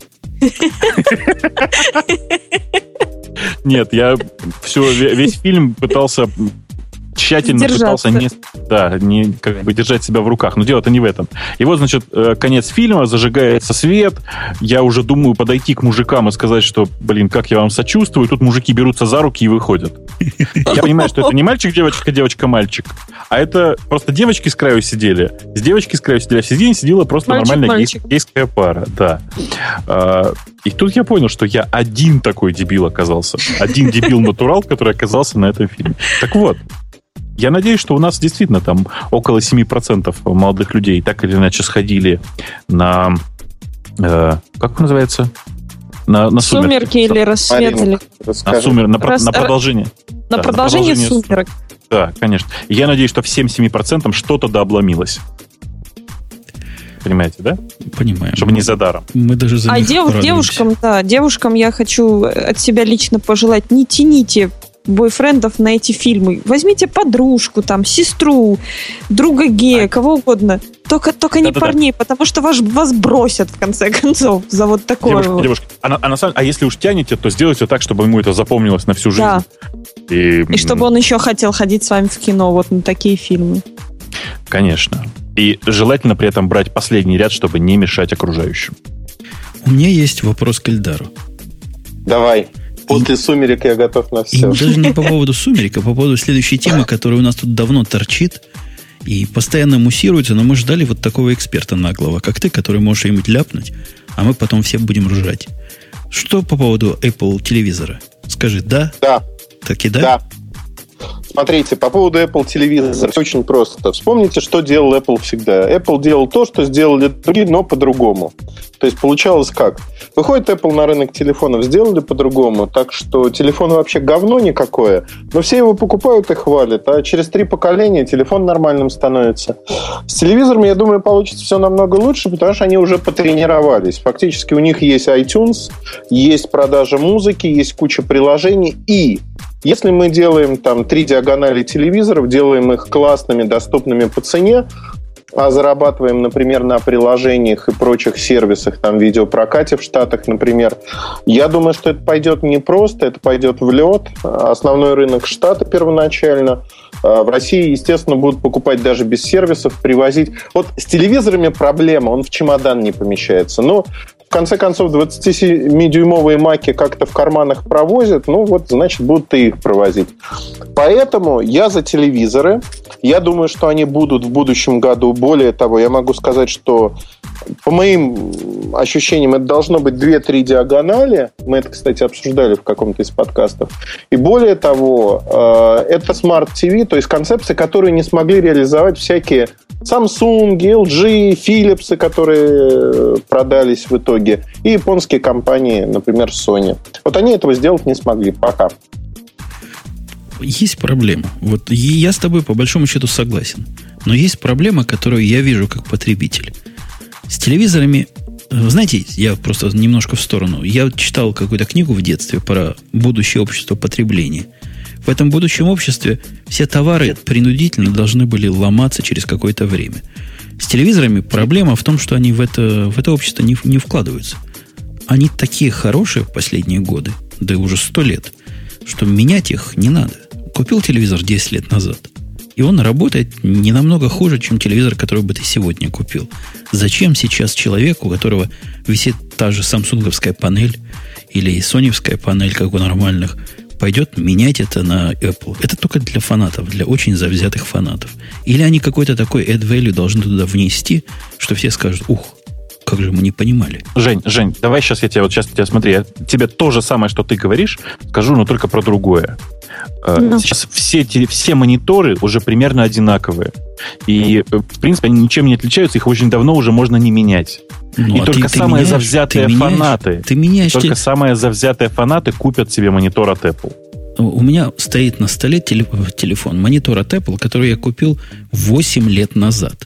Нет, я весь фильм пытался... Тщательно пытался держать себя в руках. Но дело-то не в этом. И вот, значит, конец фильма, зажигается свет. Я уже думаю подойти к мужикам и сказать, что, как я вам сочувствую. Тут мужики берутся за руки и выходят. Я понимаю, что это не мальчик-девочка, девочка-мальчик, а это просто девочки с краю сидели. С девочки с краю сидели, а в середине сидела просто нормальная гейская пара. Да. И тут я понял, что я один такой дебил оказался. Один дебил-натурал, который оказался на этом фильме. Так вот, я надеюсь, что у нас действительно там около 7% молодых людей так или иначе сходили на... как это называется? На «Сумерки» или «Рассвет». На продолжение. На продолжение «Сумерок». Да, конечно. И я надеюсь, что всем 7% что-то обломилось. Понимаете, да? Понимаем. Чтобы не за даром. Мы даже за них девушкам я хочу от себя лично пожелать: не тяните бойфрендов на эти фильмы. Возьмите подружку, там, сестру, друга гея, кого угодно. Только не парней, потому что вас бросят, в конце концов, за вот такое. Девушка, а если уж тянете, то сделайте так, чтобы ему это запомнилось на всю жизнь. Да. И чтобы он еще хотел ходить с вами в кино, вот на такие фильмы. Конечно. И желательно при этом брать последний ряд, чтобы не мешать окружающим. У меня есть вопрос к Эльдару. Давай. После «Сумерек» я готов на все. И даже не по поводу «Сумерек», а по поводу следующей темы, которая у нас тут давно торчит и постоянно муссируется, но мы ждали вот такого эксперта наглого, как ты, который может что-нибудь ляпнуть, а мы потом все будем ржать. Что по поводу Apple телевизора? Скажи, да? Да. Так и да? Да. Смотрите, по поводу Apple телевизора все очень просто. Вспомните, что делал Apple всегда. Apple делал то, что сделали другие, но по-другому. То есть получалось как? Выходит Apple на рынок телефонов, сделали по-другому, так что телефон вообще говно никакое, но все его покупают и хвалят, а через 3 поколения телефон нормальным становится. С телевизором, я думаю, получится все намного лучше, потому что они уже потренировались. Фактически у них есть iTunes, есть продажа музыки, есть куча приложений, и если мы делаем там 3 диагонали телевизоров, делаем их классными, доступными по цене, а зарабатываем, например, на приложениях и прочих сервисах, там, видеопрокате в Штатах, например, я думаю, что это пойдет не просто, это пойдет в лед. Основной рынок Штаты первоначально. В России, естественно, будут покупать даже без сервисов, привозить. Вот с телевизорами проблема, он в чемодан не помещается. Но в конце концов, 27-дюймовые маки как-то в карманах провозят, ну вот, значит, будут и их провозить. Поэтому я за телевизоры. Я думаю, что они будут в будущем году. Более того, я могу сказать, что по моим ощущениям это должно быть 2-3 диагонали. Мы это, кстати, обсуждали в каком-то из подкастов. И более того, это Smart TV, то есть концепции, которые не смогли реализовать всякие Samsung, LG, Philips, которые продались в итоге, и японские компании, например, Sony. Вот они этого сделать не смогли пока. Есть проблема. Вот я с тобой по большому счету согласен. Но есть проблема, которую я вижу как потребитель. С телевизорами, знаете, я просто немножко в сторону. Я читал какую-то книгу в детстве про будущее общество потребления. В этом будущем обществе все товары принудительно должны были ломаться через какое-то время. С телевизорами проблема в том, что они в это общество не вкладываются. Они такие хорошие в последние годы, да и уже 100 лет, что менять их не надо. Купил телевизор 10 лет назад, и он работает не намного хуже, чем телевизор, который бы ты сегодня купил. Зачем сейчас человеку, у которого висит та же самсунговская панель или соневская панель, как у нормальных, пойдет менять это на Apple? Это только для фанатов, для очень завзятых фанатов. Или они какой-то такой add value должны туда внести, что все скажут, ух, как же мы не понимали. Жень, давай сейчас я тебя смотри, я тебе то же самое, что ты говоришь, скажу, но только про другое. Сейчас все мониторы уже примерно одинаковые. И, в принципе, они ничем не отличаются, их очень давно уже можно не менять. Ну, и только самые завзятые фанаты самые завзятые фанаты купят себе монитор от Apple. У меня стоит на столе телефон, монитор от Apple, который я купил 8 лет назад.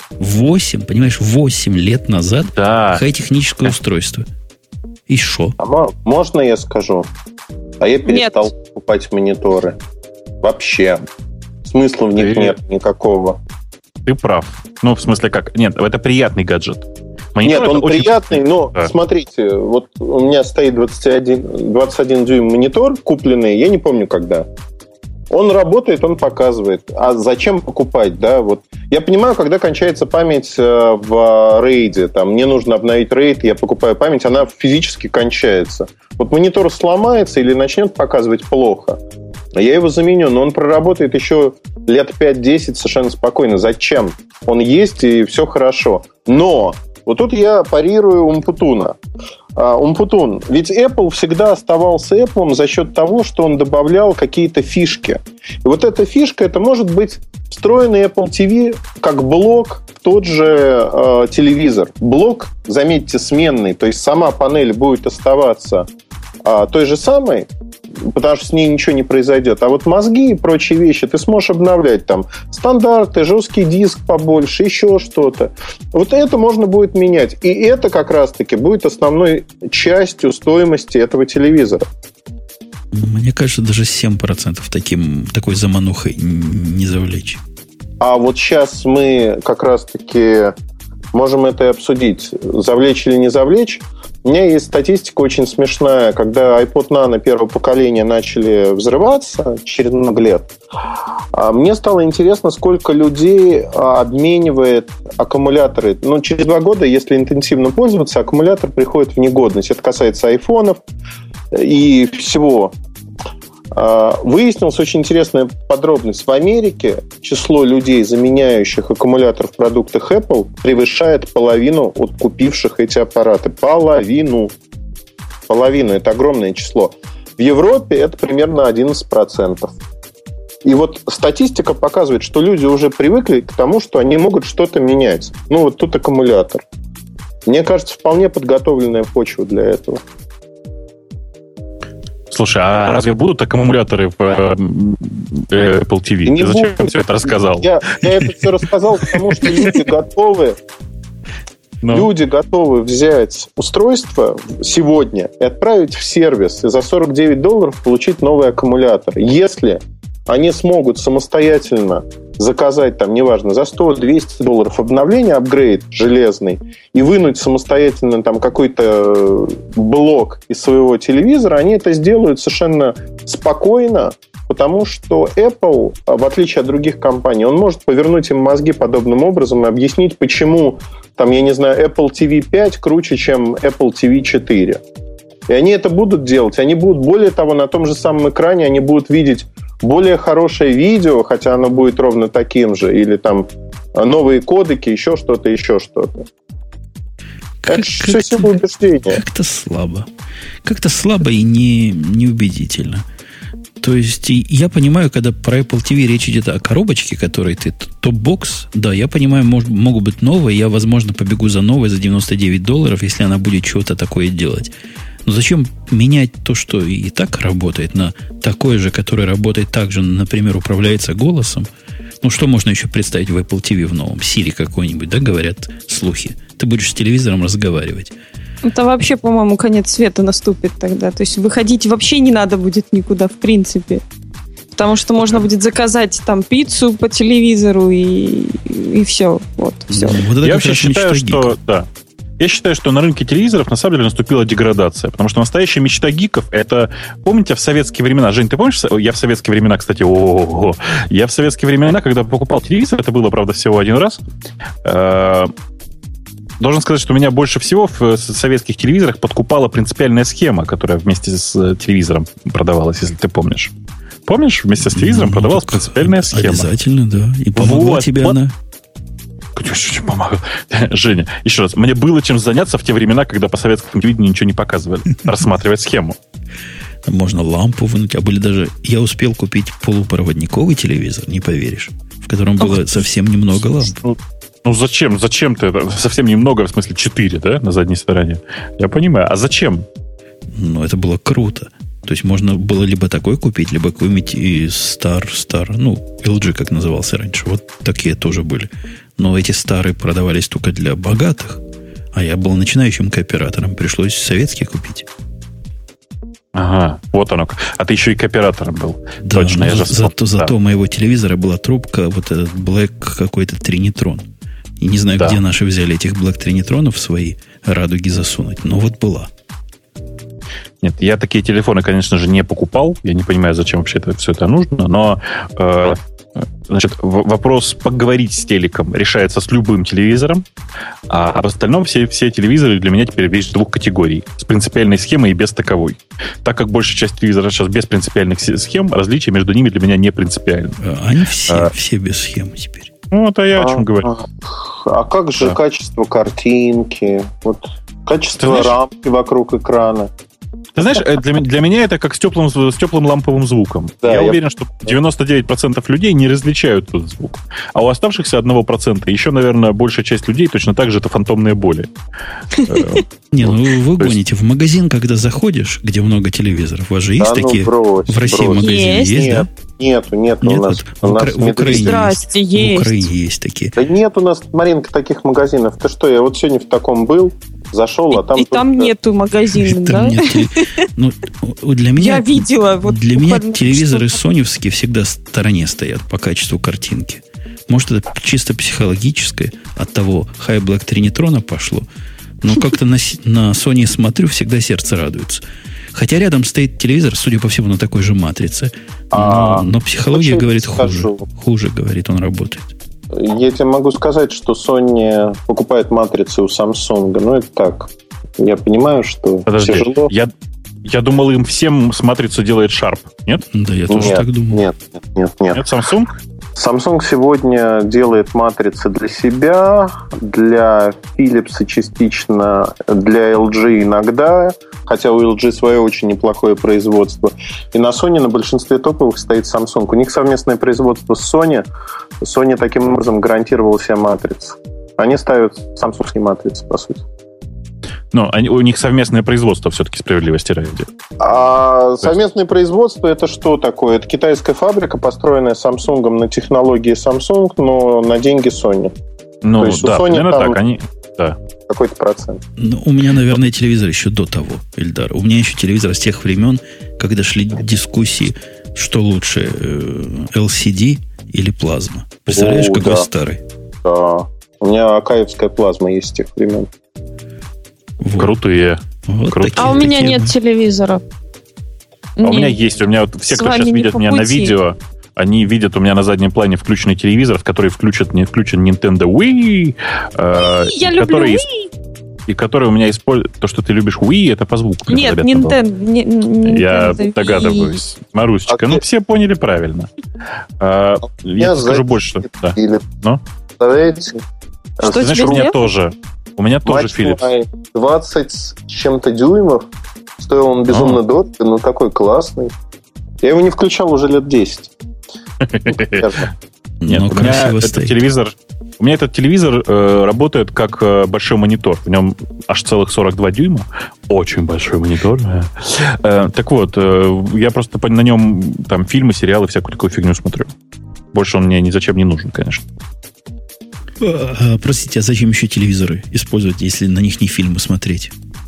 8 лет назад. Да. Хай-техническое устройство. И шо? Можно я скажу? А я перестал покупать мониторы. Вообще. Смысла в них нет никакого. Ты прав. Ну, в смысле как? Нет, это приятный гаджет. Монитор нет, он приятный, но смотрите, вот у меня стоит 21 дюйм монитор купленный, я не помню когда. Он работает, он показывает. А зачем покупать, да? Вот. Я понимаю, когда кончается память в рейде, там, мне нужно обновить рейд, я покупаю память, она физически кончается. Вот монитор сломается или начнет показывать плохо, я его заменю, но он проработает еще лет 5-10 совершенно спокойно. Зачем? Он есть, и все хорошо. Но вот тут я парирую Умпутуна. Умпутун, ведь Apple всегда оставался Apple за счет того, что он добавлял какие-то фишки. И вот эта фишка, это может быть встроенный Apple TV как блок в тот же телевизор. Блок, заметьте, сменный, то есть сама панель будет оставаться той же самой, потому что с ней ничего не произойдет. А вот мозги и прочие вещи ты сможешь обновлять. Там стандарты, жесткий диск побольше, еще что-то. Вот это можно будет менять. И это как раз-таки будет основной частью стоимости этого телевизора. Мне кажется, даже 7% такой заманухой не завлечь. А вот сейчас мы как раз-таки можем это и обсудить. Завлечь или не завлечь. У меня есть статистика очень смешная. Когда iPod Nano первого поколения начали взрываться через много лет, мне стало интересно, сколько людей обменивает аккумуляторы. Ну, через 2 года, если интенсивно пользоваться, аккумулятор приходит в негодность. Это касается айфонов и всего. Выяснилась очень интересная подробность. В Америке число людей, заменяющих аккумулятор в продуктах Apple, превышает половину от купивших эти аппараты. Половину. Это огромное число. В Европе это примерно 11%. И вот статистика показывает, что люди уже привыкли к тому, что они могут что-то менять. Ну, вот тут аккумулятор. Мне кажется, вполне подготовленная почва для этого. Слушай, а разве будут аккумуляторы в Apple TV? Не Ты зачем буду. все это рассказал? Я это все рассказал, потому что люди готовы. Люди готовы взять устройство сегодня и отправить в сервис и за $49 получить новый аккумулятор. Если они смогут самостоятельно заказать, там, неважно, за $100-200 обновление, апгрейд железный, и вынуть самостоятельно там какой-то блок из своего телевизора, они это сделают совершенно спокойно, потому что Apple, в отличие от других компаний, он может повернуть им мозги подобным образом и объяснить, почему, там, я не знаю, Apple TV 5 круче, чем Apple TV 4. И они это будут делать. Они будут, более того, на том же самом экране они будут видеть более хорошее видео, хотя оно будет ровно таким же, или там новые кодеки, еще что-то. Это все сила убеждения. Как-то слабо и неубедительно. То есть, я понимаю, когда про Apple TV речь идет о коробочке, которой ты топ-бокс, да, я понимаю, могут быть новые, я, возможно, побегу за новой за $99, если она будет что-то такое делать. Но зачем менять то, что и так работает, на такое же, которое работает так же, например, управляется голосом? Ну, что можно еще представить в Apple TV в новом? Siri какой-нибудь, да, говорят слухи. Ты будешь с телевизором разговаривать. Это вообще, по-моему, конец света наступит тогда. То есть выходить вообще не надо будет никуда, в принципе. Потому что можно будет заказать там пиццу по телевизору и все. Вот, все. Вот я вообще считаю, что... Да. Я считаю, что на рынке телевизоров на самом деле наступила деградация, потому что настоящая мечта гиков — это, помните, в советские времена, Жень, ты помнишь, я в советские времена, кстати, я в советские времена, когда покупал телевизор, это было, правда, всего один раз, должен сказать, что меня больше всего в советских телевизорах подкупала принципиальная схема, которая вместе с телевизором продавалась, если ты помнишь. Помнишь, вместе с телевизором продавалась принципиальная схема. Обязательно, да. И помогла тебе она... Очень помогал. Женя, еще раз, мне было чем заняться в те времена, когда по советскому телевидению ничего не показывали. Рассматривать схему. Можно лампу вынуть, а были даже... Я успел купить полупроводниковый телевизор, не поверишь, в котором было совсем немного ламп. Ну зачем? Зачем ты? Совсем немного, в смысле 4, да, на задней стороне? Я понимаю. А зачем? Ну, это было круто. То есть можно было либо такой купить, либо какой-нибудь и Star, ну, LG, как назывался раньше. Вот такие тоже были. Но эти старые продавались только для богатых. А я был начинающим кооператором. Пришлось советские купить. Ага, вот оно. А ты еще и кооператором был. Да, точно, я же зато у моего телевизора была трубка, вот этот Black какой-то Trinitron. И не знаю, где наши взяли этих Black Trinitronов в свои радуги засунуть. Но вот была. Нет, я такие телефоны, конечно же, не покупал. Я не понимаю, зачем вообще все это нужно. Но, значит, вопрос поговорить с телеком решается с любым телевизором. А в остальном все телевизоры для меня теперь есть 2 категорий. С принципиальной схемой и без таковой. Так как большая часть телевизоров сейчас без принципиальных схем, различия между ними для меня не принципиальны. Они все без схемы теперь. Ну, это я о чем говорю. А как же качество картинки? Вот качество рамки вокруг экрана? Ты знаешь, для меня это как с теплым ламповым звуком. Да, я уверен, что 99% людей не различают этот звук. А у оставшихся 1% еще, наверное, большая часть людей точно так же это фантомные боли. Не, ну вы гоните. В магазин, когда заходишь, где много телевизоров, у вас же есть такие... В России магазины есть, да? Нету у нас. В Украине есть такие. Да нет у нас, Маринка, таких магазинов. Ты что, я вот сегодня в таком был, зашел, а там... И там нету магазина, да? Ну, для меня... Я видела. Для меня телевизоры соневские всегда в стороне стоят по качеству картинки. Может, это чисто психологическое, от того High Black Trinitrona пошло. Но как-то на Sony смотрю, всегда сердце радуется. Хотя рядом стоит телевизор, судя по всему, на такой же матрице. Но психология говорит хуже. Хуже, говорит, он работает. Я тебе могу сказать, что Sony покупает матрицы у Samsung. Ну, это так. Я понимаю, что тяжело. Я думал, им всем с матрицу делает Sharp, нет? Да, я тоже так думал. Нет. Нет, Samsung? Samsung сегодня делает матрицы для себя, для Philips частично, для LG иногда, хотя у LG свое очень неплохое производство. И на Sony на большинстве топовых стоит Samsung. У них совместное производство с Sony. Sony таким образом гарантировала себе матрицы. Они ставят самсунгские матрицы, по сути. Но у них совместное производство, все-таки, справедливости ради. А совместное производство это что такое? Это китайская фабрика, построенная Samsung на технологии Samsung, но на деньги Sony. Ну, то есть да, у Sony примерно там так. Они, да. какой-то процент. Ну, у меня, наверное, телевизор еще до того, Эльдар. У меня еще телевизор с тех времен, когда шли дискуссии, что лучше, LCD или плазма. Представляешь, какой старый? Да. У меня акаевская плазма есть с тех времен. Вот. Крутые. Вот Крутые. А у меня нет телевизора. А у меня есть. У меня вот все, кто сейчас видят меня на видео, они видят у меня на заднем плане включенный телевизор, в который включен Nintendo Wii. Я люблю Wii. И который у меня использует... То, что ты любишь Wii, это по звуку. Нет, Nintendo. Я догадываюсь. Марусечка, все поняли правильно. Я скажу больше, что... Да. Ну? Представляете? Что знаешь, у меня тоже Philips. 20 с чем-то дюймов. Стоил он безумно дорого, но такой классный. Я его не включал уже лет 10. Нет, у меня этот телевизор работает как большой монитор. В нем аж целых 42 дюйма. Очень большой монитор. Так вот, я просто на нем там фильмы, сериалы, всякую такую фигню смотрю. Больше он мне ни зачем не нужен, конечно. Простите, а зачем еще телевизоры использовать, если на них не фильмы смотреть?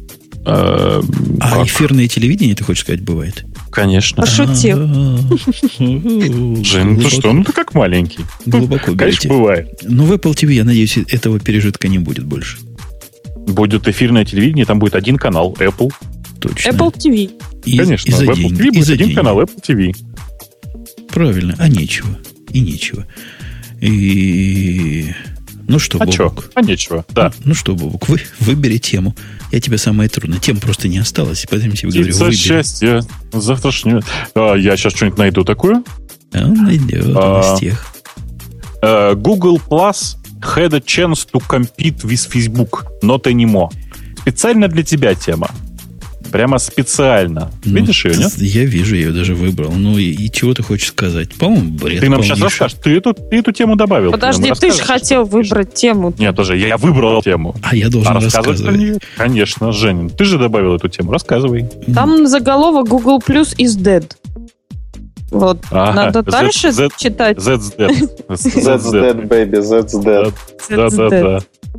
Эфирное телевидение, ты хочешь сказать, бывает? Конечно. Пошутил. Жень, ну что, ты как маленький. Глубоко берете. Конечно, бывает. Но в Apple TV, я надеюсь, этого пережитка не будет больше. Будет эфирное телевидение, там будет один канал Apple. Точно. Apple TV. Конечно, в Apple TV будет один канал Apple TV. Правильно, а нечего. И нечего. И... Ну что, Бобук? А нечего, да. Ну что, Бобук, выбери тему. Я тебе самое трудное. Тем просто не осталось. Поэтому я тебе говорю, выбери. Счастье. Завтрашнее. Я сейчас что-нибудь найду такое. Он найдет из тех. Google Plus had a chance to compete with Facebook, not anymore. Специально для тебя тема. Прямо специально. Видишь ее, нет? Я вижу, я ее даже выбрал. Ну и чего ты хочешь сказать? По-моему, бред. Ты нам сейчас расскажешь. Ты эту тему добавил. Подожди, ты же хотел выбрать тему. Нет, тоже я выбрал тему. А я должен рассказывать. Конечно, Женя. Ты же добавил эту тему. Рассказывай. Там заголовок Google Plus is dead. Вот. Надо дальше читать. That's dead. That's dead, baby. That's dead. Да.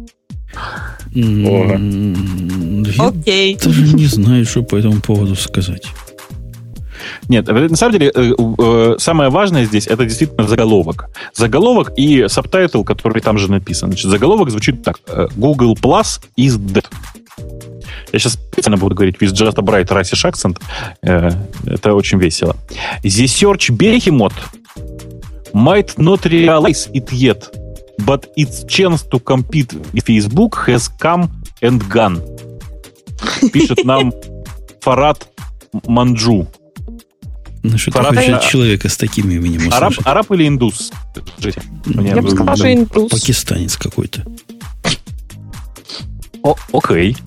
Окей. Я даже не знаю, что по этому поводу сказать. Нет, на самом деле, самое важное здесь это действительно заголовок. Заголовок и сабтайтл, который там же написан. Значит, заголовок звучит так. Google Plus is dead. Я сейчас специально буду говорить with just a bright Russian accent. Это очень весело. The search behemoth might not realize it yet, but its chance to compete with Facebook has come and gone. Пишет нам Фарад Манджу. Ну что, ты хочешь человека с таким именем услышать? Араб или индус? Я бы сказал, что индус. Пакистанец какой-то. Окей.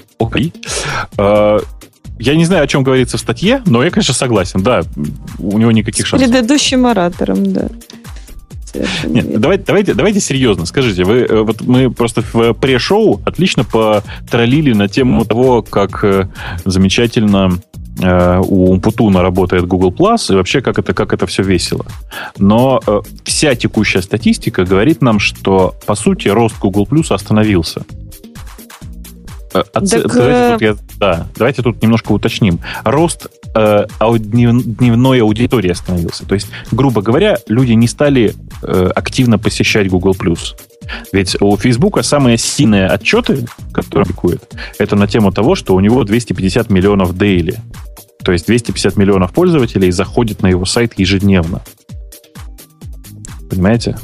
Я не знаю, о чем говорится в статье, но я, конечно, согласен. Да, у него никаких шансов. С предыдущим оратором, да. Нет, давайте серьезно. Скажите, мы просто в пре-шоу отлично потроллили на тему того, как замечательно у Умпутуна работает Google Plus и вообще как это все весело. Но вся текущая статистика говорит нам, что по сути рост Google Plus остановился. Давайте тут немножко уточним. Рост дневной аудитории остановился. То есть, грубо говоря, люди не стали активно посещать Google+. Ведь у Фейсбука самые сильные отчеты, которые публикует, это на тему того, что у него 250 миллионов дейли. То есть 250 миллионов пользователей заходят на его сайт ежедневно. Понимаете?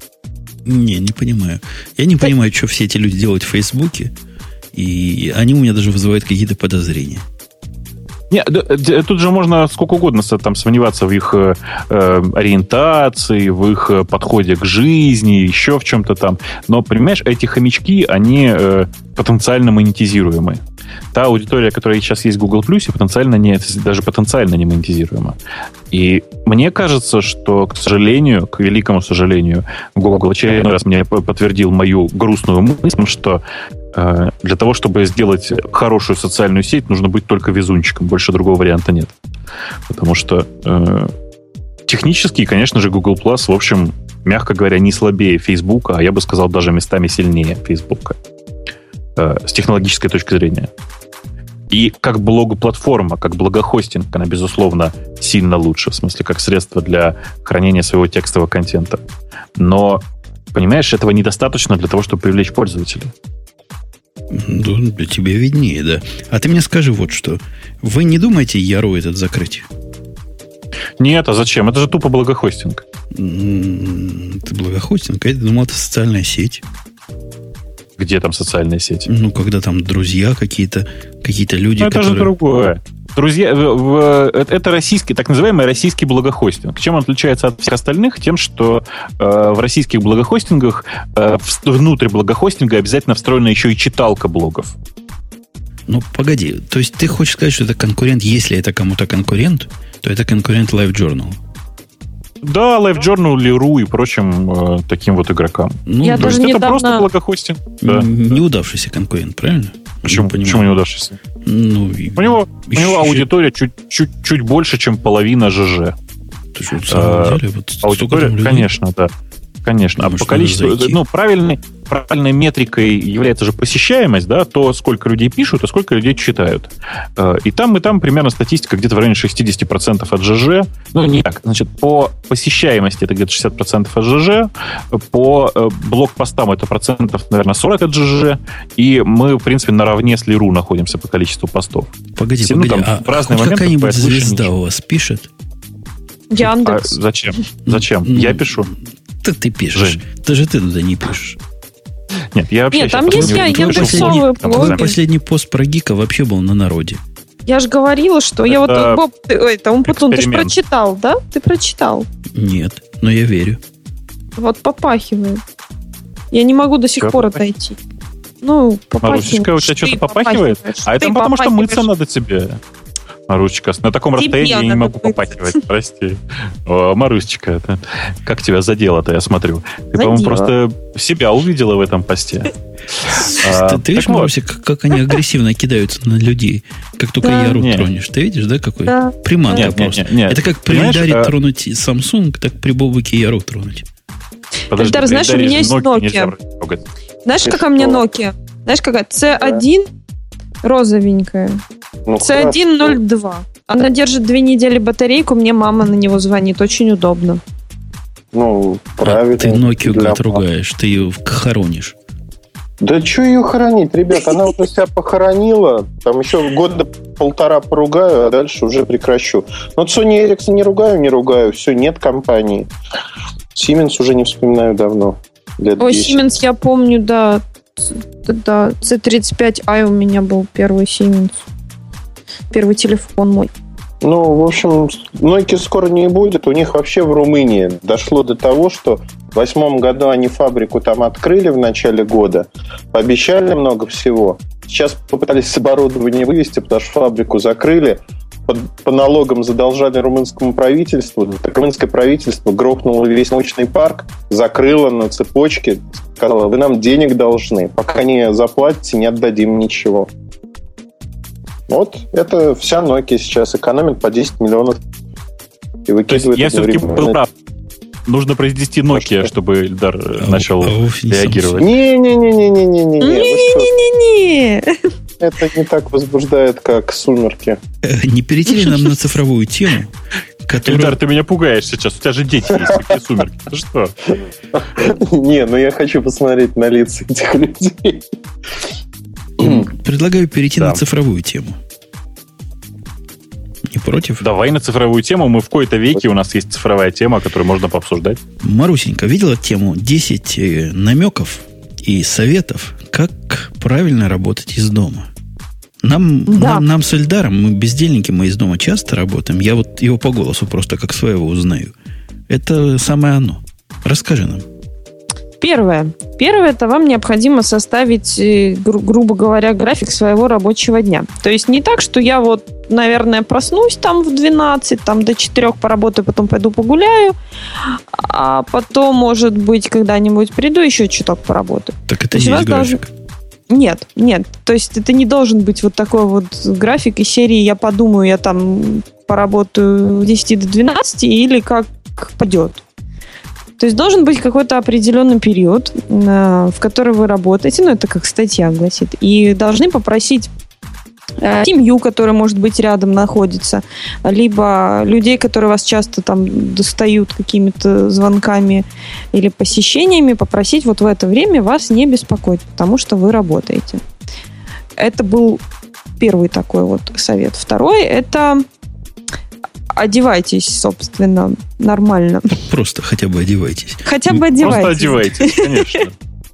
Не понимаю. Я не понимаю, что все эти люди делают в Фейсбуке, и они у меня даже вызывают какие-то подозрения. Нет, тут же можно сколько угодно там сомневаться в их ориентации, в их подходе к жизни, еще в чем-то там. Но, понимаешь, эти хомячки, они потенциально монетизируемы. Та аудитория, которая сейчас есть в Google+, даже потенциально не монетизируема. И мне кажется, что, к сожалению, к великому сожалению, Google очередной раз мне подтвердил мою грустную мысль, что для того, чтобы сделать хорошую социальную сеть, нужно быть только везунчиком. Больше другого варианта нет. Потому что технически, конечно же, Google+, в общем, мягко говоря, не слабее Фейсбука, а я бы сказал, даже местами сильнее Фейсбука. С технологической точки зрения. И как блог-платформа, как блогохостинг, она, безусловно, сильно лучше. В смысле, как средство для хранения своего текстового контента. Но, понимаешь, этого недостаточно для того, чтобы привлечь пользователей. Ну, для тебя виднее, да. А ты мне скажи вот что. Вы не думаете Яру этот закрыть? Нет, а зачем? Это же тупо блогохостинг. Это блогохостинг? Я думал, это социальная сеть. Где там социальная сеть? Ну, когда там друзья какие-то люди, это же другое. Друзья, это российский, так называемый российский блогохостинг. Чем он отличается от всех остальных? Тем, что в российских блогохостингах внутрь блогохостинга обязательно встроена еще и читалка блогов. Ну, погоди. То есть ты хочешь сказать, что это конкурент, если это кому-то конкурент, то это конкурент LiveJournal? Да, LiveJournal, Леру и прочим таким вот игрокам. Ну, я даже это недавно... просто блогохостинг. Да. Неудавшийся конкурент, правильно? Почему неудавшийся? Ну, у него аудитория чуть больше, чем половина ЖЖ. Ты что, в самом деле? Вот аудитория, конечно, да. Конечно. А по количеству... правильной метрикой является же посещаемость, да, то, сколько людей пишут, и сколько людей читают. И там примерно статистика где-то в районе 60% от ЖЖ. Ну, не так. Значит, по посещаемости это где-то 60% от ЖЖ, по блог-постам это процентов, наверное, 40 от ЖЖ, и мы, в принципе, наравне с Леру находимся по количеству постов. Погоди, а какая-нибудь звезда у вас пишет? Яндекс. Зачем? Я пишу. Ты пишешь. Жень. Ты туда не пишешь. Нет, я вообще... Нет, там есть яндексовые блоги. Последний пост про Гика вообще был на народе. Я же говорила, что... Я вот... Боб, Умпутун, ты же прочитал, да? Ты прочитал? Нет, но я верю. Вот попахивает. Я не могу до сих пор отойти. Ну, попахивает. Марусечка, у тебя что-то попахивает? А это потому, что мыться надо тебе. Марусечка, на таком расстоянии я не могу попахивать, прости. Марусечка, как тебя задело-то, я смотрю. Ты, по-моему, просто себя увидела в этом посте. Ты видишь, Маруся, как они агрессивно кидаются на людей, как только Яру тронешь. Ты видишь, да, какой? Приманка просто. Это как при Эльдаре тронуть Samsung, так при Бобуке Яру тронуть. Эльдар, знаешь, у меня есть Nokia. Знаешь, какая у меня Nokia? Знаешь, какая? C1 розовенькая. C102. Она держит 2 недели батарейку, мне мама на него звонит. Очень удобно. Ну, правильно. Ты Nokia, говорит, ругаешь, ты ее хоронишь. Да что ее хоронить, ребят? Она уже себя похоронила. Там еще 1-1.5 года поругаю, а дальше уже прекращу. Но Sony Ericsson не ругаю. Все, нет компании. Siemens уже не вспоминаю давно. Ой, Siemens я помню, да. Да, C35i у меня был первый Siemens. Первый телефон мой. Ну, в общем, Nokia скоро не будет. У них вообще в Румынии дошло до того, что в 2008 году они фабрику там открыли в начале года. Пообещали много всего. Сейчас попытались с оборудования вывести, потому что фабрику закрыли. По налогам задолжали румынскому правительству. Так румынское правительство грохнуло весь научный парк, закрыло на цепочке, сказало, вы нам денег должны. Пока не заплатите, не отдадим ничего. Вот это вся Nokia сейчас экономит по 10 миллионов и выкидывает. Я все-таки был прав. Нужно произвести Nokia, чтобы Эльдар начал реагировать. Не-не-не-не-не-не. это не так возбуждает, как «Сумерки». Не перейти ли нам на цифровую тему? Ильдар, ты меня пугаешь сейчас. У тебя же дети есть, какие «Сумерки». Ты что? Не, я хочу посмотреть на лица этих людей. Предлагаю перейти на цифровую тему. Не против? Давай на цифровую тему. Мы в кои-то веке, у нас есть цифровая тема, которую можно пообсуждать. Марусенька, видела тему 10 намеков и советов, как правильно работать из дома? Нам с Эльдаром, мы бездельники, мы из дома часто работаем. Я вот его по голосу просто как своего узнаю. Это самое оно. Расскажи нам. Первое, это вам необходимо составить, грубо говоря, график своего рабочего дня. То есть не так, что я вот, наверное, проснусь там в 12, там до 4 поработаю, потом пойду погуляю, а потом, может быть, когда-нибудь приду, еще чуток поработаю. Так это и есть график. Нет. То есть это не должен быть вот такой вот график из серии «я подумаю, я там поработаю с 10 до 12» или как пойдет. То есть должен быть какой-то определенный период, в который вы работаете, это как статья гласит, и должны попросить семью, которая, может быть, рядом находится, либо людей, которые вас часто там достают какими-то звонками или посещениями, попросить вот в это время вас не беспокоить, потому что вы работаете. Это был первый такой вот совет. Второй – это одевайтесь, собственно, нормально. Просто хотя бы одевайтесь. Хотя бы одевайтесь. Просто одевайтесь, конечно.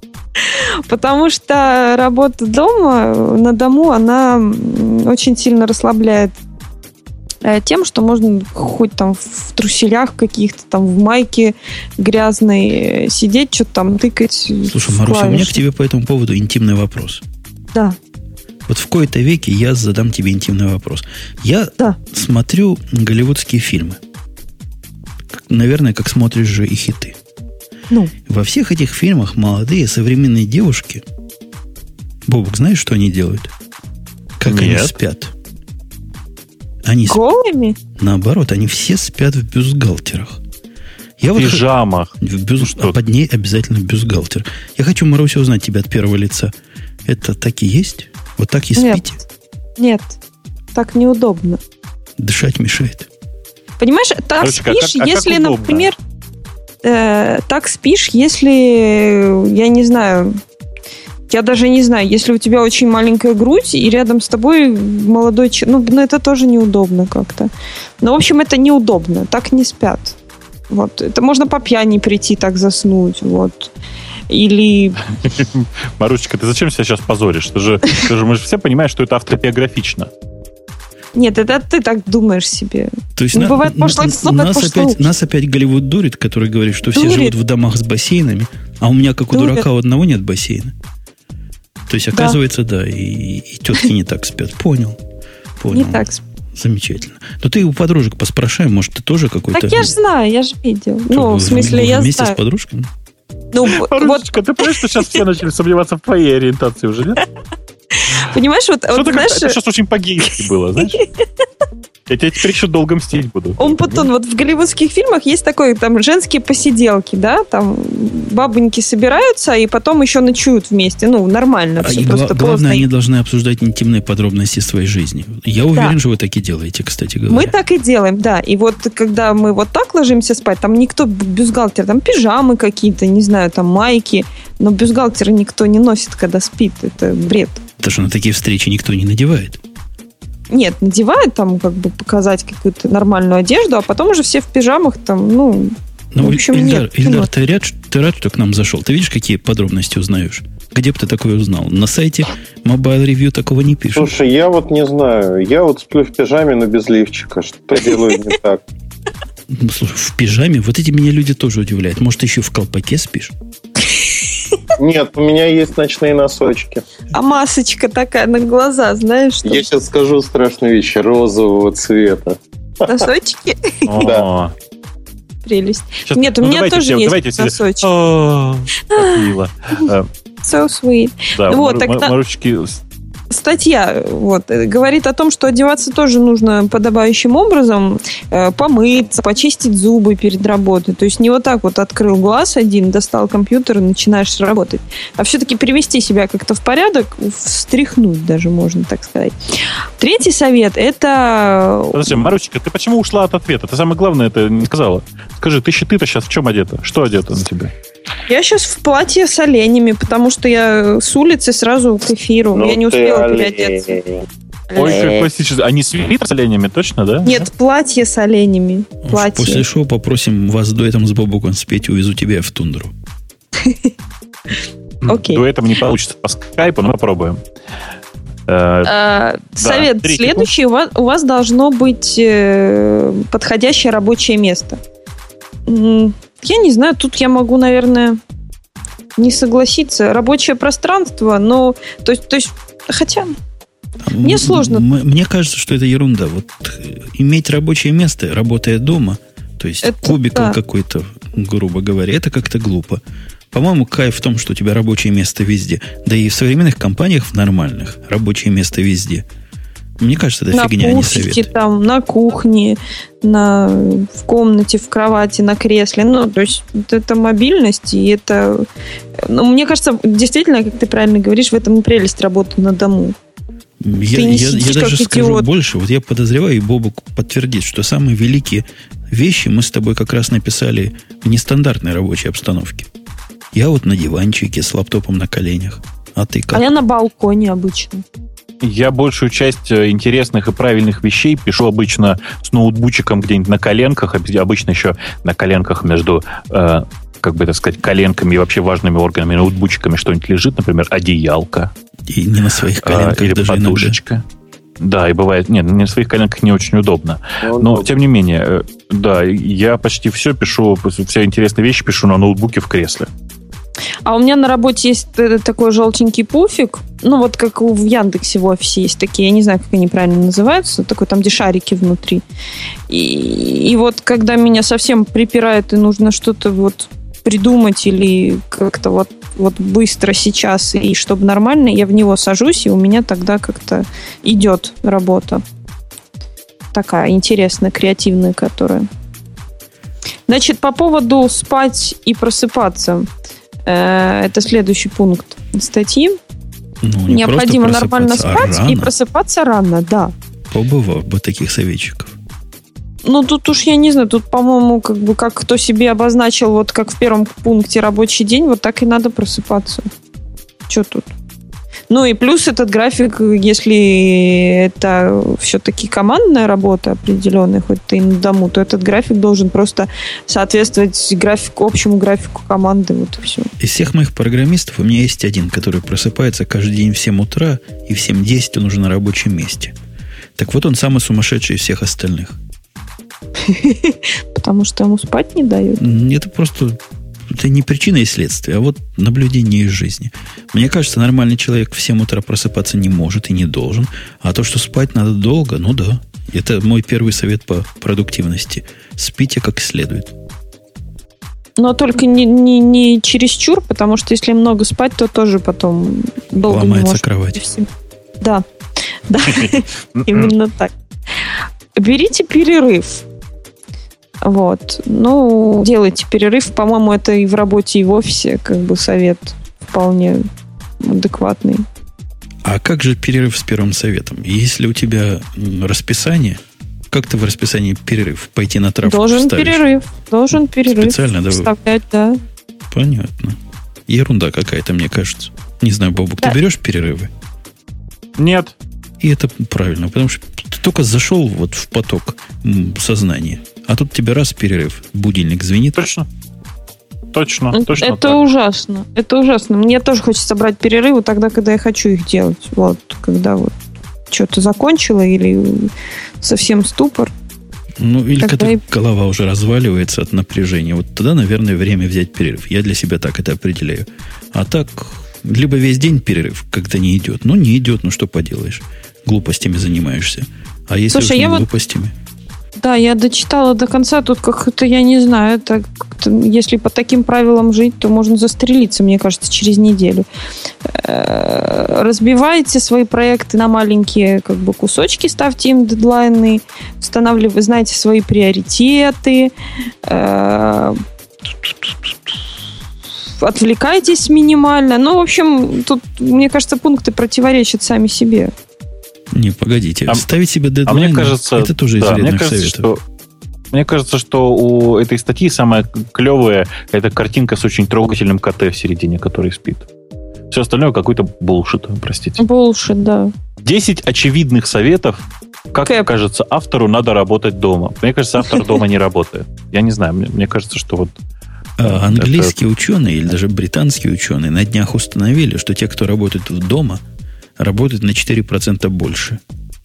Потому что работа на дому, она очень сильно расслабляет тем, что можно хоть там в труселях каких-то, там в майке грязной сидеть, что-то там тыкать. Слушай, Маруся, у меня к тебе по этому поводу интимный вопрос. Да. Вот в кои-то веке я задам тебе интимный вопрос. Я смотрю голливудские фильмы. Наверное, как смотришь же и хиты. Во всех этих фильмах молодые современные девушки, Бобок, знаешь, что они делают? Как они спят? Они голыми? Наоборот, они все спят в бюстгальтерах. В пижамах. А под ней обязательно бюстгальтер. Я хочу, Маруся, узнать тебя от первого лица. Это так и есть? Вот так и спите? Нет, так неудобно. Дышать мешает. Понимаешь, так спишь, если, например, так спишь, если, я не знаю, если у тебя очень маленькая грудь, и рядом с тобой молодой человек, это тоже неудобно как-то. В общем, это неудобно, так не спят. Вот, это можно по пьяни прийти, так заснуть, вот. Или... Марусечка, ты зачем себя сейчас позоришь? Мы же все понимаем, что это автобиографично. Нет, это ты так думаешь себе. То есть бывает пошлое слово, нас опять Голливуд дурит, который говорит, что все живут в домах с бассейнами, а у меня, как у дурака, у одного нет бассейна. То есть, оказывается, и тетки не так спят. Понял. Не так спят. Замечательно. Но ты у подружек поспрашай, может, ты тоже какой-то... Так я же знаю, я же видел. В смысле, я знаю. Вместе с подружками? Марусечка, ты понимаешь, что сейчас все начали сомневаться в твоей ориентации уже, нет? Понимаешь, это сейчас очень по-гейски было, знаешь? Я тебя теперь еще долго мстить буду. Умпутун, вот в голливудских фильмах есть такое, там, женские посиделки, да, там бабоньки собираются и потом еще ночуют вместе, нормально. Все, главное, они должны обсуждать интимные подробности своей жизни. Я уверен, что вы так и делаете, кстати говоря. Мы так и делаем, да. И вот когда мы вот так ложимся спать, там никто бюстгальтер, там пижамы какие-то, не знаю, там майки, но бюстгальтеры никто не носит, когда спит. Это бред. Потому что на такие встречи никто не надевает. Нет, надевают там, как бы показать какую-то нормальную одежду, а потом уже все в пижамах там, в общем, Ильдар, ты рад, что к нам зашел? Ты видишь, какие подробности узнаешь? Где бы ты такое узнал? На сайте Mobile Review такого не пишут. Слушай, я вот не знаю. Я вот сплю в пижаме, но без лифчика. Что делаю не так? Слушай, в пижаме? Вот эти меня люди тоже удивляют. Может, еще в колпаке спишь? Нет, у меня есть ночные носочки. А масочка такая на глаза, знаешь? Что? Я сейчас скажу страшную вещь. Розового цвета. Носочки? Да. Прелесть. Нет, у меня тоже есть носочки. Как мило. So sweet. Да, Марусечки... С статья говорит о том, что одеваться тоже нужно подобающим образом, помыться, почистить зубы перед работой. То есть не вот так вот открыл глаз один, достал компьютер и начинаешь работать. А все-таки привести себя как-то в порядок, встряхнуть даже, можно так сказать. Третий совет – это... Подожди, Марусечка, ты почему ушла от ответа? Ты самое главное это не сказала. Скажи, ты-то сейчас в чем одета? Что одета на тебе? Я сейчас в платье с оленями, потому что я с улицы сразу к эфиру. Я не успела переодеться. Ой, как классически. А не свитер с оленями, точно, да? Нет, платье с оленями. Платье. После шоу попросим вас дуэтом с Бобуком спеть «Увезу тебя в тундру». Окей. Дуэтом не получится по скайпу, но попробуем. Совет следующий. У вас должно быть подходящее рабочее место. Я не знаю, тут я могу, наверное, не согласиться. Рабочее пространство, но... То есть хотя... Мне сложно. Мне кажется, что это ерунда. Вот иметь рабочее место, работая дома, то есть это, кубиком какой-то, грубо говоря, это как-то глупо. По-моему, кайф в том, что у тебя рабочее место везде. Да и в современных компаниях, в нормальных, рабочее место везде. Мне кажется, это фигня, не совет. Там, на кухне, в комнате, в кровати, на кресле. Ну, то есть, это мобильность, и это... Ну, мне кажется, действительно, как ты правильно говоришь, в этом и прелесть работы на дому. Я даже скажу больше. Вот я подозреваю, и Бобук подтвердит, что самые великие вещи мы с тобой как раз написали в нестандартной рабочей обстановке. Я вот на диванчике с лаптопом на коленях. А ты как? А я на балконе обычно. Я большую часть интересных и правильных вещей пишу обычно с ноутбучиком где-нибудь на коленках, обычно еще на коленках между, как бы это сказать, коленками и вообще важными органами, ноутбучиками что-нибудь лежит, например, одеялка. И не на своих коленках или даже подушечка. Иногда. Да, и бывает... Нет, на своих коленках не очень удобно. Но, тем не менее, да, я почти все пишу, все интересные вещи пишу на ноутбуке в кресле. А у меня на работе есть такой желтенький пуфик, ну вот как в Яндексе в офисе есть такие, я не знаю, как они правильно называются, такой там, где шарики внутри. И вот когда меня совсем припирает и нужно что-то вот придумать или как-то вот быстро сейчас, и чтобы нормально, я в него сажусь, и у меня тогда как-то идет работа. Такая интересная, креативная, которая. Значит, по поводу спать и просыпаться. Это следующий пункт статьи. Ну, необходимо нормально спать и просыпаться рано, да. Побывал бы таких советчиков. Ну, тут уж я не знаю, тут, по-моему, как кто себе обозначил, вот как в первом пункте рабочий день, вот так и надо просыпаться. Что тут? Ну и плюс этот график, если это все-таки командная работа определенная, хоть ты и на дому, то этот график должен просто соответствовать общему графику команды. Вот и все. Из всех моих программистов у меня есть один, который просыпается каждый день в 7 утра, и в 7:10 он уже на рабочем месте. Так вот, он самый сумасшедший из всех остальных. Потому что ему спать не дают? Это просто... Это не причина и следствие, а вот наблюдение из жизни. Мне кажется, нормальный человек в 7 утра просыпаться не может и не должен. А то, что спать надо долго, ну да. Это мой первый совет по продуктивности. Спите как следует. Но только не чересчур, потому что если много спать, то тоже потом долго ломается не может. Кровать. Да. Именно так. Берите перерыв. Вот. Ну, делайте перерыв. По-моему, это и в работе, и в офисе как бы совет вполне адекватный. А как же перерыв с первым советом? Если у тебя расписание, как ты в расписании перерыв? Пойти на травку Должен вставишь? перерыв. Специально, да? Вставлять, да. Понятно. Ерунда какая-то, мне кажется. Не знаю, Бобук, ты берешь перерывы? Нет. И это правильно, потому что ты только зашел вот в поток сознания, а тут тебе раз перерыв, будильник звенит. Точно. Это так. ужасно. Это ужасно. Мне тоже хочется брать перерывы тогда, когда я хочу их делать. Вот, когда вот что-то закончила или совсем ступор. Ну, или когда голова уже разваливается от напряжения. Вот тогда, наверное, время взять перерыв. Я для себя так это определяю. А так, либо весь день перерыв, когда не идет. Ну, не идет, ну что поделаешь. Глупостями занимаешься. А если глупостями... Да, я дочитала до конца, тут как-то, я не знаю, это если по таким правилам жить, то можно застрелиться, мне кажется, через неделю. Разбивайте свои проекты на маленькие как бы кусочки, ставьте им дедлайны, устанавливайте, знаете свои приоритеты, отвлекайтесь минимально. Ну, в общем, тут, мне кажется, пункты противоречат сами себе. Не, погодите. Ставить себе дедлайн, мне кажется, это тоже из вредных советов. Мне кажется, что у этой статьи самое клевое – это картинка с очень трогательным КТ в середине, который спит. Все остальное какой-то булшит, простите. Булшит, да. 10 очевидных советов, как кажется автору, надо работать дома. Мне кажется, автор дома не работает. Я не знаю, мне кажется, что вот... Английские ученые или даже британские ученые на днях установили, что те, кто работает дома, работают на 4% больше.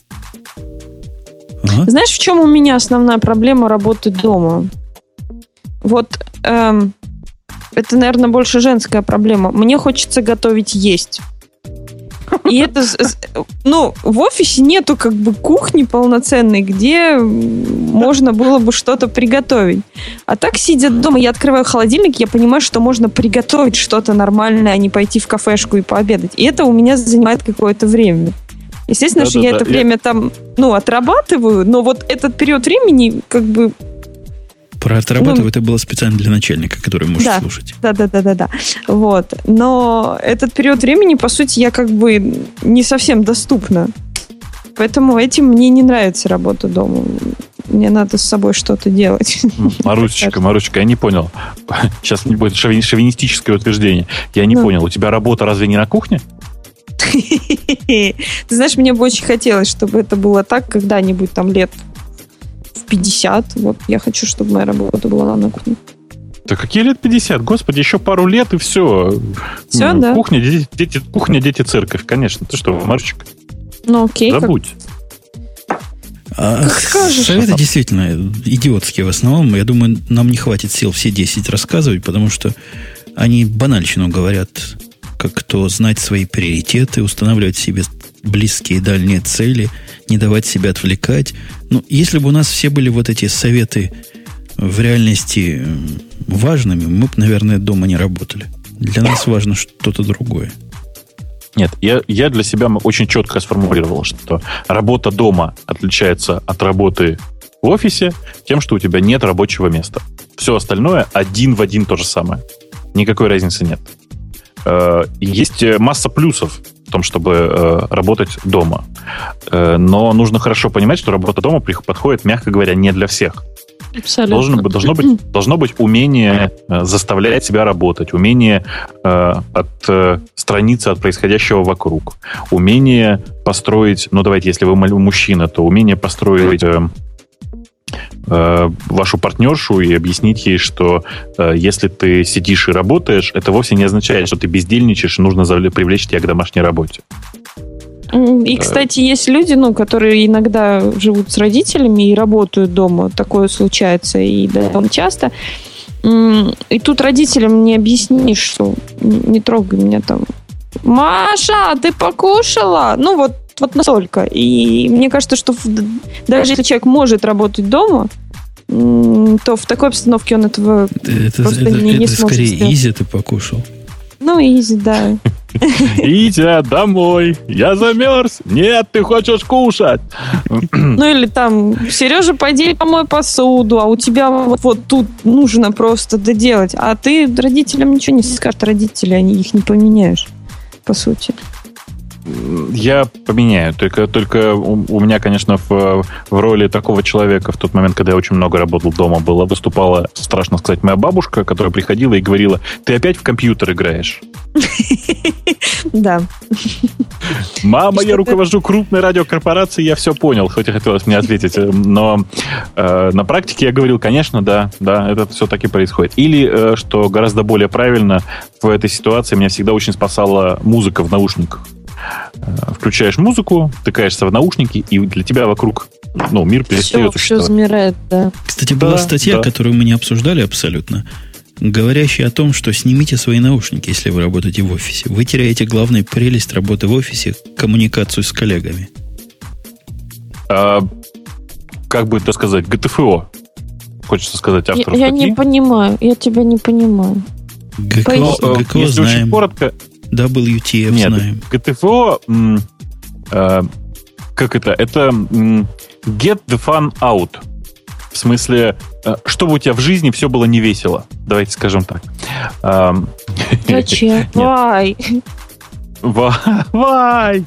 Ага. Знаешь, в чем у меня основная проблема работать дома? Вот это, наверное, больше женская проблема. Мне хочется готовить есть. И это, ну, в офисе нету как бы кухни полноценной, где можно было бы что-то приготовить. А так, сидя дома, я открываю холодильник, я понимаю, что можно приготовить что-то нормальное, а не пойти в кафешку и пообедать. И это у меня занимает какое-то время. Естественно, что я это время там, ну, отрабатываю, но вот этот период времени как бы... Про отрабатываю, это было специально для начальника, который может слушать. Да. Вот. Но этот период времени, по сути, я как бы не совсем доступна. Поэтому этим мне не нравится работа дома. Мне надо с собой что-то делать. Марусечка, я не понял. Сейчас не будет шовинистическое утверждение. Я не понял, у тебя работа разве не на кухне? Ты знаешь, мне бы очень хотелось, чтобы это было так когда-нибудь там лет в 50. Вот я хочу, чтобы моя работа была на кухне. Да какие лет 50? Господи, еще пару лет и все. Все, да. Кухня, дети, церковь. Конечно. Ты что, Марчик? Ну, окей. Забудь. Советы действительно идиотские в основном. Я думаю, нам не хватит сил все 10 рассказывать, потому что они банальщину говорят, как то знать свои приоритеты, устанавливать себе близкие и дальние цели, не давать себя отвлекать. Ну, если бы у нас все были вот эти советы в реальности важными, мы бы, наверное, дома не работали. Для нас важно что-то другое. Нет, я для себя очень четко сформулировал, что работа дома отличается от работы в офисе тем, что у тебя нет рабочего места. Все остальное один в один то же самое. Никакой разницы нет. Есть масса плюсов в том, чтобы работать дома. Но нужно хорошо понимать, что работа дома подходит, мягко говоря, не для всех. Абсолютно. Должно быть умение заставлять себя работать, умение отстраниться от происходящего вокруг, умение построить, ну давайте, если вы мужчина, то умение построить вашу партнершу и объяснить ей, что если ты сидишь и работаешь, это вовсе не означает, что ты бездельничаешь, и нужно привлечь тебя к домашней работе. И, кстати, есть люди, которые иногда живут с родителями и работают дома. Такое случается и довольно часто. И тут родителям не объяснишь, что не трогай меня там. Маша, ты покушала? Ну, вот настолько. И мне кажется, что даже если человек может работать дома, то в такой обстановке он этого просто не сможет скорее сделать. Изи ты покушал. Ну, изи, да. Идя домой, я замерз. Нет, ты хочешь кушать. Ну, или там, Сережа, пойди помой посуду, а у тебя вот тут нужно просто доделать. А ты родителям ничего не скажешь, родители, их не поменяешь, по сути. Я поменяю. Только у меня, конечно, в роли такого человека в тот момент, когда я очень много работал дома, выступала, страшно сказать, моя бабушка, которая приходила и говорила: ты опять в компьютер играешь? Да. Мама, я руковожу крупной радиокорпорацией, я все понял, хоть и хотелось мне ответить. Но на практике я говорил, конечно, да, это все так и происходит. Или, что гораздо более правильно, в этой ситуации меня всегда очень спасала музыка в наушниках. Включаешь музыку, тыкаешься в наушники, и для тебя вокруг мир перестает существовать. Все замирает, да. Кстати, была статья, которую мы не обсуждали абсолютно, говорящая о том, что снимите свои наушники, если вы работаете в офисе. Вы теряете главную прелесть работы в офисе — коммуникацию с коллегами. как бы это сказать, ГТФО. Хочется сказать автору Я статьи. не понимаю, я тебя не понимаю. ГКО Если знаем. очень коротко... WTF Нет, знаем. ГТФО... как это? Это get the fun out. В смысле, чтобы у тебя в жизни все было не весело. Давайте скажем так. Зачем? Вай. Вай!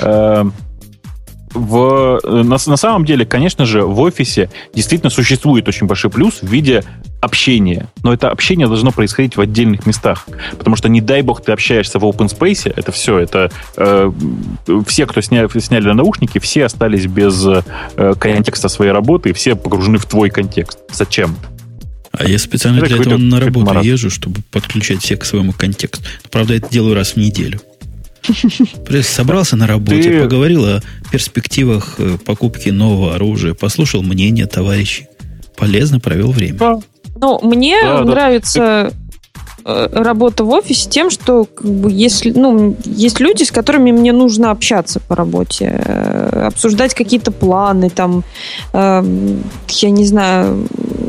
На самом деле, конечно же, в офисе действительно существует очень большой плюс в виде общения. Но это общение должно происходить в отдельных местах. Потому что, не дай бог, ты общаешься в open space, это все, это все, кто сняли наушники, все остались без контекста своей работы, и все погружены в твой контекст. Зачем? А я специально для этого на работу езжу, чтобы подключать всех к своему контексту. Правда, это делаю раз в неделю. Собрался на работе, поговорил о перспективах покупки нового оружия, послушал мнение товарищей. Полезно провел время. Ну, мне нравится работа в офисе тем, что есть люди, с которыми мне нужно общаться по работе, обсуждать какие-то планы, там, я не знаю...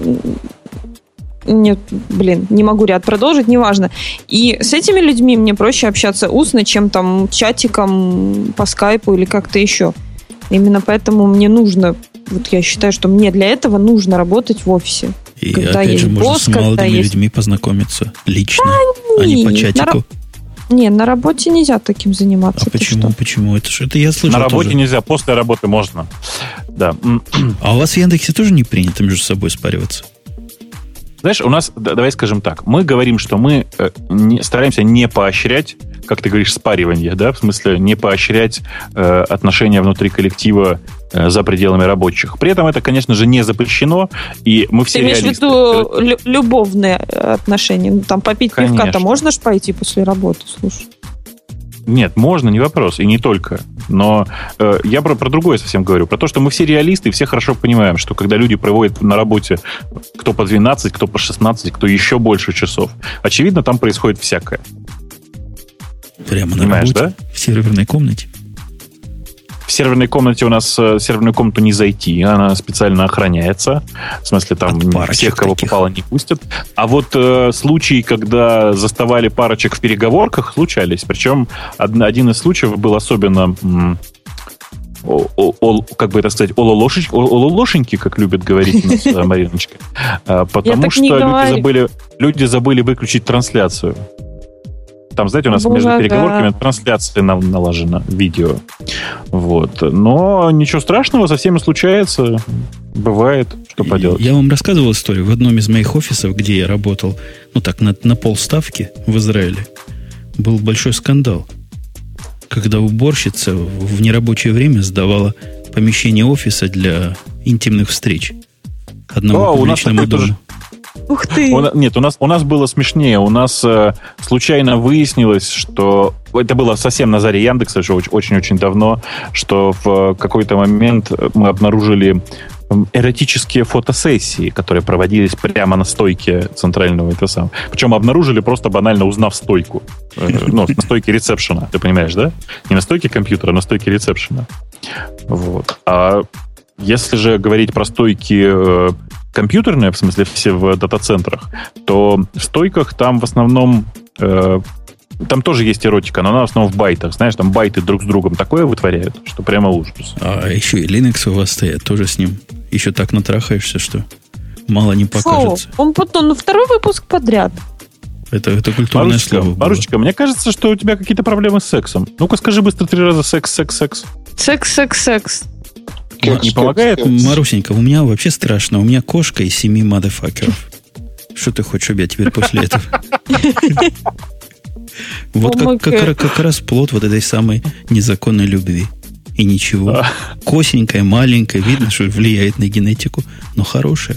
Нет, не могу ряд продолжить, неважно. И с этими людьми мне проще общаться устно, чем там чатиком по скайпу или как-то еще. Именно поэтому мне нужно, я считаю, что мне для этого нужно работать в офисе. И опять же, можно с молодыми людьми познакомиться лично, а не по чатику. На работе нельзя таким заниматься. А почему? Почему? Это я слышал. На работе тоже. Нельзя, после работы можно. Да. А у вас в Яндексе тоже не принято между собой спариваться? Знаешь, у нас, давай скажем так, мы говорим, что мы стараемся не поощрять, как ты говоришь, спаривание, да, в смысле не поощрять отношения внутри коллектива за пределами рабочих. При этом это, конечно же, не запрещено, и мы все реалисты. Ты имеешь в виду любовные отношения? Там попить пивка-то можно ж пойти после работы, слушай? Нет, можно, не вопрос, и не только. Но я про другое совсем говорю. Про то, что мы все реалисты и все хорошо понимаем, что когда люди проводят на работе кто по 12, кто по 16, кто еще больше часов, очевидно, там происходит всякое. Прямо на работе? Да? В серверной комнате? В серверной комнате у нас в серверную комнату не зайти, она специально охраняется. В смысле, там всех, кого попало, не пустят. А вот случаи, когда заставали парочек в переговорках, случались. Причем один из случаев был особенно, как бы это сказать, ололошеньки, как любит говорить у нас Мариночка. Потому что люди забыли выключить трансляцию. Там, знаете, у нас между переговорками трансляция налажена, видео. Вот. Но ничего страшного, со всеми случается. Бывает, что поделать. Я вам рассказывал историю. В одном из моих офисов, где я работал, на полставки в Израиле, был большой скандал. Когда уборщица в нерабочее время сдавала помещение офиса для интимных встреч одному публичному дому. Ух ты! Нет, у нас было смешнее. У нас случайно выяснилось, что... Это было совсем на заре Яндекса, еще очень-очень давно, что в какой-то момент мы обнаружили эротические фотосессии, которые проводились прямо на стойке центрального ТСА. Причем обнаружили, просто банально узнав стойку. На стойке ресепшена. Ты понимаешь, да? Не на стойке компьютера, а на стойке ресепшена. Вот. А если же говорить про стойки... компьютерные, в смысле, все в дата-центрах, то в стойках там в основном... там тоже есть эротика, но она в основном в байтах. Знаешь, там байты друг с другом такое вытворяют, что прямо ужас. А еще и Linux у вас стоят, тоже с ним еще так натрахаешься, что мало не покажется. Он потом, второй выпуск подряд. Это культурное слово. Марусечка, мне кажется, что у тебя какие-то проблемы с сексом. Ну-ка, скажи быстро 3 раза секс. Секс. Не помогает? Марусенька, у меня вообще страшно. У меня кошка из 7 мадефакеров. Что ты хочешь, чтобы я теперь после этого? Вот как раз плод вот этой самой незаконной любви. И ничего. Косенькая, маленькая, видно, что влияет на генетику, но хорошая.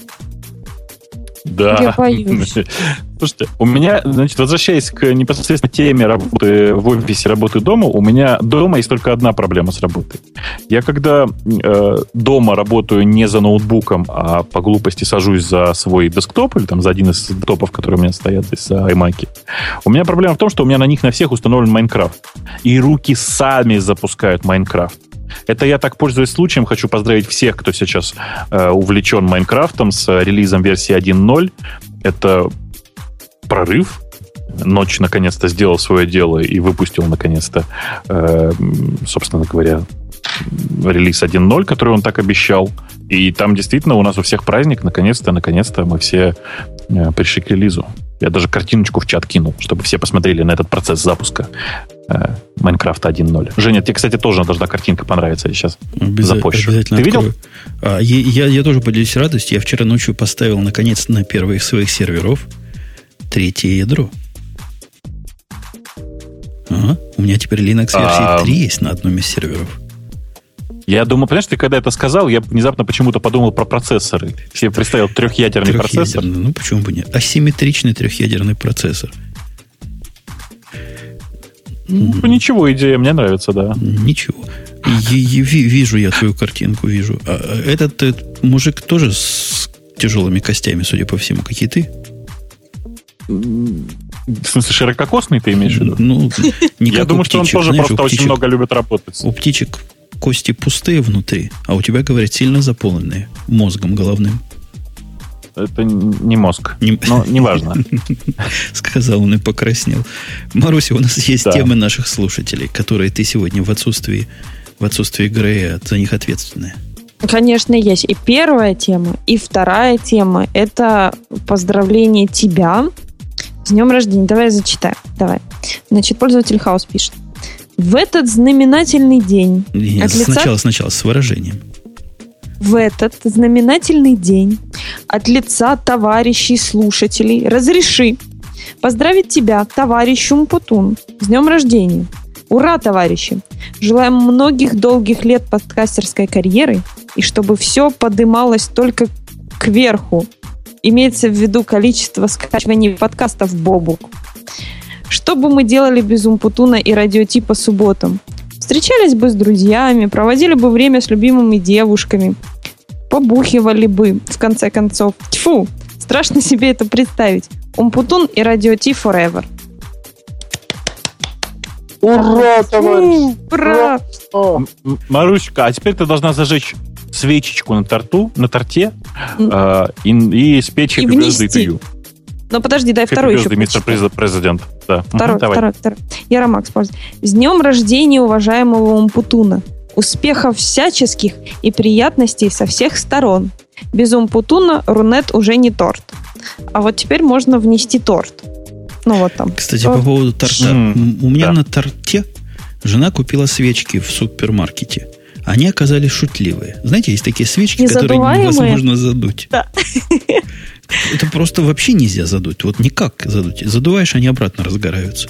Да. Я боюсь. Слушайте, у меня, возвращаясь к непосредственно теме работы в офисе, работы дома, у меня дома есть только одна проблема с работой. Я когда дома работаю не за ноутбуком, а по глупости сажусь за свой десктоп, или там за один из десктопов, которые у меня стоят здесь за iMac, у меня проблема в том, что у меня на них на всех установлен Майнкрафт. И руки сами запускают Майнкрафт. Это я так пользуюсь случаем, хочу поздравить всех, кто сейчас увлечен Майнкрафтом с релизом версии 1.0. Это прорыв. Ночь наконец-то сделал свое дело и выпустил наконец-то, собственно говоря, релиз 1.0, который он так обещал. И там действительно у нас у всех праздник. Наконец-то мы все пришли к релизу. Я даже картиночку в чат кинул, чтобы все посмотрели на этот процесс запуска Майнкрафта 1.0. Женя, тебе, кстати, тоже должна картинка понравиться. Я сейчас запущу. Обязательно Ты видел? Я тоже поделюсь радостью. Я вчера ночью поставил, наконец, на первый из своих серверов третье ядро. Ага. У меня теперь Linux версии 3 есть на одном из серверов. Я думаю, понимаешь, ты когда это сказал, я внезапно почему-то подумал про процессоры. Себе представил трехъядерный процессор. Ну, почему бы нет? Асимметричный трехъядерный процессор. Ну, ничего, идея мне нравится, да. Ничего. Вижу я твою картинку, вижу. Этот мужик тоже с тяжелыми костями, судя по всему, как и ты. В смысле, ширококосный ты имеешь в виду? Ну, не я как думаю, у что он птичек. тоже Знаешь, просто очень много любит работать. У птичек кости пустые внутри, а у тебя, говорят, сильно заполненные мозгом головным. Это не мозг, но неважно. Сказал он и покраснел. Маруся, у нас есть темы наших слушателей, которые ты сегодня в отсутствии Грея за них ответственная. Конечно, есть. И первая тема, и вторая тема – это поздравление тебя с днем рождения. Давай я зачитаю. Давай. Значит, пользователь Хаус пишет. В этот знаменательный день... Нет, сначала с выражением. В этот знаменательный день от лица товарищей слушателей разреши поздравить тебя, товарищ Умпутун, с днем рождения. Ура, товарищи! Желаем многих долгих лет подкастерской карьеры и чтобы все подымалось только кверху. Имеется в виду количество скачиваний подкастов Бобук. Что бы мы делали без Умпутуна и Радио-Ти по субботам? Встречались бы с друзьями, проводили бы время с любимыми девушками, побухивали бы, в конце концов. Тьфу! Страшно себе это представить. Умпутун и Радио-Ти forever. Ура, товарищ! Ура! Марусечка, а теперь ты должна зажечь свечечку на торте и спеть Happy Birthday to you. Но подожди, дай второй еще. Мистер Президент. Да. Второй. Я Ромакс. С днем рождения, уважаемого Умпутуна. Успехов всяческих и приятностей со всех сторон. Без Умпутуна Рунет уже не торт. А вот теперь можно внести торт. Ну вот там. Кстати, по поводу торта. У меня на торте жена купила свечки в супермаркете. Они оказались шутливые. Знаете, есть такие свечки, которые невозможно задуть. Да. Это просто вообще нельзя задуть. Вот никак задуть. Задуваешь, они обратно разгораются.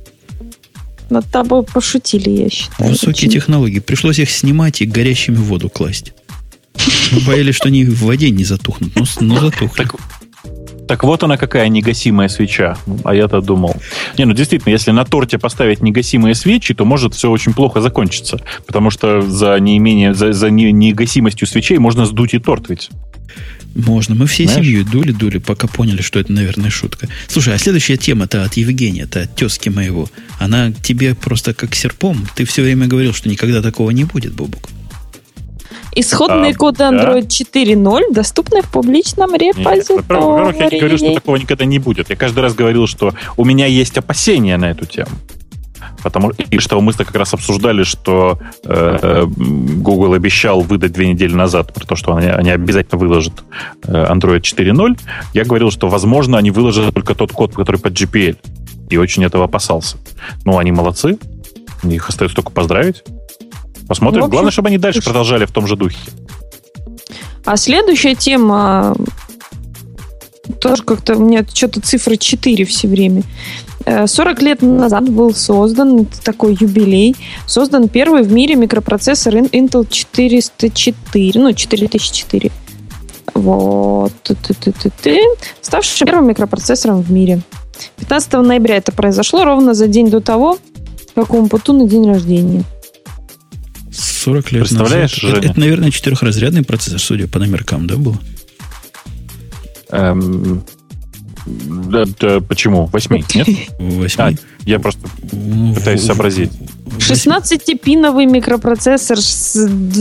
Над тобой пошутили, я считаю. Высокие технологии. Пришлось их снимать и горящими в воду класть. Мы боялись, что они в воде не затухнут, но затухли. Так вот она какая негасимая свеча. А я-то думал. Действительно, если на торте поставить негасимые свечи, то может все очень плохо закончиться. Потому что за негасимостью свечей можно сдуть и торт ведь. Можно. Мы всей семьей дули, пока поняли, что это, наверное, шутка. Слушай, а следующая тема-то от Евгения, это от тезки моего. Она тебе просто как серпом. Ты все время говорил, что никогда такого не будет, Бобук. Исходные коды Android 4.0 доступны в публичном репозитории. Во-первых, я не говорю, что такого никогда не будет. Я каждый раз говорил, что у меня есть опасения на эту тему. И что мы как раз обсуждали, что Google обещал выдать 2 недели назад про то, что они обязательно выложат Android 4.0. Я говорил, что, возможно, они выложат только тот код, который под GPL. И очень этого опасался. Ну, они молодцы. Их остается только поздравить. Посмотрим. В общем, главное, чтобы они дальше продолжали в том же духе. А следующая тема... Тоже как-то у меня что-то цифра 4 все время. 40 лет назад был создан такой юбилей. Создан первый в мире микропроцессор Intel 404, 4004. Вот. Ставший первым микропроцессором в мире. 15 ноября это произошло, ровно за день до того, как у Умпутуна день рождения. 40 лет Представляешь, назад. Это, наверное, 4-разрядный процессор, судя по номеркам, да, был? Почему? 8, нет? 8. Я просто пытаюсь сообразить. 16-пиновый микропроцессор с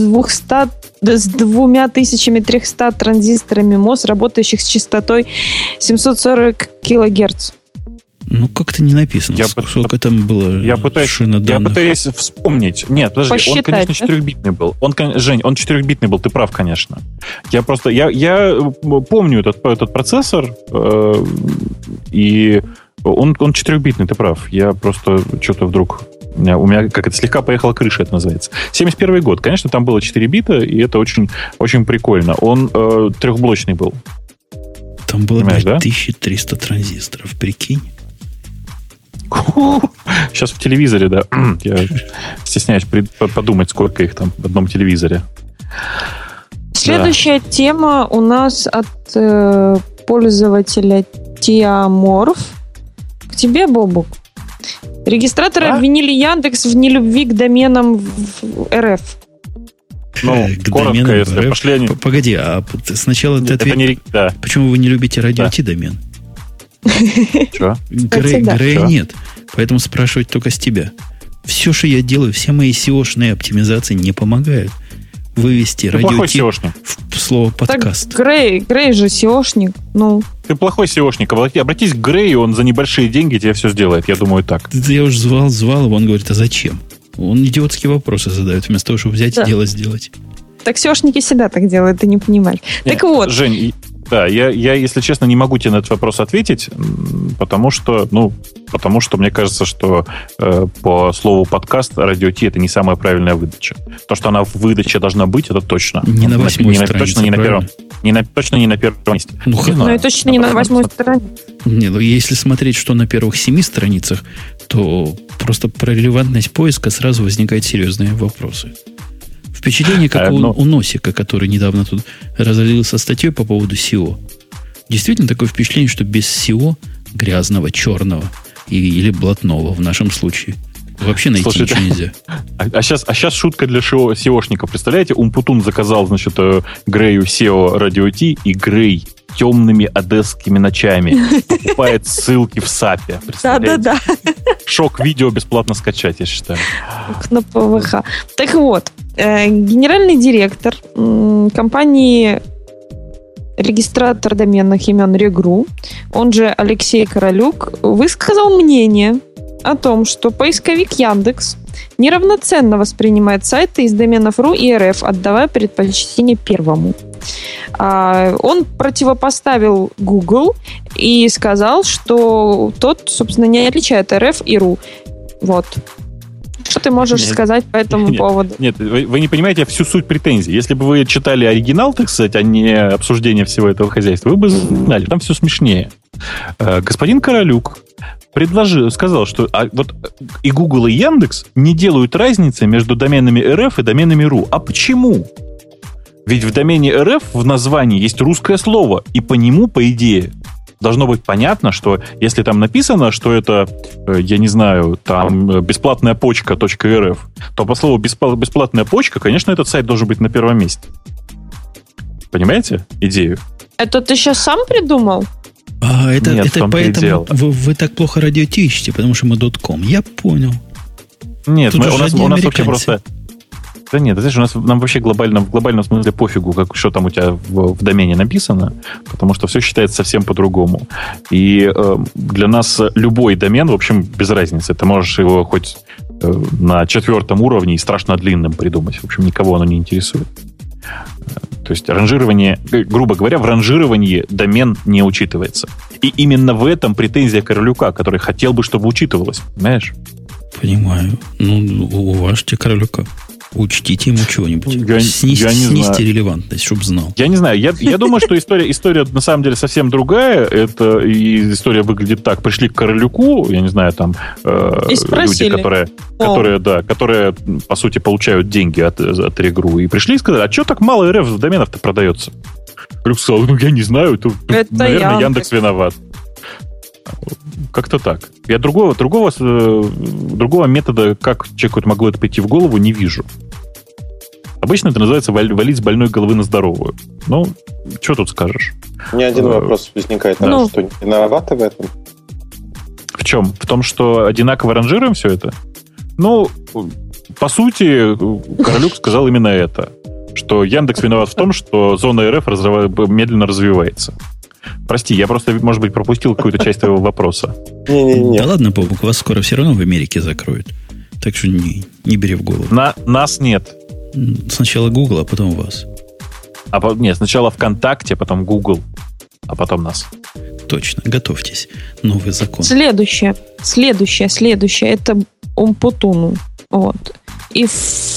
2300 транзисторами МОС, работающих с частотой 740 кГц. Ну, как-то не написано, сколько там было. Я пытаюсь вспомнить. Нет, подожди, посчитать, он, конечно, 4-битный был. Жень, он 4-битный был, ты прав, конечно. Я помню этот процессор, и он 4-битный, ты прав. Я просто что-то вдруг... У меня как это слегка поехала крыша, это называется. 71 год. Конечно, там было 4 бита, и это очень, очень прикольно. Он трехблочный был. Там было 1300 транзисторов, прикинь. Сейчас в телевизоре, да. Я стесняюсь подумать, сколько их там в одном телевизоре. Следующая тема у нас от пользователя Tiamorph. К тебе, Бобук. Регистраторы обвинили Яндекс в нелюбви к доменам в РФ. Ну, коротко, если пошли они... Погоди, а сначала ты ответь, почему вы не любите радио Ти домен? Что? Грея нет, поэтому спрашивать только с тебя. Все, что я делаю, все мои SEO-шные оптимизации не помогают вывести радио Ти в слово подкаст. Так Грей же SEO-шник. Ну. Ты плохой SEO-шник. Обратись к Грею, он за небольшие деньги тебе все сделает. Я думаю, так. Я уже звал его, он говорит, а зачем? Он идиотские вопросы задает, вместо того, чтобы взять и дело сделать. Так SEO-шники всегда так делают, ты не понимаешь. Нет, так вот. Жень, да, я, если честно, не могу тебе на этот вопрос ответить, потому что мне кажется, что по слову подкаст радио Ти это не самая правильная выдача. То, что она в выдаче должна быть, это точно. Не на 8-й странице, точно не на первом. Точно не на первом месте. Ну и точно не на 8-й странице. Не, ну если смотреть, что на первых 7 страницах, то просто про релевантность поиска сразу возникают серьезные вопросы. Впечатление, как у Носика, который недавно тут разозлился статьей по поводу SEO. Действительно такое впечатление, что без SEO грязного, черного или блатного в нашем случае вообще найти ничего нельзя. А сейчас шутка для SEOшников. Представляете, Умпутун заказал, значит, Грею SEO радио Ти, и Грей темными одесскими ночами покупает ссылки в САПе. Да. Шок-видео бесплатно скачать, я считаю. На ПВХ. Так вот, генеральный директор компании регистратор доменных имен Регру, он же Алексей Королюк, высказал мнение о том, что поисковик Яндекс неравноценно воспринимает сайты из доменов РУ и РФ, отдавая предпочтение первому. Он противопоставил Google и сказал, что тот, собственно, не отличает РФ и РУ. Вот. Что ты можешь сказать по этому поводу? Нет, вы не понимаете всю суть претензий. Если бы вы читали оригинал, так сказать, а не обсуждение всего этого хозяйства, вы бы знали, там все смешнее. Господин Королюк сказал, что вот и Google, и Яндекс не делают разницы между доменами РФ и доменами РУ. А почему? Ведь в домене РФ в названии есть русское слово, и по нему, по идее, должно быть понятно, что если там написано, что это, я не знаю, там бесплатная почка .рф, то по слову бесплатная почка, конечно, этот сайт должен быть на первом месте. Понимаете идею? Это ты сейчас сам придумал? Это поэтому вы так плохо радио Ти ищете, потому что мы .com. Я понял. Нет, у нас вообще просто... Да нет, знаешь, нам вообще в глобальном смысле пофигу, что там у тебя в домене написано, потому что все считается совсем по-другому. И для нас любой домен, в общем, без разницы. Ты можешь его хоть на 4 уровне и страшно длинным придумать. В общем, никого оно не интересует. То есть ранжирование, грубо говоря, в ранжировании домен не учитывается. И именно в этом претензия Королюка, который хотел бы, чтобы учитывалось. Понимаешь? Понимаю. Ну, уважьте Королюка. Учтите ему чего-нибудь. Снизьте релевантность, чтобы знал. Я не знаю. Я думаю, что история на самом деле совсем другая. Это и история выглядит так. Пришли к Королюку, я не знаю, там люди, которые, по сути, получают деньги от Регру, и пришли и сказали, а что так мало РФ доменов-то продается? Королюк сказал, я не знаю, наверное, Яндекс виноват. Как-то так. Я другого метода, как человеку могло это прийти в голову, не вижу. Обычно это называется валить с больной головы на здоровую. Ну, что тут скажешь? У меня один вопрос возникает. Что, не виноваты в этом? В чем? В том, что одинаково ранжируем все это? Ну, по сути, Королюк сказал именно это. Что Яндекс виноват в том, что зона РФ медленно развивается. Прости, я просто, может быть, пропустил какую-то часть твоего вопроса. Не-не-не. Да ладно, Бобук, вас скоро все равно в Америке закроют. Так что не бери в голову. Нас нет. Сначала Google, а потом вас. Нет, сначала ВКонтакте, потом Google, а потом нас. Точно, готовьтесь. Новый закон. Следующее. Это Умпутуну. Вот. И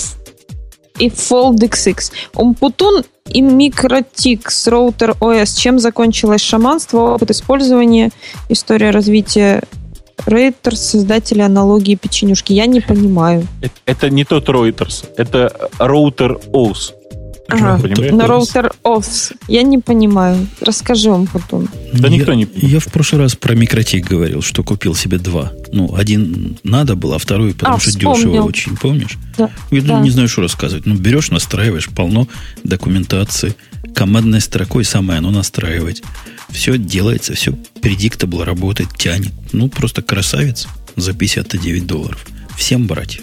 Fold XX. Умпутун и Microtix Router OS. Чем закончилось шаманство? Опыт использования, история развития Reuters, создатели аналогии печенюшки. Я не понимаю. Это не тот Reuters, это Router OS. Ага, на Router OS. Я не понимаю. Расскажи вам потом. Да никто не... Я в прошлый раз про Microtix говорил, что купил себе 2. Ну, один надо было, а второй, потому что дешево очень, помнишь? Да. Я да. Не знаю, что рассказывать. Ну, берешь, настраиваешь, полно документации. Командной строкой самое оно настраивать. Все делается, все predictable работает, тянет. Ну, просто красавец за $59. Всем брать.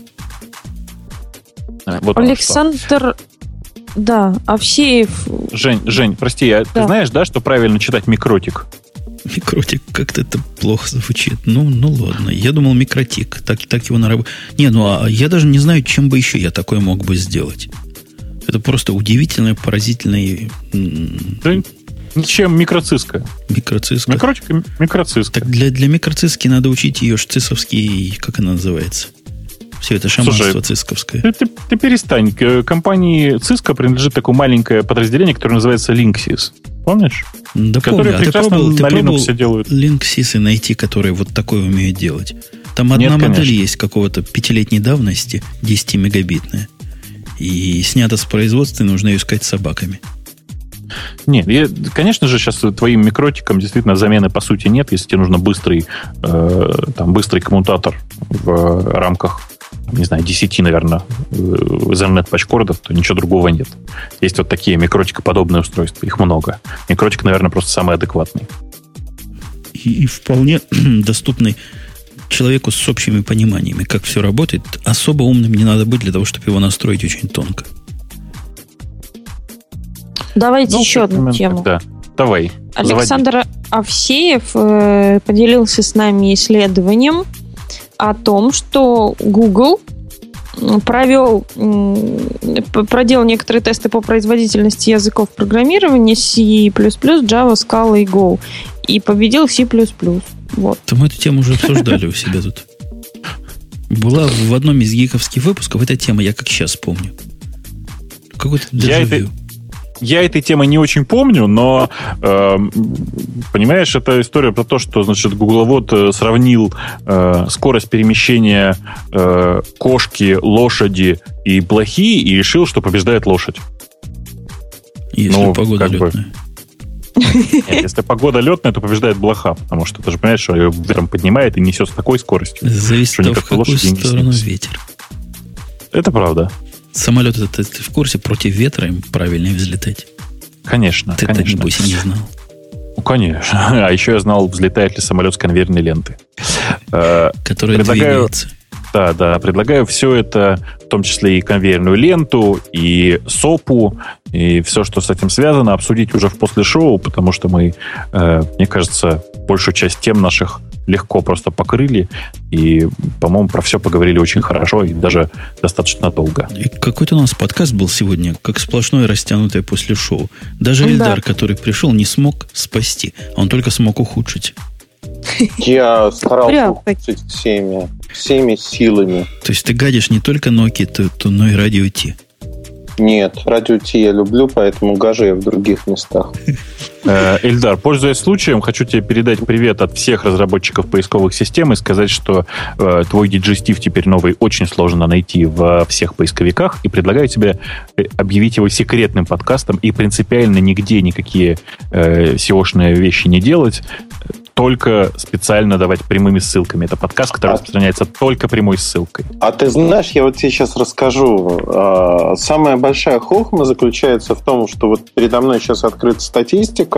Вот Александр... Да, Овсеев... Жень, прости, ты знаешь, да, что правильно читать микротик? Микротик, как-то это плохо звучит. Ну ладно. Я думал микротик. Так его на работе. А я даже не знаю, чем бы еще я такое мог бы сделать. Это просто удивительное, поразительное... Да, ничем микроциска. Микроциска. Микротик и микроциска. Так для микроциски надо учить ее цисовский, как она называется? Все это шаманство цисковское. Ты перестань. К компании Cisco принадлежит такое маленькое подразделение, которое называется Linksys. Помнишь? Да которые помню. прекрасно на Linux делают. Linksys найти, которые вот такое умеют делать. Там одна модель есть какого-то 5-летней давности, 10-мегабитная. И снята с производства, и нужно ее искать с собаками. Нет, конечно же, сейчас твоим микротикам действительно замены по сути нет, если тебе нужно быстрый коммутатор в рамках, не знаю, 10, наверное, Ethernet патчкордов, то ничего другого нет. Есть вот такие микротикоподобные устройства, их много. Микротик, наверное, просто самый адекватный. И вполне доступный человеку с общими пониманиями, как все работает. Особо умным не надо быть для того, чтобы его настроить очень тонко. Давайте еще одну тему. Да, давай. Александр Овсеев поделился с нами исследованием о том, что Google проделал некоторые тесты по производительности языков программирования C++, Java, Scala и Go. И победил C++. Вот. Мы эту тему уже обсуждали у себя тут. Была в одном из гиковских выпусков эта тема, я как сейчас помню. Какой-то дежавю. Я этой темы не очень помню, но, понимаешь, это история про то, что, значит, гугловод сравнил скорость перемещения кошки, лошади и блохи и решил, что побеждает лошадь. Если погода летная. Нет, если погода летная, то побеждает блоха, потому что ты же понимаешь, что ее ветром поднимает и несет с такой скоростью. Зависит от того, в какую сторону ветер. Это правда. Самолет, ты в курсе, против ветра им правильнее взлетать? Конечно, Ты конечно. небось, не знал. Ну, конечно. А еще я знал, взлетает ли самолет с конвейерной ленты. Которая двигается. Да, предлагаю все это, в том числе и конвейерную ленту, и СОПу, и все, что с этим связано, обсудить уже в после шоу, потому что мы, мне кажется, большую часть тем наших легко просто покрыли, и, по-моему, про все поговорили очень хорошо и даже достаточно долго. И какой-то у нас подкаст был сегодня, как сплошное растянутое после шоу. Даже Эльдар, который пришел, не смог спасти, он только смог ухудшить. Я старался ухудшить всеми силами. То есть ты гадишь не только Nokia, но и Радио Ти. Нет, Радио Ти я люблю, поэтому гажу я в других местах. Эльдар, пользуясь случаем, хочу тебе передать привет от всех разработчиков поисковых систем и сказать, что твой диджестив теперь новый очень сложно найти во всех поисковиках, и предлагаю тебе объявить его секретным подкастом и принципиально нигде никакие SEO-шные вещи не делать, только специально давать прямыми ссылками. Это подкаст, который распространяется только прямой ссылкой. А ты знаешь, я вот тебе сейчас расскажу. Самая большая хохма заключается в том, что вот передо мной сейчас открыта статистика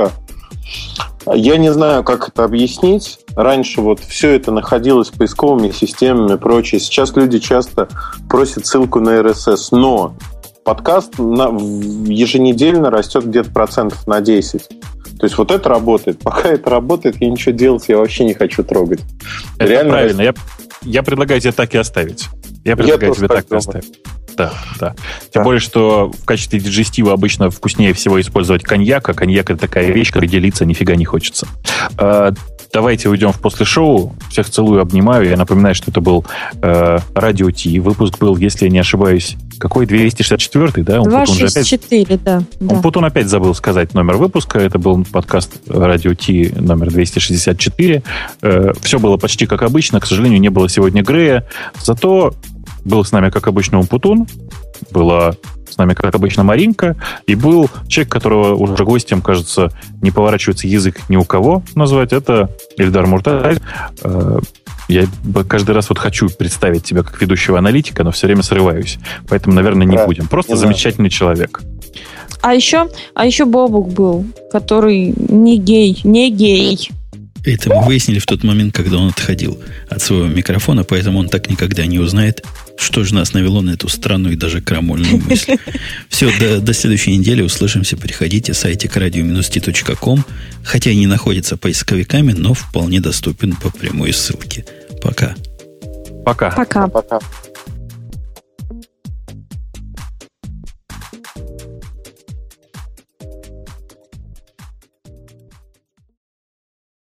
Я не знаю, как это объяснить. Раньше вот все это находилось поисковыми системами и прочее. Сейчас люди часто просят ссылку на RSS, но подкаст еженедельно растет где-то процентов на 10. То есть вот это работает. Пока это работает, я ничего делать я вообще не хочу трогать. Это реально правильно. Я предлагаю тебе так и оставить. Я предлагаю тебе так и оставить. Да. Тем более, что в качестве диджестива обычно вкуснее всего использовать коньяк, а коньяк — это такая вещь, которой делиться нифига не хочется. Давайте уйдем в после шоу. Всех целую, обнимаю. Я напоминаю, что это был Радио Ти. Выпуск был, если я не ошибаюсь, какой? 264-й, да? 264, да. Путун опять забыл сказать номер выпуска. Это был подкаст Радио Ти номер 264. Все было почти как обычно. К сожалению, не было сегодня Грея. Зато был с нами, как обычно, Умпутун, была с нами, как обычно, Маринка, и был человек, которого уже гостем, кажется, не поворачивается язык ни у кого назвать, это Ильдар Муртазин. Я каждый раз вот хочу представить тебя как ведущего аналитика, но все время срываюсь. Поэтому, наверное, не будем. Просто замечательный человек. А еще Бобук был, который не гей. Это мы выяснили в тот момент, когда он отходил от своего микрофона, поэтому он так никогда не узнает, что же нас навело на эту странную и даже крамольную мысль. Все, до следующей недели услышимся. Приходите, сайтик radio-t.com, хотя и не находится поисковиками, но вполне доступен по прямой ссылке. Пока. Пока. Пока.